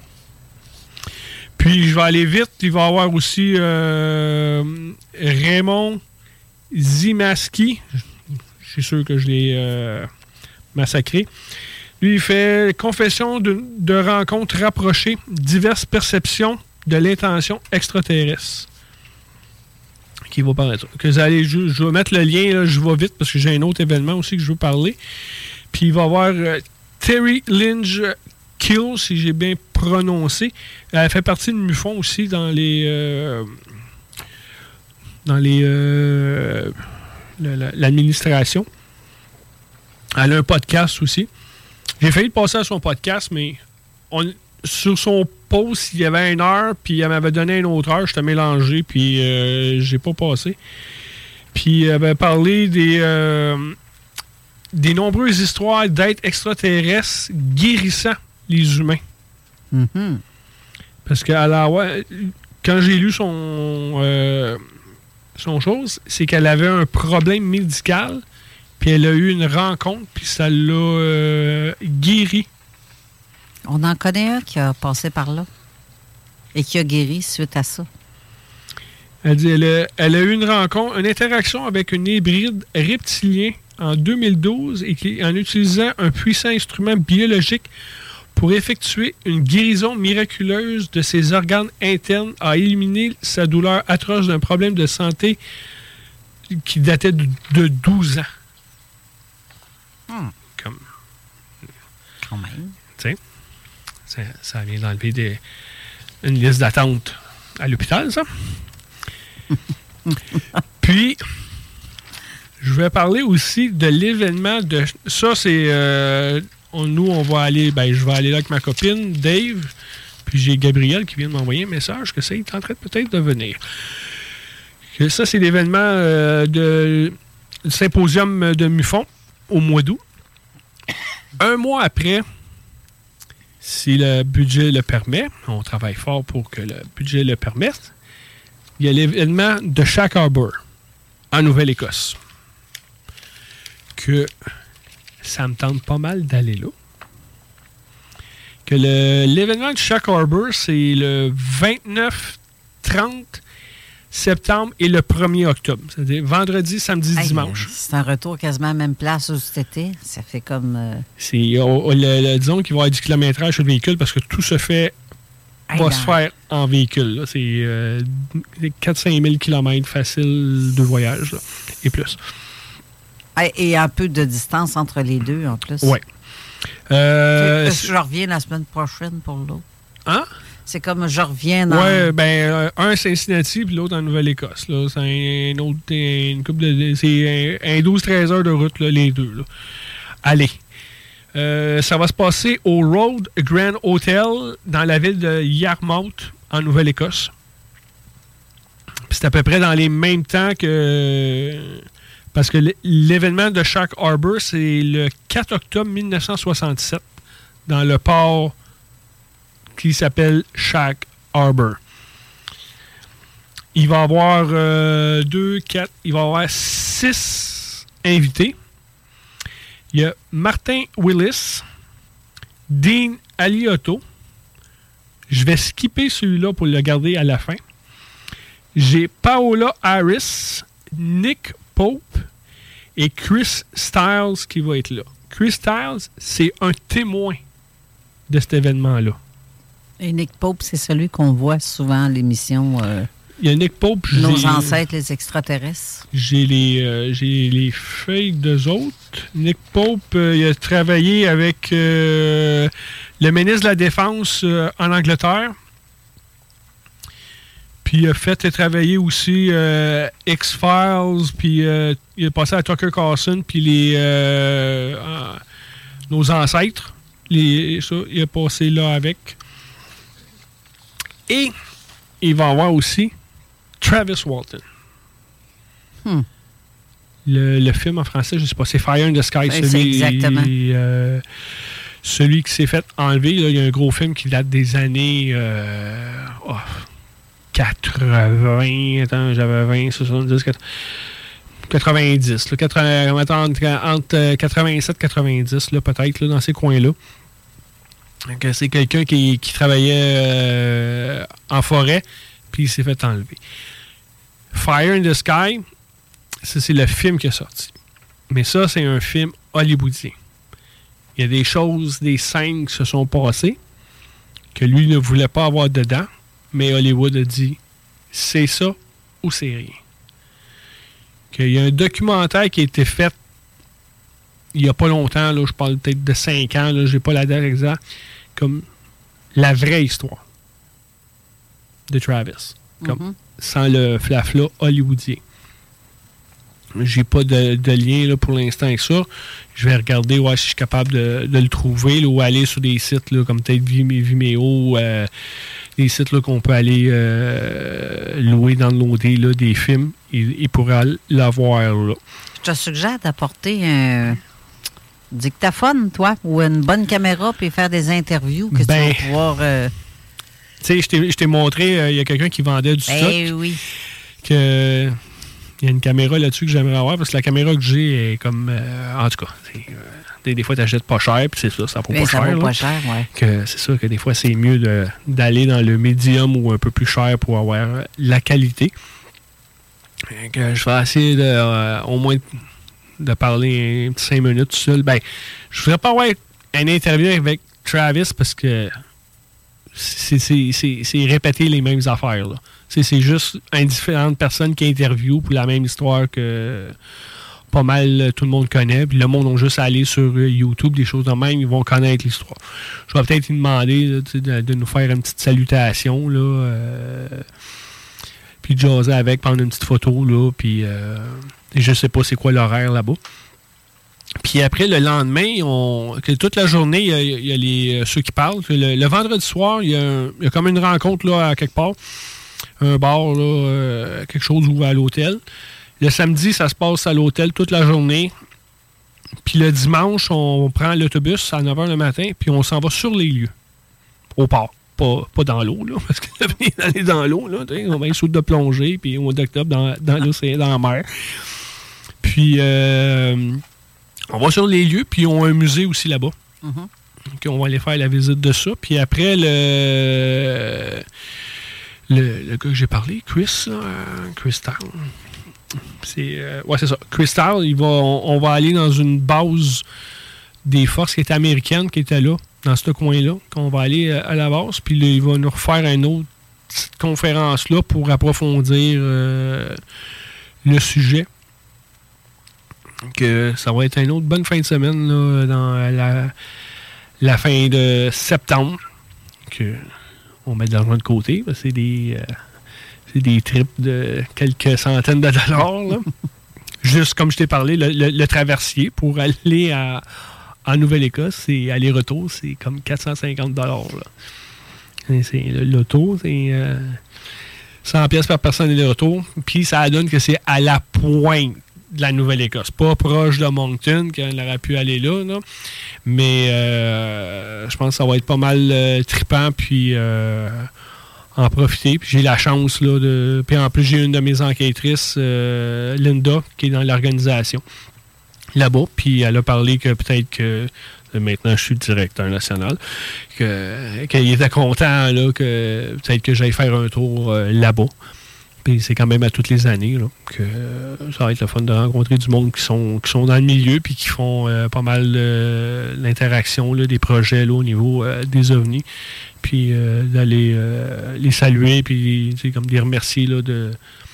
Puis, je vais aller vite. Il va y avoir aussi euh, Raymond Zimaski. Je suis sûr que je l'ai euh, massacré. Lui, il fait confession de, de rencontres rapprochées, diverses perceptions de l'intention extraterrestre. Qui va parler de ça. Que vous allez, je, je vais mettre le lien, là, je vais vite parce que j'ai un autre événement aussi que je veux parler. Puis il va y avoir euh, Terry Lynch Kill, si j'ai bien prononcé. Elle fait partie de MUFON aussi dans les... Euh, dans les... Euh, l'administration. Elle a un podcast aussi. J'ai failli passer à son podcast, mais on, sur son post, il y avait une heure, puis elle m'avait donné une autre heure, j'étais mélangé, puis euh, j'ai pas passé. Puis elle avait parlé des, euh, des nombreuses histoires d'êtres extraterrestres guérissant les humains. Mm-hmm. Parce que alors, ouais, quand j'ai lu son, euh, son chose, c'est qu'elle avait un problème médical Puis elle a eu une rencontre, puis ça l'a euh, guéri. On en connaît un qui a passé par là et qui a guéri suite à ça. Elle dit elle a, elle a eu une rencontre, une interaction avec un hybride reptilien en deux mille douze et qui, en utilisant un puissant instrument biologique pour effectuer une guérison miraculeuse de ses organes internes, a éliminé sa douleur atroce d'un problème de santé qui datait de, de douze ans. Hmm. Comme. Quand même. Tu sais, ça, ça vient d'enlever des, une liste d'attente à l'hôpital, ça. Puis, je vais parler aussi de l'événement de... Ça, c'est... Euh, on, nous, on va aller... Ben, je vais aller là avec ma copine, Dave, puis j'ai Gabriel qui vient de m'envoyer un message que ça, il est en train de peut-être de venir. Que ça, c'est l'événement euh, de, du symposium de MUFON au mois d'août. Un mois après, si le budget le permet, on travaille fort pour que le budget le permette, il y a l'événement de Shack Harbor en Nouvelle-Écosse. Que ça me tente pas mal d'aller là. Que le, l'événement de Shack Harbor, c'est le vingt-neuf, trente septembre et le premier octobre. C'est-à-dire vendredi, samedi, hey, dimanche. C'est un retour quasiment à la même place où c'était. Ça fait comme... Euh... C'est, oh, le, le, disons qu'il va y avoir du kilométrage sur le véhicule parce que tout se fait, hey, va non. se faire en véhicule. Là. C'est euh, quatre à cinq mille kilomètres facile de voyage là, et plus. Et un peu de distance entre les deux, en plus. Oui. Euh, Est-ce que je reviens la semaine prochaine pour l'autre? Hein? C'est comme je reviens dans... Oui, ben euh, un Cincinnati puis l'autre en Nouvelle-Écosse. Là. C'est un, un autre, une couple de... C'est un, un douze à treize heures de route, là, les deux. Là. Allez. Euh, ça va se passer au Road Grand Hotel dans la ville de Yarmouth, en Nouvelle-Écosse. Puis c'est à peu près dans les mêmes temps que... Parce que l'événement de Shack Harbor, c'est le quatre octobre mille neuf cent soixante-sept, dans le port qui s'appelle Shack Harbor. Il va y avoir euh, deux, quatre, il va y avoir six invités. Il y a Martin Willis, Dean Aliotto. Je vais skipper celui-là pour le garder à la fin. J'ai Paola Harris, Nick Pope et Chris Styles qui va être là. Chris Styles, c'est un témoin de cet événement-là. Et Nick Pope, c'est celui qu'on voit souvent à l'émission. Euh, Il y a Nick Pope. Nos ancêtres, les extraterrestres. J'ai les, euh, j'ai les feuilles d'eux autres. Nick Pope, euh, il a travaillé avec euh, le ministre de la Défense euh, en Angleterre. Puis il a fait et travaillé aussi euh, X-Files, puis euh, il a passé à Tucker Carlson, puis les euh, euh, nos ancêtres. Les, ça, il a passé là avec. Et il va y avoir aussi Travis Walton. Hmm. Le, le film en français, je ne sais pas, c'est Fire in the Sky. Oui, celui, c'est exactement. Euh, celui qui s'est fait enlever, là, il y a un gros film qui date des années... Euh, oh, quatre-vingts, attends, j'avais vingt, soixante-dix, quatre-vingt-dix, là, quatre-vingts, entre, entre quatre-vingt-sept et quatre-vingt-dix, là, peut-être, là, dans ces coins-là. Donc, c'est quelqu'un qui, qui travaillait euh, en forêt, puis il s'est fait enlever. Fire in the Sky, ça, c'est le film qui est sorti. Mais ça, c'est un film hollywoodien. Il y a des choses, des scènes qui se sont passées que lui ne voulait pas avoir dedans. Mais Hollywood a dit, c'est ça ou c'est rien. Qu'il y a un documentaire qui a été fait il n'y a pas longtemps, là, je parle peut-être de cinq ans, je n'ai pas la date exacte, comme la vraie histoire de Travis. Comme, mm-hmm. Sans le flafla hollywoodien. J'ai pas de, de lien là, pour l'instant avec ça. Je vais regarder ouais, si je suis capable de, de le trouver là, ou aller sur des sites là, comme peut-être Vimeo, euh, des sites là, qu'on peut aller euh, louer, downloader là, des films. Il, il pourra l'avoir là. Je te suggère d'apporter un dictaphone, toi, ou une bonne caméra puis faire des interviews que ben, tu vas pouvoir... Euh... Tu sais, je t'ai, je t'ai montré, il euh, y a quelqu'un qui vendait du ben stock. oui. Que... Il y a une caméra là-dessus que j'aimerais avoir parce que la caméra que j'ai est comme... Euh, en tout cas, c'est, euh, des, des fois, tu achètes pas cher, puis c'est ça, ça vaut Mais pas ça cher. vaut là. pas cher, ouais. Que c'est sûr que des fois, c'est mieux de, d'aller dans le médium ou un peu plus cher pour avoir la qualité. Que je vais essayer de, euh, au moins de parler un petit cinq minutes tout seul. Ben, je voudrais pas avoir une interview avec Travis parce que c'est, c'est, c'est, c'est répéter les mêmes affaires, là. C'est, c'est juste une différente personne qui interviewe pour la même histoire que pas mal tout le monde connaît. Puis le monde ont juste à aller sur YouTube, des choses de même, ils vont connaître l'histoire. Je vais peut-être lui demander là, de, de nous faire une petite salutation, là, euh, puis de jaser avec, prendre une petite photo, là, puis euh, je sais pas c'est quoi l'horaire là-bas. Puis après, le lendemain, on, que toute la journée, il y a, il y a les, ceux qui parlent. Le, le vendredi soir, il y, a, il y a comme une rencontre là, à quelque part. Un bar, là, euh, quelque chose ouvert à l'hôtel. Le samedi, ça se passe à l'hôtel toute la journée. Puis le dimanche, on prend l'autobus à neuf heures le matin, puis on s'en va sur les lieux, au port. Pas, pas dans l'eau, là, parce que d'aller dans l'eau, là, on va essayer de plonger, puis au mois d'octobre, dans, dans l'océan, dans la mer. Puis, euh, on va sur les lieux, puis on a un musée aussi là-bas. Mm-hmm. Donc, on va aller faire la visite de ça. Puis après, le... Le, le gars que j'ai parlé, Chris, euh, Chris Tarl. C'est, euh, ouais, c'est ça. Chris Tarl, il va, on, on va aller dans une base des forces qui était américaine, qui était là, dans ce coin-là, qu'on va aller à la base. Puis là, il va nous refaire une autre petite conférence-là pour approfondir euh, le sujet. Que ça va être une autre bonne fin de semaine là, dans la, la fin de septembre. Que on met de l'argent de côté. C'est des, euh, c'est des trips de quelques centaines de dollars. Là. Juste comme je t'ai parlé, le, le, le traversier pour aller à, en Nouvelle-Écosse, c'est aller-retour, c'est comme quatre cent cinquante dollars. C'est, c'est, l'auto, c'est euh, cent pièces par personne aller-retour. Puis ça donne que c'est à la pointe de la Nouvelle-Écosse. Pas proche de Moncton, qu'on aurait pu aller là, là. Mais euh, je pense que ça va être pas mal euh, trippant, puis euh, en profiter. Puis j'ai la chance, là, de... Puis en plus, j'ai une de mes enquêtrices, euh, Linda, qui est dans l'organisation, là-bas. Puis elle a parlé que peut-être que maintenant, je suis le directeur national, que, qu'il était content, là, que peut-être que j'aille faire un tour euh, là-bas. Puis c'est quand même à toutes les années là, que euh, ça va être le fun de rencontrer du monde qui sont, qui sont dans le milieu puis qui font euh, pas mal euh, l'interaction là, des projets là, au niveau euh, des ovnis. Puis euh, d'aller euh, les saluer puis comme des remercier là, de,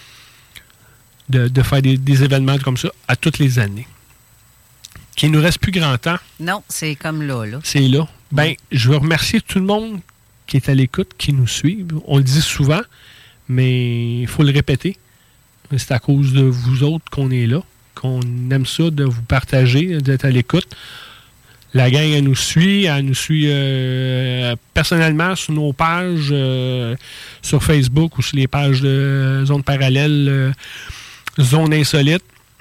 de, de faire des, des événements comme ça à toutes les années. Qu'il ne nous reste plus grand temps. Non, c'est comme là. là. C'est là. Ben, je veux remercier tout le monde qui est à l'écoute, qui nous suit. On le dit souvent. Mais il faut le répéter. C'est à cause de vous autres qu'on est là, qu'on aime ça, de vous partager, d'être à l'écoute. La gang, elle nous suit. Elle nous suit euh, personnellement sur nos pages, euh, sur Facebook ou sur les pages de Zone Parallèle, euh, Zone Insolite.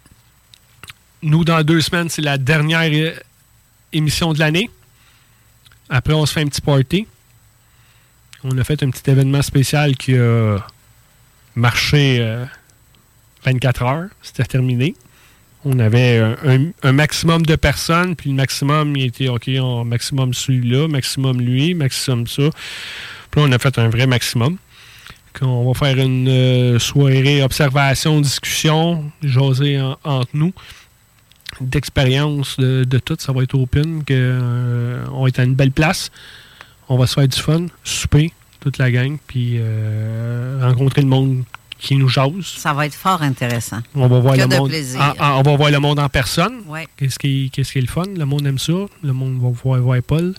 Nous, dans deux semaines, c'est la dernière émission de l'année. Après, on se fait un petit party. On a fait un petit événement spécial qui a marché euh, vingt-quatre heures. C'était terminé. On avait un, un, un maximum de personnes, puis le maximum, il était OK, on, maximum celui-là, maximum lui, maximum ça. Puis là, on a fait un vrai maximum. On va faire une euh, soirée observation, discussion, jaser en, entre nous, d'expérience de, de tout. Ça va être open, que, euh, on va être à une belle place. On va se faire du fun, souper, toute la gang, puis euh, rencontrer le monde qui nous jase. Ça va être fort intéressant. On va voir que le de monde. plaisir. En, en, on va voir le monde en personne. Ouais. Qu'est-ce qui, qu'est-ce qui est le fun? Le monde aime ça. Le monde va voir, voir Paul.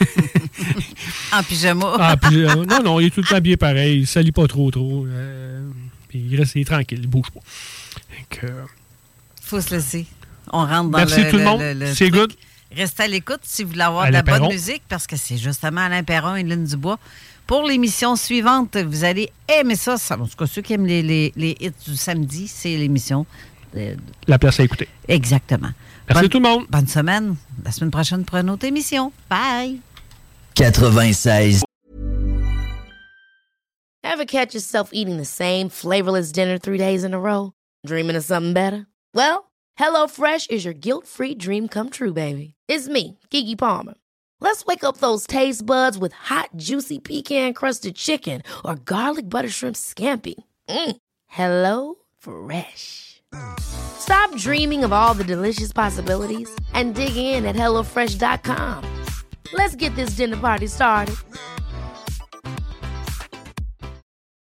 En pyjama. En pyjama. Non, non, il est tout le temps bien pareil. Il ne salit pas trop, trop. Euh, puis il reste il est tranquille, il ne bouge pas. Il euh... faut se laisser. On rentre dans Merci le, tout le, le monde. Le, le c'est truc. good. Restez à l'écoute si vous voulez avoir Alain de la Perron. bonne musique, parce que c'est justement Alain Perron et Lynn Dubois. Pour l'émission suivante, vous allez aimer ça. ça en tout cas, ceux qui aiment les, les, les hits du samedi, c'est l'émission. De... La place à écouter. Exactement. Merci bonne, tout le monde. Bonne semaine. La semaine prochaine pour une autre émission. Bye. quatre-vingt-seize. Ever catch yourself eating the same flavorless dinner three days in a row? Dreaming of something better? Well, HelloFresh is your guilt-free dream come true, baby. It's me, Keke Palmer. Let's wake up those taste buds with hot, juicy pecan-crusted chicken or garlic butter shrimp scampi. Mm. Hello Fresh. Stop dreaming of all the delicious possibilities and dig in at hello fresh dot com. Let's get this dinner party started.